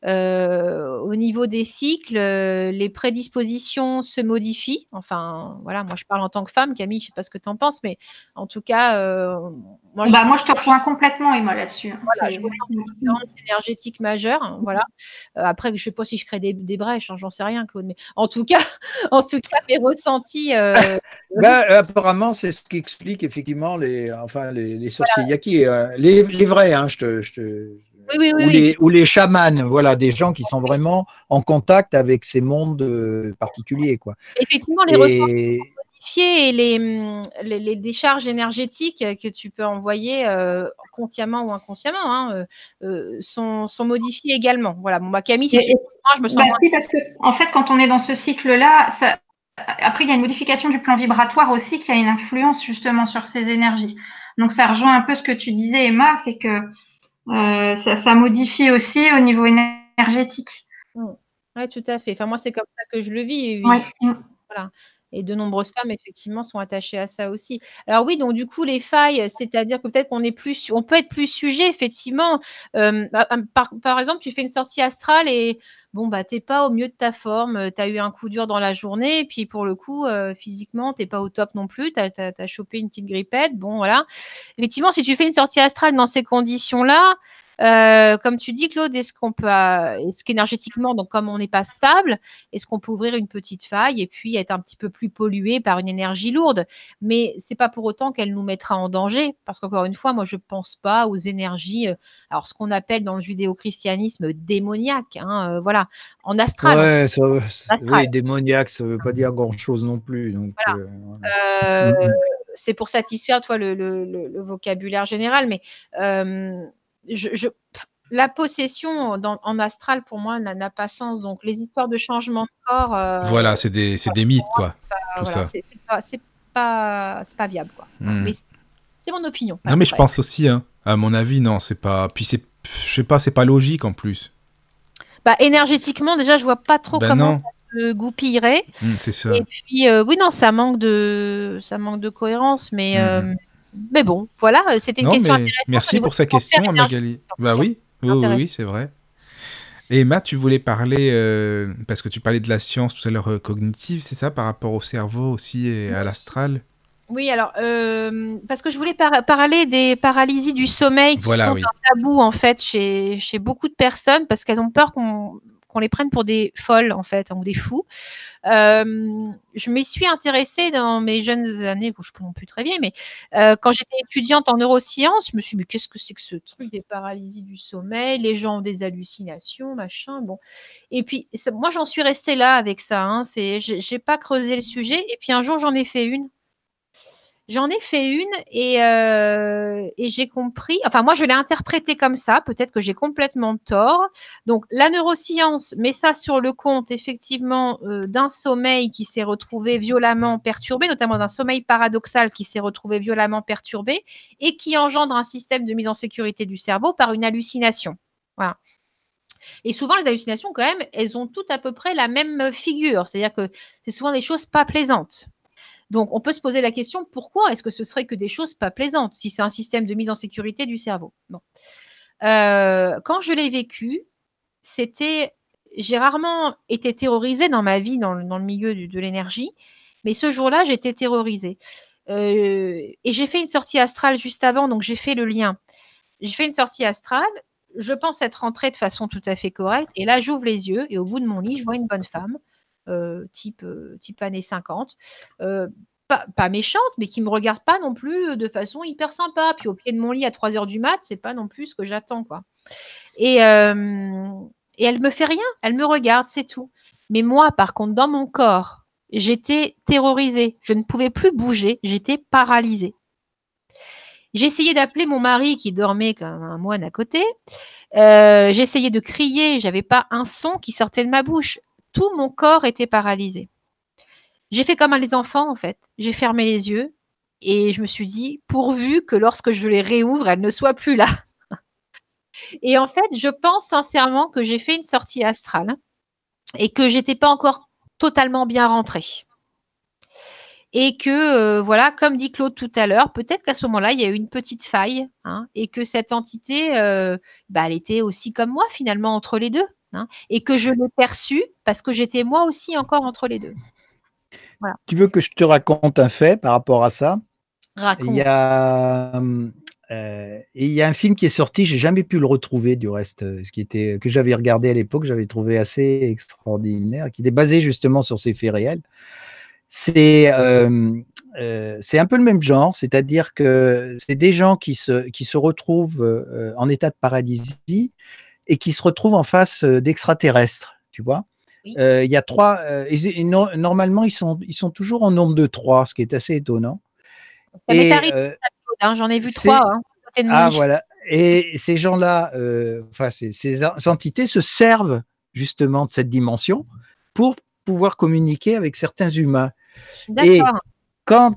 [SPEAKER 3] au niveau des cycles, les prédispositions se modifient. Enfin, voilà, moi je parle en tant que femme, Camille, je ne sais pas ce que tu en penses, mais en tout cas, moi
[SPEAKER 5] Moi, je te rejoins complètement, Emma, là-dessus.
[SPEAKER 3] voilà, je ressens une différence énergétique majeure, hein, voilà. Après, je ne sais pas si je crée des brèches, hein, j'en sais rien, Claude, mais en tout cas, mes ressentis.
[SPEAKER 4] apparemment, c'est ce qui explique effectivement les sorciers Yaqui, les vrais, hein,
[SPEAKER 3] Oui, oui, oui.
[SPEAKER 4] ou les chamans, voilà, des gens qui sont vraiment en contact avec ces mondes particuliers, quoi.
[SPEAKER 3] Effectivement, les ressentis sont modifiés et les décharges énergétiques que tu peux envoyer consciemment ou inconsciemment, hein, sont modifiées également. Voilà. Bon, Camille, si tu me rejoins, je me sens moins.
[SPEAKER 5] Si, parce que en fait, quand on est dans ce cycle-là, après, il y a une modification du plan vibratoire aussi qui a une influence justement sur ces énergies. Donc, ça rejoint un peu ce que tu disais, Emma, c'est que ça modifie aussi au niveau énergétique.
[SPEAKER 3] Oui, tout à fait. Enfin, moi, c'est comme ça que je le vis.
[SPEAKER 5] Ouais.
[SPEAKER 3] Voilà. Et de nombreuses femmes, effectivement, sont attachées à ça aussi. Alors oui, donc du coup, les failles, c'est-à-dire que peut-être on peut être plus sujet, effectivement. Par exemple, tu fais une sortie astrale et bon, bah, t'es pas au mieux de ta forme, tu as eu un coup dur dans la journée, et puis pour le coup, physiquement, t'es pas au top non plus, tu as chopé une petite grippette, bon, voilà. Effectivement, si tu fais une sortie astrale dans ces conditions-là, comme tu dis, Claude, est-ce qu'énergétiquement, donc comme on n'est pas stable, est-ce qu'on peut ouvrir une petite faille et puis être un petit peu plus pollué par une énergie lourde? Mais c'est pas pour autant qu'elle nous mettra en danger, parce qu'encore une fois, moi, je pense pas aux énergies, alors ce qu'on appelle dans le judéo-christianisme démoniaques, hein, voilà, en astral.
[SPEAKER 4] Ouais,
[SPEAKER 3] Astral.
[SPEAKER 4] oui, démoniaque, ça veut pas dire grand-chose non plus. Donc,
[SPEAKER 3] Voilà. C'est pour satisfaire, toi, le vocabulaire général, mais la possession en astral, pour moi, n'a pas sens. Donc, les histoires de changement de corps,
[SPEAKER 1] Voilà, c'est des mythes, quoi, tout
[SPEAKER 3] voilà,
[SPEAKER 1] ça.
[SPEAKER 3] c'est pas viable, quoi. Voilà. Mais c'est mon opinion.
[SPEAKER 1] Non, mais je pense aussi, hein, à mon avis, non, c'est pas. Puis je sais pas, c'est pas logique en plus.
[SPEAKER 3] Bah, énergétiquement, déjà, je vois pas trop comment
[SPEAKER 1] non.
[SPEAKER 3] ça se goupillerait.
[SPEAKER 1] C'est ça.
[SPEAKER 3] Et puis, oui, non, ça manque de cohérence, mais bon, voilà, c'était une
[SPEAKER 1] Non,
[SPEAKER 3] question
[SPEAKER 1] mais
[SPEAKER 3] intéressante.
[SPEAKER 1] merci pour sa question, Magali. Bah oui, oui, c'est vrai. Et Emma, tu voulais parler, parce que tu parlais de la science tout à l'heure cognitive, c'est ça, par rapport au cerveau aussi et à l'astral?
[SPEAKER 3] Oui, alors, parce que je voulais parler des paralysies du sommeil qui sont un tabou, en fait, chez beaucoup de personnes, parce qu'elles ont peur qu'on les prenne pour des folles, en fait, ou des fous. Je m'y suis intéressée dans mes jeunes années, bon, je ne peux non plus très bien, mais quand j'étais étudiante en neurosciences, je me suis dit, mais qu'est-ce que c'est que ce truc des paralysies du sommeil? Les gens ont des hallucinations, machin, bon. Et puis, moi, j'en suis restée là avec ça, hein, j'ai pas creusé le sujet. Et puis, un jour, j'en ai fait une. J'en ai fait une et j'ai compris. Enfin, moi, je l'ai interprété comme ça. Peut-être que j'ai complètement tort. Donc, la neuroscience met ça sur le compte, effectivement, d'un sommeil qui s'est retrouvé violemment perturbé, notamment d'un sommeil paradoxal qui s'est retrouvé violemment perturbé et qui engendre un système de mise en sécurité du cerveau par une hallucination. Voilà. Et souvent, les hallucinations, quand même, elles ont toutes à peu près la même figure. C'est-à-dire que c'est souvent des choses pas plaisantes. Donc, on peut se poser la question, pourquoi est-ce que ce serait que des choses pas plaisantes si c'est un système de mise en sécurité du cerveau? Bon. Quand je l'ai vécu, j'ai rarement été terrorisée dans ma vie, dans le milieu de l'énergie, mais ce jour-là, j'étais terrorisée. Et j'ai fait une sortie astrale juste avant, donc j'ai fait le lien. J'ai fait une sortie astrale, je pense être rentrée de façon tout à fait correcte, et là, j'ouvre les yeux, et au bout de mon lit, je vois une bonne femme, type années 50, pas méchante, mais qui me regarde pas non plus de façon hyper sympa. Puis au pied de mon lit à 3 heures du mat, c'est pas non plus ce que j'attends, quoi. Et elle me fait rien, elle me regarde, c'est tout. Mais moi, par contre, dans mon corps, j'étais terrorisée. Je ne pouvais plus bouger, j'étais paralysée. J'ai essayé d'appeler mon mari qui dormait comme un moine à côté. J'ai essayé de crier, j'avais pas un son qui sortait de ma bouche. Tout mon corps était paralysé. J'ai fait comme les enfants, en fait. J'ai fermé les yeux et je me suis dit, pourvu que lorsque je les réouvre, elle ne soit plus là. Et en fait, je pense sincèrement que j'ai fait une sortie astrale et que j'étais pas encore totalement bien rentrée. Et que, voilà, comme dit Claude tout à l'heure, peut-être qu'à ce moment-là, il y a eu une petite faille, hein, et que cette entité, elle était aussi comme moi, finalement, entre les deux, hein, et que je l'ai perçue parce que j'étais moi aussi encore entre les deux. Voilà.
[SPEAKER 4] Tu veux que je te raconte un fait par rapport à ça?
[SPEAKER 3] Raconte.
[SPEAKER 4] Il y a un film qui est sorti, j'ai jamais pu le retrouver du reste, que j'avais regardé à l'époque, j'avais trouvé assez extraordinaire, qui était basé justement sur ces faits réels. C'est un peu le même genre, c'est-à-dire que c'est des gens qui se retrouvent en état de paralysie et qui se retrouvent en face d'extraterrestres, tu vois.
[SPEAKER 3] Oui.
[SPEAKER 4] Il y a trois, normalement ils sont toujours en nombre de 3, ce qui est assez étonnant.
[SPEAKER 3] Ça m'est arrivé, hein, j'en ai vu 3 à côté de mon lit.
[SPEAKER 4] Voilà. Et ces gens-là, ces entités se servent justement de cette dimension pour pouvoir communiquer avec certains humains. Et quand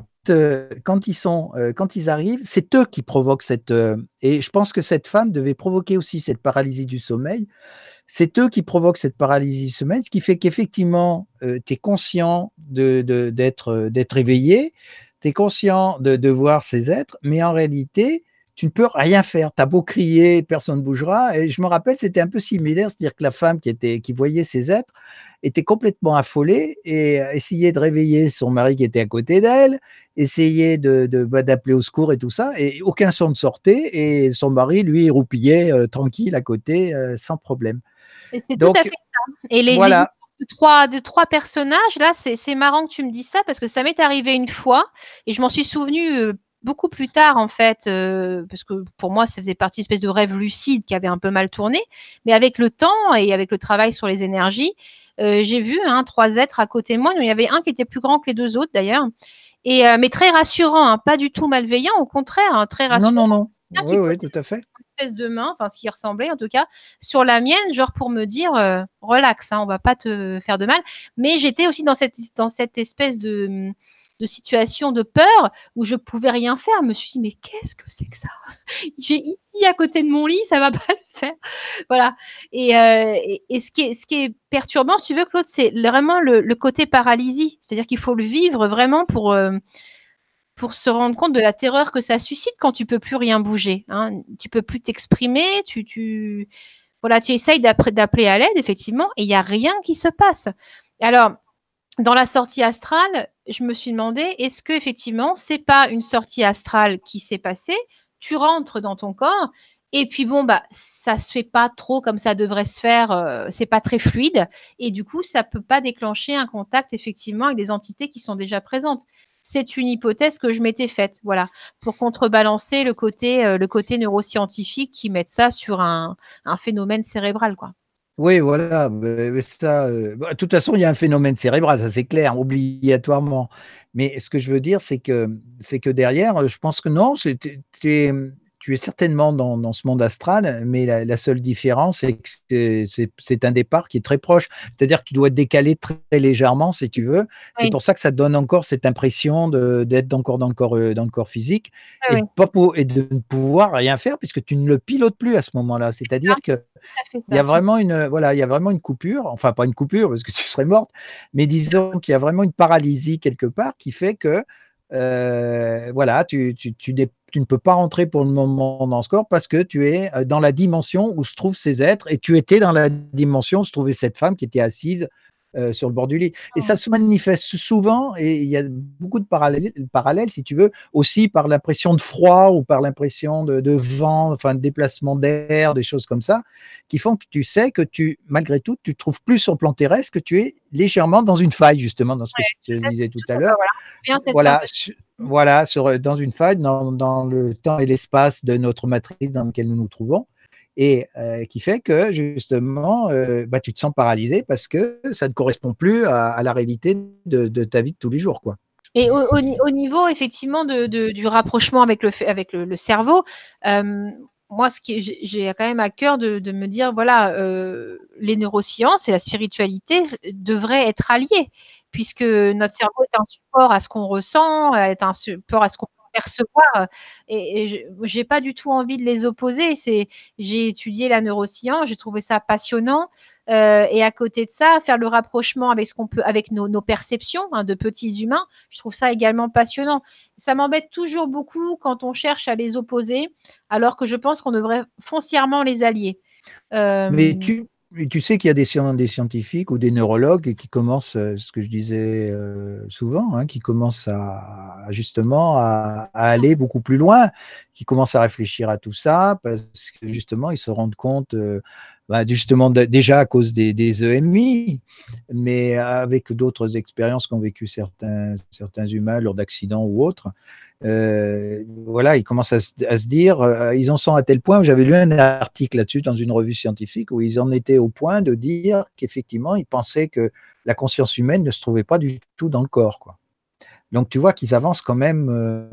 [SPEAKER 4] ils arrivent, c'est eux qui provoquent et je pense que cette femme devait provoquer aussi cette paralysie du sommeil. C'est eux qui provoquent cette paralysie du sommeil, ce qui fait qu'effectivement, tu es conscient d'être éveillé, tu es conscient de voir ces êtres, mais en réalité, tu ne peux rien faire. Tu as beau crier, personne ne bougera. Et je me rappelle, c'était un peu similaire, c'est-à-dire que la femme qui voyait ces êtres était complètement affolée et essayait de réveiller son mari qui était à côté d'elle, essayait d'appeler au secours et tout ça, et aucun son ne sortait, et son mari, lui, roupillait tranquille à côté, sans problème.
[SPEAKER 3] Et c'est tout à fait ça. Et les de trois personnages, là, c'est marrant que tu me dises ça, parce que ça m'est arrivé une fois, et je m'en suis souvenue beaucoup plus tard, en fait, parce que pour moi, ça faisait partie d'une espèce de rêve lucide qui avait un peu mal tourné, mais avec le temps et avec le travail sur les énergies, j'ai vu 3 êtres à côté de moi. Il y avait un qui était plus grand que les 2 autres, d'ailleurs, mais très rassurant, pas du tout malveillant, au contraire, très rassurant.
[SPEAKER 4] Non. Oui, tout à fait.
[SPEAKER 3] Une espèce de main, enfin ce qui ressemblait en tout cas, sur la mienne, genre pour me dire relax, on va pas te faire de mal. Mais j'étais aussi dans cette espèce de situation de peur où je pouvais rien faire. Je me suis dit, mais qu'est-ce que c'est que ça? J'ai ici à côté de mon lit, ça va pas le faire. Voilà. Et ce qui est perturbant, si tu veux, Claude, c'est vraiment le côté paralysie. C'est-à-dire qu'il faut le vivre vraiment pour se rendre compte de la terreur que ça suscite quand tu peux plus rien bouger. Tu peux plus t'exprimer, tu essayes d'appeler à l'aide, effectivement, et il n'y a rien qui se passe. Alors, dans la sortie astrale, je me suis demandé, est-ce que effectivement, c'est pas une sortie astrale qui s'est passée? Tu rentres dans ton corps, et puis ça se fait pas trop comme ça devrait se faire, c'est pas très fluide, et du coup, ça peut pas déclencher un contact effectivement avec des entités qui sont déjà présentes. C'est une hypothèse que je m'étais faite, voilà, pour contrebalancer le côté neuroscientifique qui met ça sur un phénomène cérébral, quoi.
[SPEAKER 4] Oui, voilà, mais ça, de toute façon, il y a un phénomène cérébral, ça c'est clair, obligatoirement. Mais ce que je veux dire, c'est que derrière, je pense que non, tu es certainement dans ce monde astral, mais la seule différence, c'est que c'est un départ qui est très proche. C'est-à-dire que tu dois te décaler très légèrement si tu veux. C'est
[SPEAKER 3] Oui,
[SPEAKER 4] pour ça que ça te donne encore cette impression d'être encore dans le corps physique
[SPEAKER 3] oui,
[SPEAKER 4] et
[SPEAKER 3] oui,
[SPEAKER 4] de ne pouvoir rien faire puisque tu ne le pilotes plus à ce moment-là.
[SPEAKER 3] c'est ça,
[SPEAKER 4] C'est-à-dire que
[SPEAKER 3] tout à fait
[SPEAKER 4] il y
[SPEAKER 3] ça.
[SPEAKER 4] a vraiment voilà, il y a vraiment une coupure, enfin pas une coupure parce que tu serais morte, mais disons qu'il y a vraiment une paralysie quelque part qui fait que, voilà, tu ne peux pas rentrer pour le moment dans ce corps parce que tu es, dans la dimension où se trouvent ces êtres et tu étais dans la dimension où se trouvait cette femme qui était assise, sur le bord du lit et ça
[SPEAKER 3] Mmh.
[SPEAKER 4] se manifeste souvent et il y a beaucoup de parallèles si tu veux, aussi par l'impression de froid ou par l'impression de vent, enfin de déplacement d'air, des choses comme ça, qui font que tu sais que malgré tout, tu ne te trouves plus sur le plan terrestre, que tu es légèrement dans une faille, justement, dans ce que
[SPEAKER 3] Ouais,
[SPEAKER 4] je te
[SPEAKER 3] tout à
[SPEAKER 4] disais tout
[SPEAKER 3] tout
[SPEAKER 4] à
[SPEAKER 3] à fait,
[SPEAKER 4] l'heure.
[SPEAKER 3] voilà. Bien cette
[SPEAKER 4] Voilà,
[SPEAKER 3] sensation. Mmh.
[SPEAKER 4] voilà dans une faille, dans le temps et l'espace de notre matrice dans lequel nous nous trouvons, et qui fait que, justement, bah, tu te sens paralysé parce que ça ne correspond plus à la réalité de ta vie de tous les jours, quoi.
[SPEAKER 3] Et au niveau effectivement du rapprochement avec le cerveau, moi ce qui j'ai quand même à cœur de me dire voilà, les neurosciences et la spiritualité devraient être alliées puisque notre cerveau est un support à ce qu'on ressent, est un support à ce qu'on peut percevoir, et j'ai pas du tout envie de les opposer. J'ai étudié la neuroscience, j'ai trouvé ça passionnant. Et à côté de ça, faire le rapprochement avec ce qu'on peut, avec nos perceptions, hein, de petits humains, je trouve ça également passionnant. Ça m'embête toujours beaucoup quand on cherche à les opposer, alors que je pense qu'on devrait foncièrement les allier.
[SPEAKER 4] Mais
[SPEAKER 3] Euh,
[SPEAKER 4] tu sais qu'il y a des scientifiques ou des neurologues qui commencent, ce que je disais souvent, hein, qui commencent justement à aller beaucoup plus loin, qui commencent à réfléchir à tout ça parce que justement ils se rendent compte, bah, justement déjà à cause des EMI, mais avec d'autres expériences qu'ont vécu certains humains lors d'accidents ou autres. Voilà, ils commencent à se dire, ils en sont à tel point, j'avais lu un article là-dessus dans une revue scientifique, où ils en étaient au point de dire qu'effectivement, ils pensaient que la conscience humaine ne se trouvait pas du tout dans le corps, quoi. Donc tu vois qu'ils avancent quand même,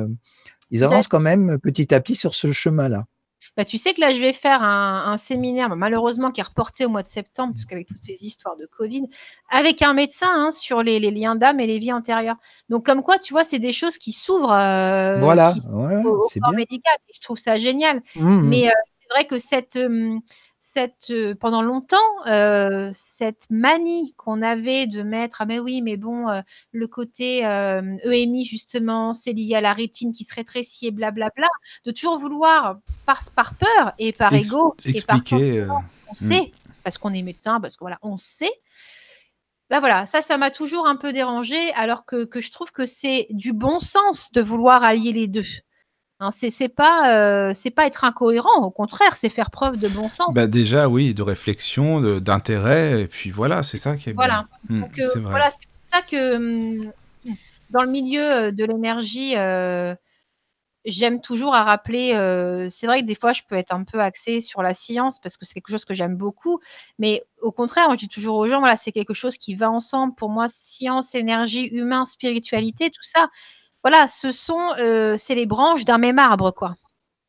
[SPEAKER 4] petit à petit sur ce chemin-là.
[SPEAKER 3] Bah, tu sais que là, je vais faire un séminaire, bah, malheureusement qui est reporté au mois de septembre, puisqu'avec toutes ces histoires de Covid, avec un médecin, hein, sur les liens d'âme et les vies antérieures. Donc, comme quoi, tu vois, c'est des choses qui s'ouvrent,
[SPEAKER 4] Voilà, ouais,
[SPEAKER 3] au
[SPEAKER 4] c'est
[SPEAKER 3] corps
[SPEAKER 4] bien.
[SPEAKER 3] médical. Et je trouve ça génial.
[SPEAKER 4] Mmh.
[SPEAKER 3] Mais c'est vrai que pendant longtemps, cette manie qu'on avait de mettre, ah mais oui, mais bon, le côté EMI, justement, c'est lié à la rétine qui se rétrécit et blablabla, de toujours vouloir, par peur et par ego et par
[SPEAKER 1] Expliquer.
[SPEAKER 3] sentiment, on
[SPEAKER 1] Hmm.
[SPEAKER 3] sait, parce qu'on est médecin, parce que voilà, on sait. Bah voilà, ça m'a toujours un peu dérangée, alors que je trouve que c'est du bon sens de vouloir allier les deux. Hein, c'est pas être incohérent, au contraire, c'est faire preuve de bon
[SPEAKER 1] Bah
[SPEAKER 3] sens.
[SPEAKER 1] déjà, oui, de réflexion, d'intérêt, et puis voilà, c'est ça qui est bien.
[SPEAKER 3] Voilà.
[SPEAKER 1] Hmm,
[SPEAKER 3] Donc
[SPEAKER 1] c'est vrai.
[SPEAKER 3] voilà, c'est pour ça que dans le milieu de l'énergie, j'aime toujours à rappeler. C'est vrai que des fois, je peux être un peu axée sur la science parce que c'est quelque chose que j'aime beaucoup, mais au contraire, moi, je dis toujours aux gens, voilà, c'est quelque chose qui va ensemble. Pour moi, science, énergie, humain, spiritualité, tout ça, voilà, c'est les branches d'un même arbre, quoi.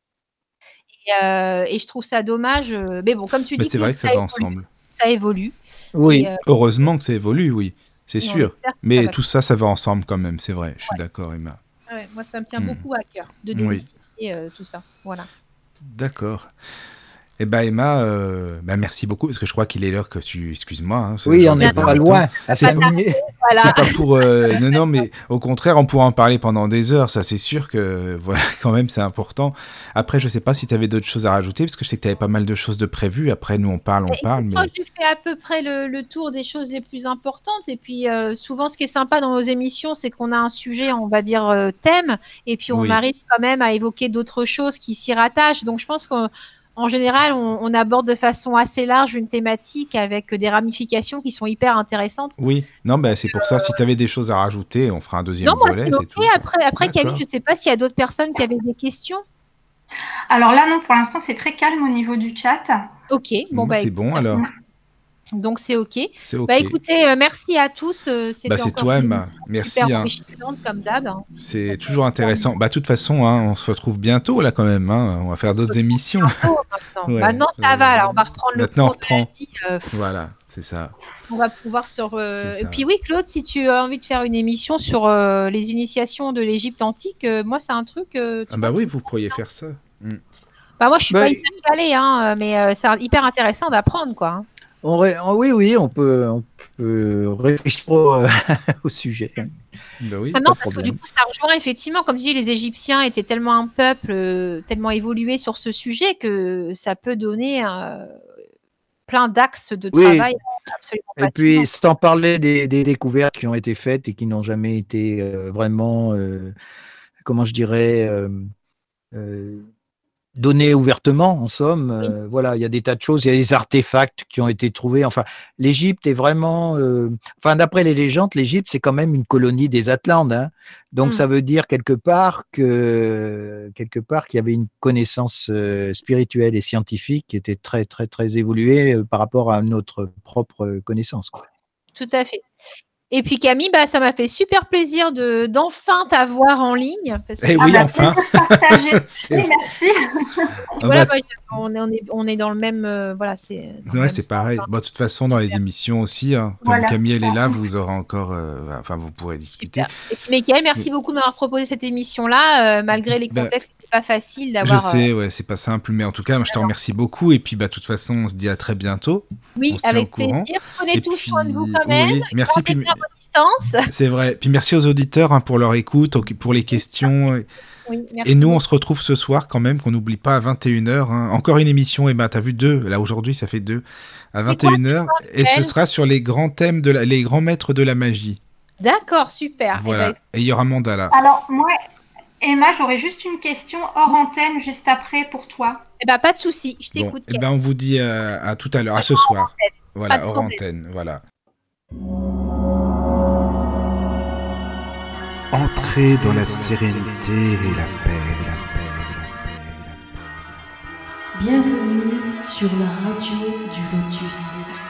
[SPEAKER 3] Et je trouve ça dommage. Mais bon, comme tu
[SPEAKER 1] Mais
[SPEAKER 3] dis
[SPEAKER 1] c'est
[SPEAKER 3] que
[SPEAKER 1] vrai que ça va ensemble.
[SPEAKER 3] ça évolue. Et
[SPEAKER 4] Oui.
[SPEAKER 1] Heureusement que ça évolue, oui, c'est
[SPEAKER 3] on
[SPEAKER 1] sûr.
[SPEAKER 3] espère que ça
[SPEAKER 1] Mais
[SPEAKER 3] va.
[SPEAKER 1] tout ça, ça va ensemble quand même, c'est vrai. Je suis
[SPEAKER 3] Ouais,
[SPEAKER 1] d'accord, Emma.
[SPEAKER 3] ouais, moi, ça me tient
[SPEAKER 1] Hmm.
[SPEAKER 3] beaucoup à cœur de
[SPEAKER 1] Oui,
[SPEAKER 3] démystifier tout ça. Voilà.
[SPEAKER 1] d'accord. Eh ben Emma, bah, merci beaucoup parce que je crois qu'il est l'heure que tu. Excuse-moi, hein,
[SPEAKER 4] Oui,
[SPEAKER 1] j'en
[SPEAKER 4] on n'est
[SPEAKER 1] viens
[SPEAKER 3] Non,
[SPEAKER 4] pas
[SPEAKER 3] mais
[SPEAKER 1] bientôt.
[SPEAKER 4] loin, à
[SPEAKER 3] pas
[SPEAKER 4] 5
[SPEAKER 3] tarder,
[SPEAKER 4] minutes.
[SPEAKER 1] C'est
[SPEAKER 3] voilà.
[SPEAKER 1] pas pour. Non, non, mais au contraire, on pourra en parler pendant des heures. Ça, c'est sûr que voilà, quand même, c'est important. Après, je sais pas si tu avais d'autres choses à rajouter parce que je sais que tu avais pas mal de choses de prévues. Après, nous, on
[SPEAKER 3] Bah,
[SPEAKER 1] parle,
[SPEAKER 3] écoute, je crois
[SPEAKER 1] mais
[SPEAKER 3] que j'ai fait à peu près le tour des choses les plus importantes. Et puis, souvent, ce qui est sympa dans nos émissions, c'est qu'on a un sujet, on va dire, thème, et puis on
[SPEAKER 1] oui,
[SPEAKER 3] arrive quand même à évoquer d'autres choses qui s'y rattachent. Donc, je pense qu'en général, on aborde de façon assez large une thématique avec des ramifications qui sont hyper intéressantes.
[SPEAKER 1] oui. Non, ben
[SPEAKER 3] Donc,
[SPEAKER 1] c'est pour ça. Si tu avais des choses à rajouter, on fera un
[SPEAKER 3] non,
[SPEAKER 1] deuxième
[SPEAKER 3] moi, c'est
[SPEAKER 1] volet, c'est
[SPEAKER 3] OK.
[SPEAKER 1] tout.
[SPEAKER 3] Après Camille, je
[SPEAKER 1] D'accord.
[SPEAKER 3] ne sais pas s'il y a d'autres personnes qui avaient des questions.
[SPEAKER 5] Alors là, non, pour l'instant, c'est très calme au niveau du chat.
[SPEAKER 3] OK. Bon,
[SPEAKER 1] Bon, bah,
[SPEAKER 3] bah,
[SPEAKER 1] c'est
[SPEAKER 3] écoute,
[SPEAKER 1] bon alors.
[SPEAKER 3] Donc c'est OK.
[SPEAKER 1] C'est OK.
[SPEAKER 3] Bah écoutez, merci à tous. C'était
[SPEAKER 1] c'est
[SPEAKER 3] encore
[SPEAKER 1] toi,
[SPEAKER 3] une
[SPEAKER 1] Emma.
[SPEAKER 3] émission
[SPEAKER 1] Merci.
[SPEAKER 3] super
[SPEAKER 1] Hein.
[SPEAKER 3] enrichissante comme d'hab. Hein.
[SPEAKER 1] C'est toujours intéressant. De toute façon, hein, on se retrouve bientôt là quand même. Hein. On va faire d'autres émissions.
[SPEAKER 3] Maintenant,
[SPEAKER 1] Ouais,
[SPEAKER 3] maintenant ça va. Alors on va reprendre le
[SPEAKER 1] Maintenant, on
[SPEAKER 3] cours de la
[SPEAKER 1] reprend.
[SPEAKER 3] vie.
[SPEAKER 1] Voilà, c'est ça.
[SPEAKER 3] On va pouvoir sur.
[SPEAKER 1] C'est
[SPEAKER 3] Et
[SPEAKER 1] ça.
[SPEAKER 3] puis oui, Claude, si tu as envie de faire une émission sur les initiations de l'Égypte antique, moi c'est un truc.
[SPEAKER 1] Ah bah oui, vous pourriez faire ça.
[SPEAKER 3] Bah moi je suis
[SPEAKER 4] Bah,
[SPEAKER 3] pas hyper calée, hein, mais c'est hyper intéressant d'apprendre quoi. Hein.
[SPEAKER 4] Oui, on peut réfléchir au sujet.
[SPEAKER 1] Bah oui.
[SPEAKER 3] Ah non,
[SPEAKER 4] Pas de
[SPEAKER 3] parce que
[SPEAKER 4] problème.
[SPEAKER 3] du coup, ça rejoint effectivement, comme tu dis, les Égyptiens étaient tellement un peuple, tellement évolué sur ce sujet que ça peut donner plein d'axes de
[SPEAKER 4] Oui.
[SPEAKER 3] travail absolument
[SPEAKER 4] Et
[SPEAKER 3] passionnants.
[SPEAKER 4] puis, sans parler des découvertes qui ont été faites et qui n'ont jamais été vraiment, comment je dirais, données ouvertement, en somme. Voilà, il y a des tas de choses, il y a des artefacts qui ont été trouvés. Enfin, l'Égypte est vraiment, d'après les légendes, l'Égypte c'est quand même une colonie des Atlantes, hein. Donc ça veut dire quelque part qu'il y avait une connaissance spirituelle et scientifique qui était très très très évoluée par rapport à notre propre connaissance, quoi.
[SPEAKER 3] Tout à fait. Et puis Camille, bah, ça m'a fait super plaisir d'enfin t'avoir en ligne. Parce que,
[SPEAKER 1] Eh oui, enfin.
[SPEAKER 5] Partagé.
[SPEAKER 1] C'est-
[SPEAKER 5] Oui, merci.
[SPEAKER 3] et voilà, on est dans le même. Voilà, c'est. dans le
[SPEAKER 1] Ouais,
[SPEAKER 3] même
[SPEAKER 1] c'est
[SPEAKER 3] sens,
[SPEAKER 1] pareil.
[SPEAKER 3] hein.
[SPEAKER 1] Bon, de toute façon, dans les émissions aussi, hein, comme
[SPEAKER 5] Voilà.
[SPEAKER 1] Camille elle est là, vous aurez encore, vous pourrez discuter.
[SPEAKER 3] Super. Et puis Mickaël, merci beaucoup de m'avoir proposé cette émission-là, malgré les
[SPEAKER 1] Bah,
[SPEAKER 3] contextes, c'était pas facile
[SPEAKER 1] Je
[SPEAKER 3] d'avoir.
[SPEAKER 1] sais, ouais, c'est pas simple, mais en tout cas, moi, je te remercie beaucoup. Et puis, de toute façon, on se dit à très bientôt.
[SPEAKER 3] Oui,
[SPEAKER 1] On se tient
[SPEAKER 3] avec
[SPEAKER 1] au courant.
[SPEAKER 3] plaisir. Prenez
[SPEAKER 1] Et
[SPEAKER 3] tous
[SPEAKER 1] puis,
[SPEAKER 3] soin de vous quand même.
[SPEAKER 1] oui, merci.
[SPEAKER 3] Gardez
[SPEAKER 1] Puis,
[SPEAKER 3] bien vos distances.
[SPEAKER 1] c'est vrai. Puis merci aux auditeurs hein, pour leur écoute, pour les questions.
[SPEAKER 3] Oui, merci
[SPEAKER 1] Et nous, on
[SPEAKER 3] beaucoup.
[SPEAKER 1] se retrouve ce soir quand même, qu'on n'oublie pas à 21h. Hein. Encore une émission, Emma, t'as vu 2. Là, aujourd'hui, ça fait 2. À
[SPEAKER 3] C'est quoi,
[SPEAKER 1] 21h. Et ce sera sur les grands thèmes, les grands maîtres de la magie.
[SPEAKER 3] D'accord, super.
[SPEAKER 1] Voilà.
[SPEAKER 3] Eh ben,
[SPEAKER 1] Et il y aura Mandala.
[SPEAKER 5] Alors, moi, Emma, j'aurais juste une question hors antenne juste après pour toi.
[SPEAKER 3] pas de souci, je
[SPEAKER 1] Bon,
[SPEAKER 3] t'écoute.
[SPEAKER 1] et on vous dit à tout à l'heure, à ce soir.
[SPEAKER 3] Pas
[SPEAKER 1] Voilà,
[SPEAKER 3] de
[SPEAKER 1] hors
[SPEAKER 3] problème.
[SPEAKER 1] antenne. Voilà. Entrez dans la sérénité et la paix,
[SPEAKER 2] Bienvenue sur la radio du Lotus.